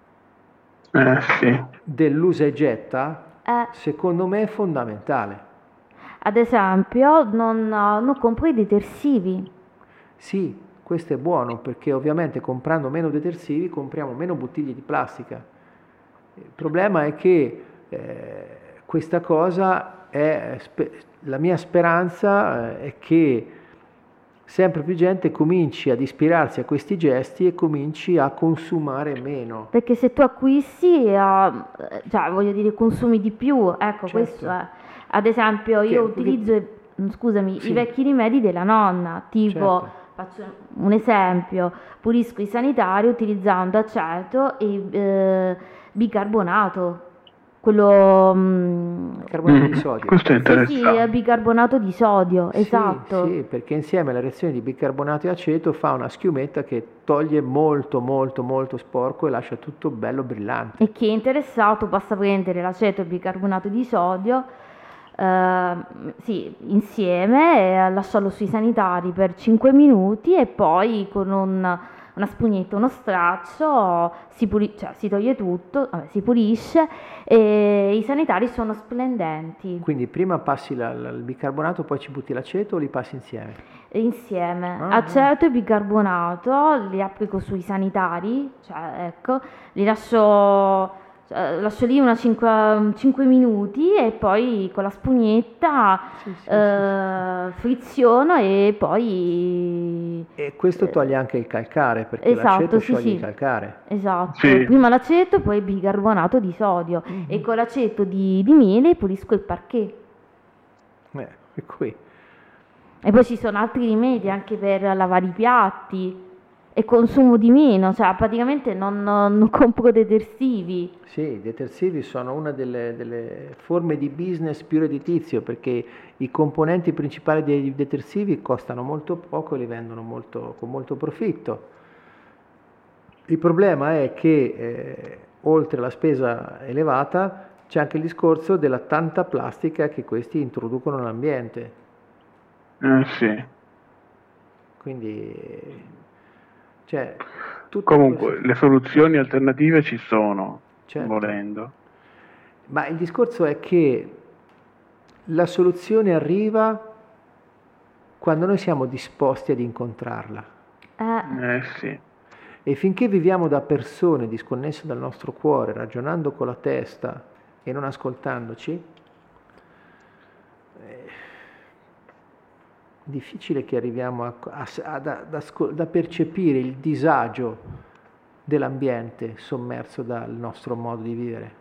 Eh, sì. dell'usa e getta, Eh, secondo me è fondamentale. ad esempio, non, non compro i detersivi. Sì, questo è buono perché ovviamente comprando meno detersivi compriamo meno bottiglie di plastica. Il problema è che eh, questa cosa è, spe- la mia speranza eh, è che sempre più gente cominci ad ispirarsi a questi gesti e cominci a consumare meno. Perché se tu acquisti, eh, cioè voglio dire, consumi di più. Ecco, Certo. questo è. Ad esempio, io Che- utilizzo, scusami, Sì. i vecchi rimedi della nonna, tipo, Certo. faccio un esempio, pulisco i sanitari utilizzando aceto e eh, bicarbonato, quello... mm, Carbonato Mm, di sodio. questo è sì, sì, è interessante. bicarbonato di sodio, Sì, esatto. sì, perché insieme alla reazione di bicarbonato e aceto fa una schiumetta che toglie molto, molto, molto sporco e lascia tutto bello brillante. E chi è interessato basta prendere l'aceto e il bicarbonato di sodio, eh, sì, insieme, e lasciarlo sui sanitari per cinque minuti e poi con un- una spugnetta, uno straccio, si, puli- cioè, si toglie tutto, vabbè, si pulisce e i sanitari sono splendenti. Quindi prima passi la- la- il bicarbonato, poi ci butti l'aceto o li passi insieme? E insieme Ah, aceto e bicarbonato li applico sui sanitari, cioè ecco, li lascio, cioè, lascio lì una cinque minuti e poi con la spugnetta Sì, sì, eh, friziono e poi E questo toglie anche il calcare, perché esatto, l'aceto sì, scioglie sì. il calcare. esatto, Sì. prima l'aceto e poi il bicarbonato di sodio e con l'aceto di, di miele pulisco il parquet. Eh, e qui. E poi ci sono altri rimedi anche per lavare i piatti e consumo di meno, cioè praticamente non, non- non compro detersivi. Sì, i detersivi sono una delle, delle forme di business più redditizio perché i componenti principali dei detersivi costano molto poco e li vendono molto- con molto profitto. Il problema è che eh, oltre alla spesa elevata c'è anche il discorso della tanta plastica che questi introducono nell'ambiente. Eh, sì. Quindi, cioè, tutte Comunque, queste- le soluzioni alternative ci sono, Certo. volendo. Ma il discorso è che la soluzione arriva quando noi siamo disposti ad incontrarla. Eh, Eh sì. E finché viviamo da persone disconnesse dal nostro cuore, ragionando con la testa e non ascoltandoci, è difficile che arriviamo a, a- ad, ad ascol- da percepire il disagio dell'ambiente sommerso dal nostro modo di vivere.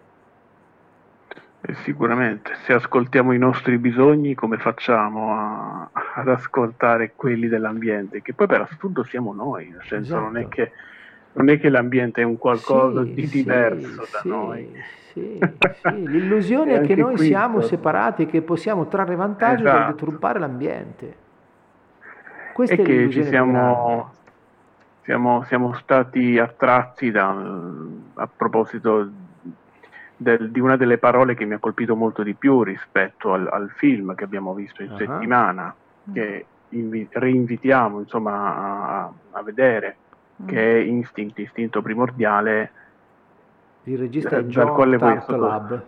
Eh, sicuramente, se ascoltiamo i nostri bisogni, come facciamo a- ad ascoltare quelli dell'ambiente? Che poi per assurdo siamo noi, nel senso non è Esatto. che, non è che l'ambiente è un qualcosa Sì, di sì, diverso da sì, noi. sì, sì. L'illusione E è che anche noi qui siamo cosa- separati e che possiamo trarre vantaggio dal Esatto. deturpare l'ambiente. Questa È è che ci l'illusione più grande. siamo, siamo, siamo stati attratti da, a proposito del- di una delle parole che mi ha colpito molto di più rispetto al, al film che abbiamo visto in Ah. settimana, che invi- reinvitiamo insomma a, a vedere, che è Instinct, istinto primordiale. Il regista eh, è dal John quale poi- Turtlub.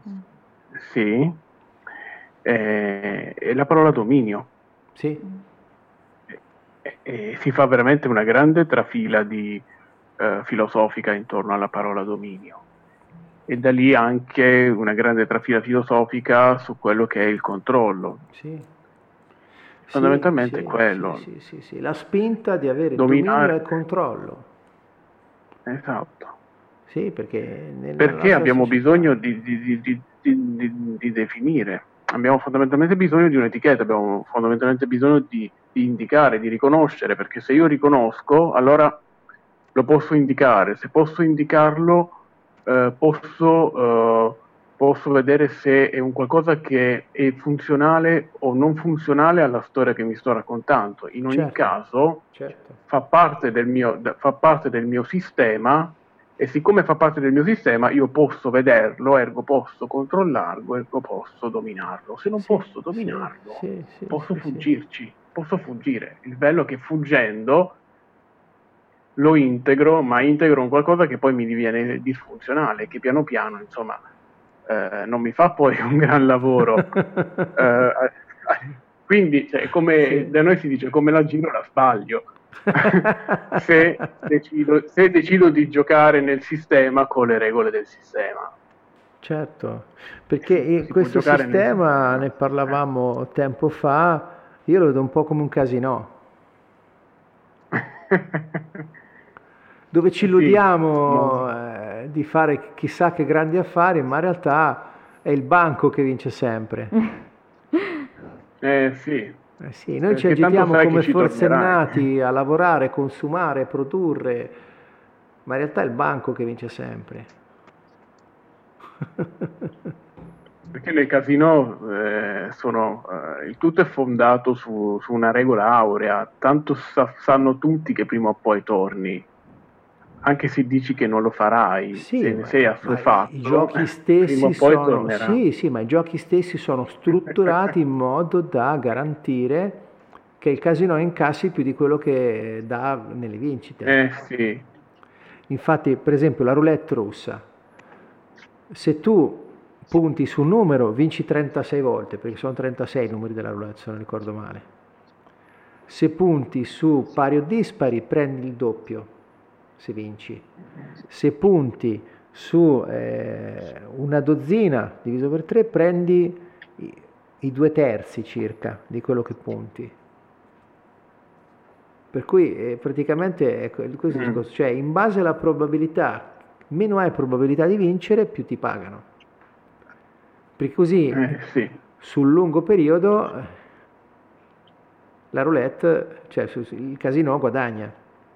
Sì, eh, è la parola dominio. Sì, E, e si fa veramente una grande trafila di, eh, filosofica intorno alla parola dominio. E da lì anche una grande trafila filosofica su quello che è il controllo. sì. Fondamentalmente Sì, è quello. Sì, sì, sì, sì. La spinta di avere Dominare. dominio e controllo. Esatto. Sì, perché nella Perché nostra abbiamo società- bisogno di, di- di- di- di- di- di definire, abbiamo fondamentalmente bisogno di un'etichetta, abbiamo fondamentalmente bisogno di, di indicare, di riconoscere, perché se io riconosco, allora lo posso indicare, se posso indicarlo eh, posso, eh, posso vedere se è un qualcosa che è funzionale o non funzionale alla storia che mi sto raccontando. In ogni Certo. caso Certo. fa parte del mio, fa parte del mio sistema, e siccome fa parte del mio sistema io posso vederlo, ergo posso controllarlo, ergo posso dominarlo. Se non Sì, posso sì, dominarlo, sì, sì, posso sì, sì. fuggirci. posso fuggire. Il bello è che fuggendo lo integro, ma integro in qualcosa che poi mi diviene disfunzionale, che piano piano, insomma, eh, non mi fa poi un gran lavoro. eh, quindi, cioè, come Sì. da noi si dice, come la giro la sbaglio. se, decido, se decido di giocare nel sistema con le regole del sistema. Certo, perché Si- in si può questo giocare nel sistema sistema. ne parlavamo tempo fa, io lo vedo un po' come un casino, dove ci Sì, illudiamo eh, di fare chissà che grandi affari, ma in realtà è il banco che vince sempre. eh sì, Eh sì, noi ci perché tanto agitiamo sai come che ci tornerai. forsennati a lavorare, consumare, produrre, ma in realtà è il banco che vince sempre. Perché nel casino eh, sono, eh, il tutto è fondato su, su una regola aurea, tanto sa- sanno tutti che prima o poi torni, anche se dici che non lo farai, Sì, se ne ma, sei ma assuefatto, i giochi prima stessi o poi sono, tornerà. sì, sì, ma i giochi stessi sono strutturati in modo da garantire che il casino incassi più di quello che dà nelle vincite. Eh sì, Infatti, per esempio, la roulette russa, se tu punti su un numero, vinci trentasei volte, perché sono trentasei i numeri della roulette, se non ricordo male. Se punti su pari o dispari, prendi il doppio, se vinci. Se punti su eh, una dozzina diviso per tre, prendi i, i due terzi circa di quello che punti. Per cui eh, praticamente è que- questo è il Mm. discorso, cioè in base alla probabilità, meno hai probabilità di vincere, più ti pagano. Perché così eh sì. sul lungo periodo eh, la roulette, cioè su- su- il casino guadagna.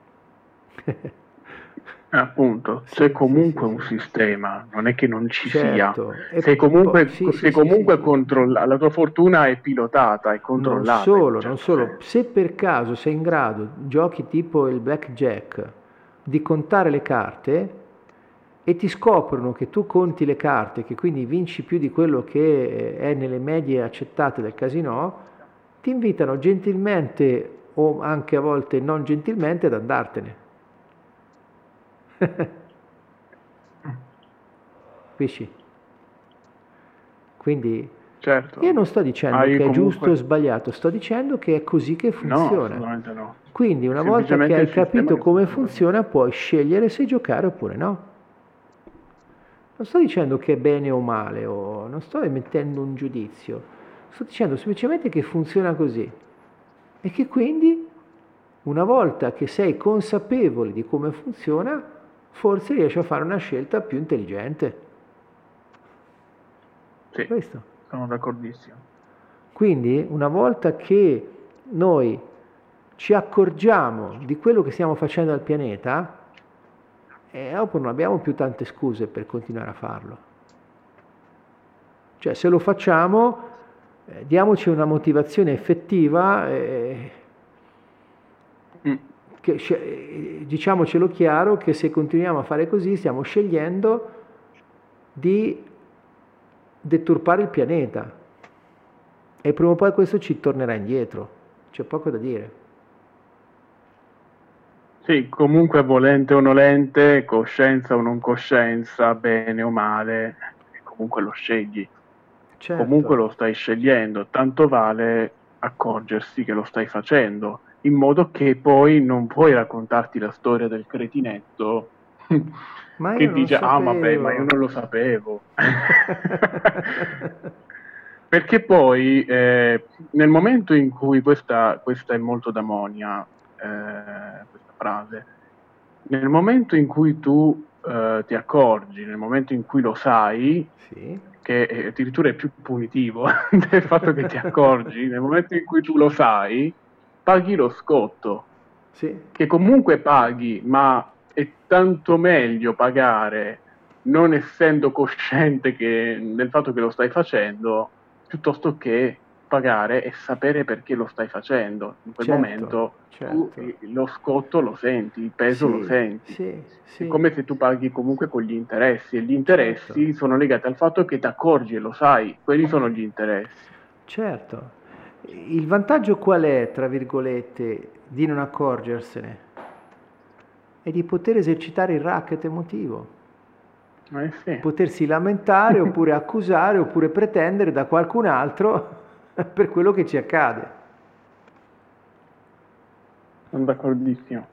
Appunto, Sì, c'è sì, comunque sì, un sì. sistema, non è che non ci Certo. sia. E Sei po- comunque, sì, sei sì, sì, comunque sì, sì. controlla- la tua fortuna è pilotata, è Non controllata in un solo, non certo solo, senso. se per caso sei in grado, giochi tipo il blackjack, di contare le carte e ti scoprono che tu conti le carte, che quindi vinci più di quello che è nelle medie accettate del casino, ti invitano gentilmente o anche a volte non gentilmente ad andartene. Capisci? Quindi Certo, io non sto dicendo hai che è giusto o comunque... sbagliato, sto dicendo che è così che No, funziona. assolutamente no. Quindi una volta che Semplicemente hai il sistema capito che come funziona. funziona, puoi scegliere se giocare oppure no. Non sto dicendo che è bene o male, o non sto emettendo un giudizio, sto dicendo semplicemente che funziona così e che quindi una volta che sei consapevole di come funziona, forse riesci a fare una scelta più intelligente. Sì, Questo. sono d'accordissimo. Quindi una volta che noi ci accorgiamo di quello che stiamo facendo al pianeta, e dopo non abbiamo più tante scuse per continuare a farlo. Cioè se lo facciamo, eh, diamoci una motivazione effettiva, eh, Mm. che, eh, diciamocelo chiaro che se continuiamo a fare così stiamo scegliendo di deturpare il pianeta e prima o poi questo ci tornerà indietro, c'è poco da dire. Sì, comunque volente o nolente, coscienza o non coscienza, bene o male, comunque lo scegli. Certo. Comunque lo stai scegliendo, tanto vale accorgersi che lo stai facendo, in modo che poi non puoi raccontarti la storia del cretinetto Ma che io non dice ah vabbè ma io sapevo." non lo sapevo. Perché poi eh, nel momento in cui questa, questa è molto da Monia, eh, questa frase, nel momento in cui tu eh, ti accorgi, nel momento in cui lo sai, Sì. che è- addirittura è più punitivo del fatto che ti accorgi, nel momento in cui tu lo sai, paghi lo scotto, Sì. che comunque paghi, ma è tanto meglio pagare non essendo cosciente che, del fatto che lo stai facendo, piuttosto che pagare e sapere perché lo stai facendo. In quel Certo, momento certo. tu eh, lo scotto lo senti, il peso lo Sì, senti. sì, sì. È come se tu paghi comunque con gli interessi, e gli interessi Certo. sono legati al fatto che ti accorgi e lo sai, quelli sono gli interessi. Certo, Il vantaggio qual è, tra virgolette, di non accorgersene? È di poter esercitare il racket emotivo. Eh sì. Potersi lamentare oppure accusare oppure pretendere da qualcun altro per quello che ci accade. Sono d'accordissimo.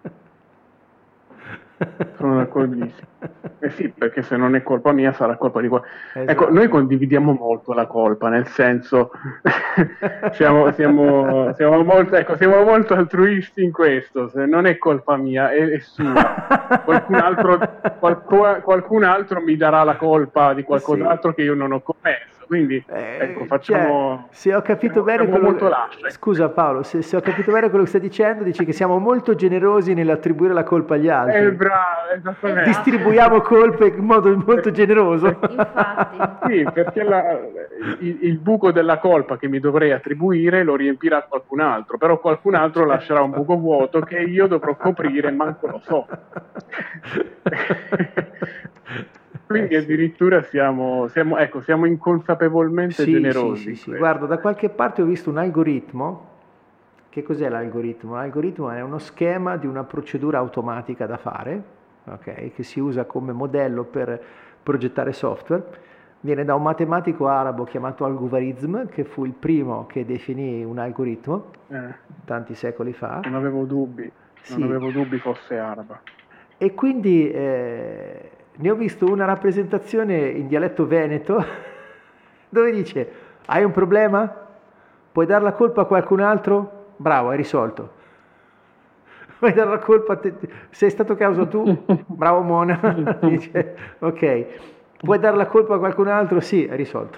Sono d'accordissimo. Eh sì, perché se non è colpa mia sarà colpa di qualcuno. Esatto. Ecco, noi condividiamo molto la colpa, nel senso siamo, siamo, siamo, molto, ecco, siamo molto altruisti in questo. Se non è colpa mia, è, è sua. Qualcun altro, qualcun, qualcun altro mi darà la colpa di qualcos'altro sì. che io non ho commesso. Quindi ecco, facciamo, cioè, se ho capito siamo, bene siamo quello molto lasci. Scusa Paolo, se, se ho capito bene quello che stai dicendo, dici che siamo molto generosi nell'attribuire la colpa agli altri. Eh, bravo, esattamente. Distribuiamo colpe in modo molto generoso. Infatti. Sì, perché la, il, il buco della colpa che mi dovrei attribuire lo riempirà qualcun altro, però qualcun altro certo. lascerà un buco vuoto che io dovrò coprire, manco lo so. Quindi addirittura siamo, siamo, ecco, siamo inconsapevolmente sì, generosi. Sì, sì, sì. Guarda, da qualche parte ho visto un algoritmo. Che cos'è l'algoritmo? L'algoritmo è uno schema di una procedura automatica da fare, okay, che si usa come modello per progettare software. Viene da un matematico arabo chiamato Al-Khwarizm, che fu il primo che definì un algoritmo, eh. tanti secoli fa. Non avevo dubbi, non sì. avevo dubbi fosse araba. E quindi... Eh, ne ho visto una rappresentazione in dialetto veneto dove dice: hai un problema? Puoi dare la colpa a qualcun altro? Bravo, hai risolto. Puoi dare la colpa a te? Sei stato causa tu? Bravo Mona. Dice, ok. Puoi dare la colpa a qualcun altro? Sì, hai risolto.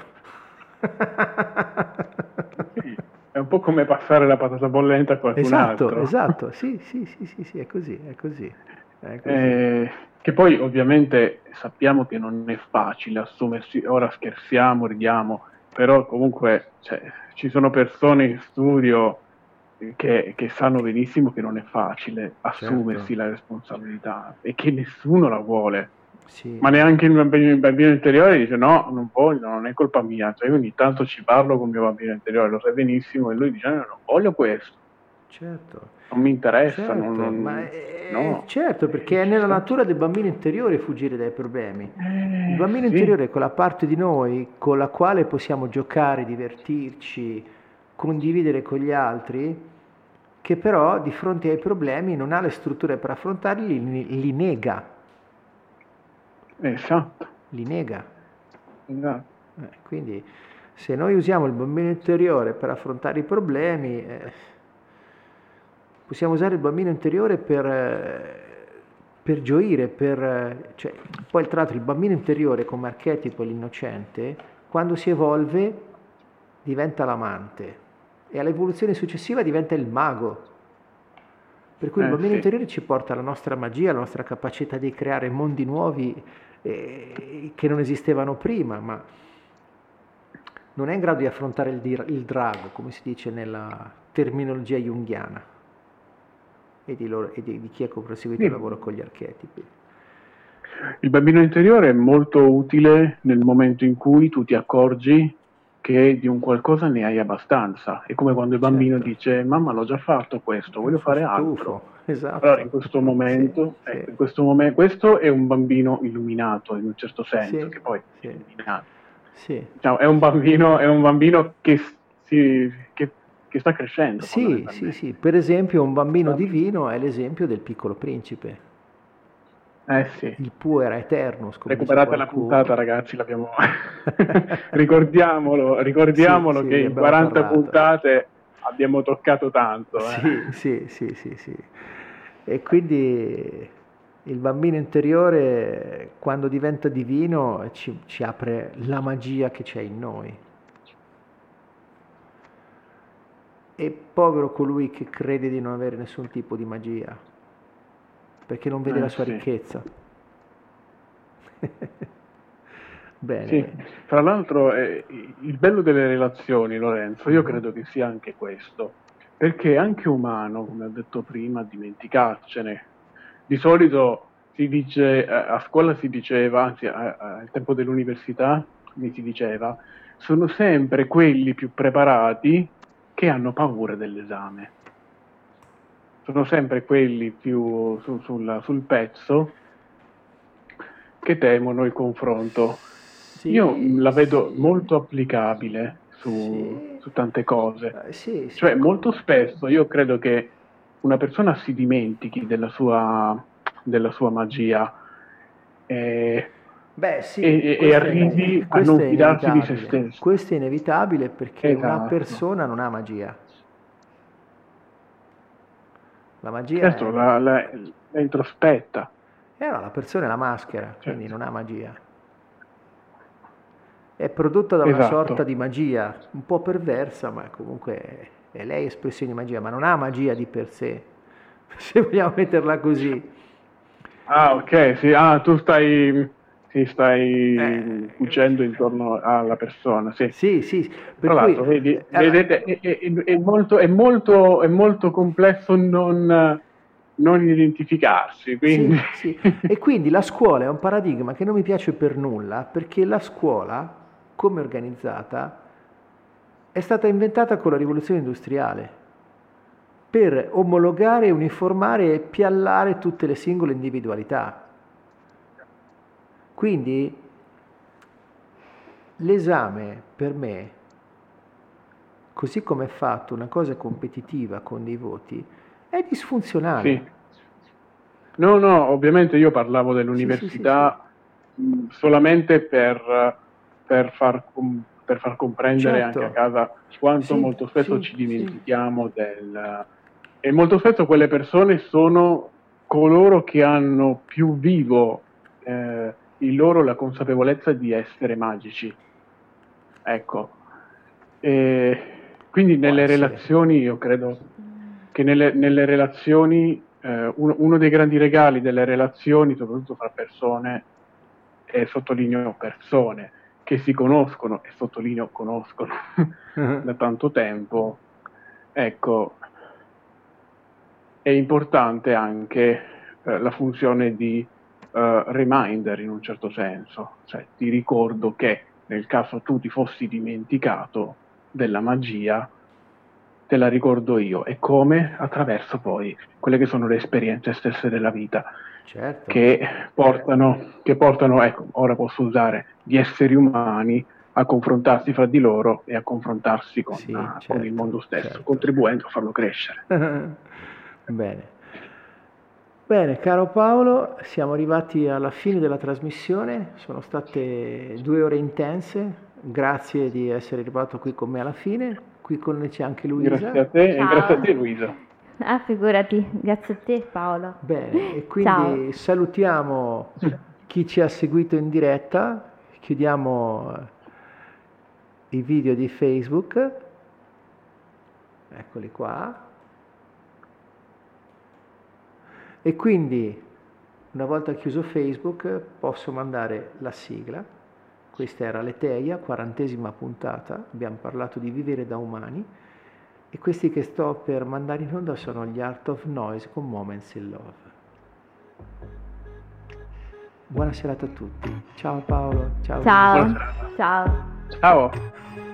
Sì, è un po' come passare la patata bollente a qualcun esatto, altro. Esatto, sì, sì, sì, sì, sì, è così, è così. È così. Eh... Che poi ovviamente sappiamo che non è facile assumersi, ora scherziamo, ridiamo, però comunque cioè, ci sono persone in studio che, che sanno benissimo che non è facile assumersi certo. la responsabilità e che nessuno la vuole, sì. Ma neanche il bambino, il bambino interiore dice no, non voglio, non è colpa mia, cioè io ogni tanto ci parlo con il mio bambino interiore, lo sai benissimo, e lui dice no, non voglio questo. Certo. Non mi interessa, certo, non, non, ma è, no. certo, perché è nella natura del bambino interiore fuggire dai problemi. Eh, il bambino sì. interiore è quella parte di noi con la quale possiamo giocare, divertirci, condividere con gli altri, che però di fronte ai problemi non ha le strutture per affrontarli, li, li nega. Esatto. Li nega. Esatto. Eh, quindi se noi usiamo il bambino interiore per affrontare i problemi... Eh, possiamo usare il bambino interiore per, per gioire, per, cioè, poi tra l'altro il bambino interiore come archetipo, l'innocente, quando si evolve diventa l'amante e all'evoluzione successiva diventa il mago. Per cui eh, il bambino sì. interiore ci porta alla nostra magia, alla nostra capacità di creare mondi nuovi eh, che non esistevano prima, ma non è in grado di affrontare il, il drago, come si dice nella terminologia junghiana. E di, loro, e di, di chi ha proseguito sì. il lavoro con gli archetipi. Il bambino interiore è molto utile nel momento in cui tu ti accorgi che di un qualcosa ne hai abbastanza. È come quando il bambino certo. dice mamma l'ho già fatto questo, voglio fare stufo. altro. Esatto. Allora in questo momento, sì, ecco, sì. in questo momento questo è un bambino illuminato in un certo senso, sì. che poi sì. è illuminato. Sì. Diciamo, è un bambino, è un bambino che si... Che che sta crescendo. Sì, sì, sì. Per esempio un bambino divino è l'esempio del Piccolo Principe. Eh sì. Il puera eternus. Recuperate la puntata, ragazzi, l'abbiamo ricordiamolo, ricordiamolo sì, che sì, in quaranta parlato. puntate abbiamo toccato tanto. Eh. Sì, sì, sì, sì, sì. E quindi il bambino interiore, quando diventa divino, ci, ci apre la magia che c'è in noi. E povero colui che crede di non avere nessun tipo di magia, perché non vede eh, la sua sì. ricchezza. Bene. Sì. Tra l'altro eh, il bello delle relazioni, Lorenzo, io credo che sia anche questo, perché è anche umano, come ho detto prima, dimenticarcene. Di solito si dice, eh, a scuola si diceva, anzi al tempo dell'università mi si diceva, sono sempre quelli più preparati che hanno paura dell'esame. Sono sempre quelli più su, sul, sul pezzo che temono il confronto. Sì, Io la vedo sì. molto applicabile su, Sì. su tante cose. Eh, sì, sì. Cioè, molto spesso io credo che una persona si dimentichi della sua, della sua magia e, Beh, sì, e, e questo è- arrivi a questo non è fidarsi di se inevitabile. stesso. Questo è inevitabile perché una Esatto. persona non ha magia. La magia Certo, è... la, la, la introspetta. Eh no, la persona è la maschera, quindi Certo. non ha magia. È prodotta da una Esatto. sorta di magia, un po' perversa, ma comunque è lei espressione di magia, ma non ha magia di per sé, se vogliamo metterla così. Ah, ok, sì, ah, tu stai, sì, stai Eh, cucendo intorno alla persona, sì. Sì, sì, per Tra cui... l'altro, vedi, eh, allora- vedete, è, è- è molto, è, molto, è molto complesso non, non identificarsi, quindi... Sì, sì. E quindi la scuola è un paradigma che non mi piace per nulla, perché la scuola, come è organizzata, è stata inventata con la rivoluzione industriale per omologare, uniformare e piallare tutte le singole individualità. Quindi l'esame per me, così come è fatto, una cosa competitiva con dei voti, è disfunzionale. Sì. No, no, ovviamente io parlavo dell'università mh, solamente per, per, far, com- per far comprendere Certo. anche a casa quanto Sì, molto spesso sì, ci dimentichiamo del... E molto spesso quelle persone sono coloro che hanno più vivo eh, in loro la consapevolezza di essere magici. Ecco. E quindi nelle essere. relazioni, io credo che nelle, nelle relazioni, eh, uno, uno dei grandi regali delle relazioni, soprattutto fra persone, e sottolineo persone, che si conoscono, e sottolineo conoscono da tanto tempo, ecco, è importante anche eh, la funzione di eh, reminder in un certo senso, cioè ti ricordo che nel caso tu ti fossi dimenticato della magia, te la ricordo io, e come? Attraverso poi quelle che sono le esperienze stesse della vita, Certo. che portano, che portano, ecco, ora posso usare gli esseri umani a confrontarsi fra di loro e a confrontarsi con, Sì, uh, certo, con il mondo stesso, certo. contribuendo a farlo crescere. Bene. Bene, caro Paolo, siamo arrivati alla fine della trasmissione, sono state due ore intense, grazie di essere arrivato qui con me alla fine, qui con noi c'è anche Luisa. Grazie a te Ciao. e grazie a te Luisa. Ah, figurati, grazie a te Paolo. Bene, e quindi Ciao. salutiamo chi ci ha seguito in diretta, chiudiamo i video di Facebook, eccoli qua. E quindi, una volta chiuso Facebook, posso mandare la sigla. Questa era l'Eteia, quarantesima puntata. Abbiamo parlato di vivere da umani. E questi che sto per mandare in onda sono gli Art of Noise con Moments in Love. Buona serata a tutti. Ciao Paolo. Ciao. Ciao. Buona serata. Ciao. Ciao.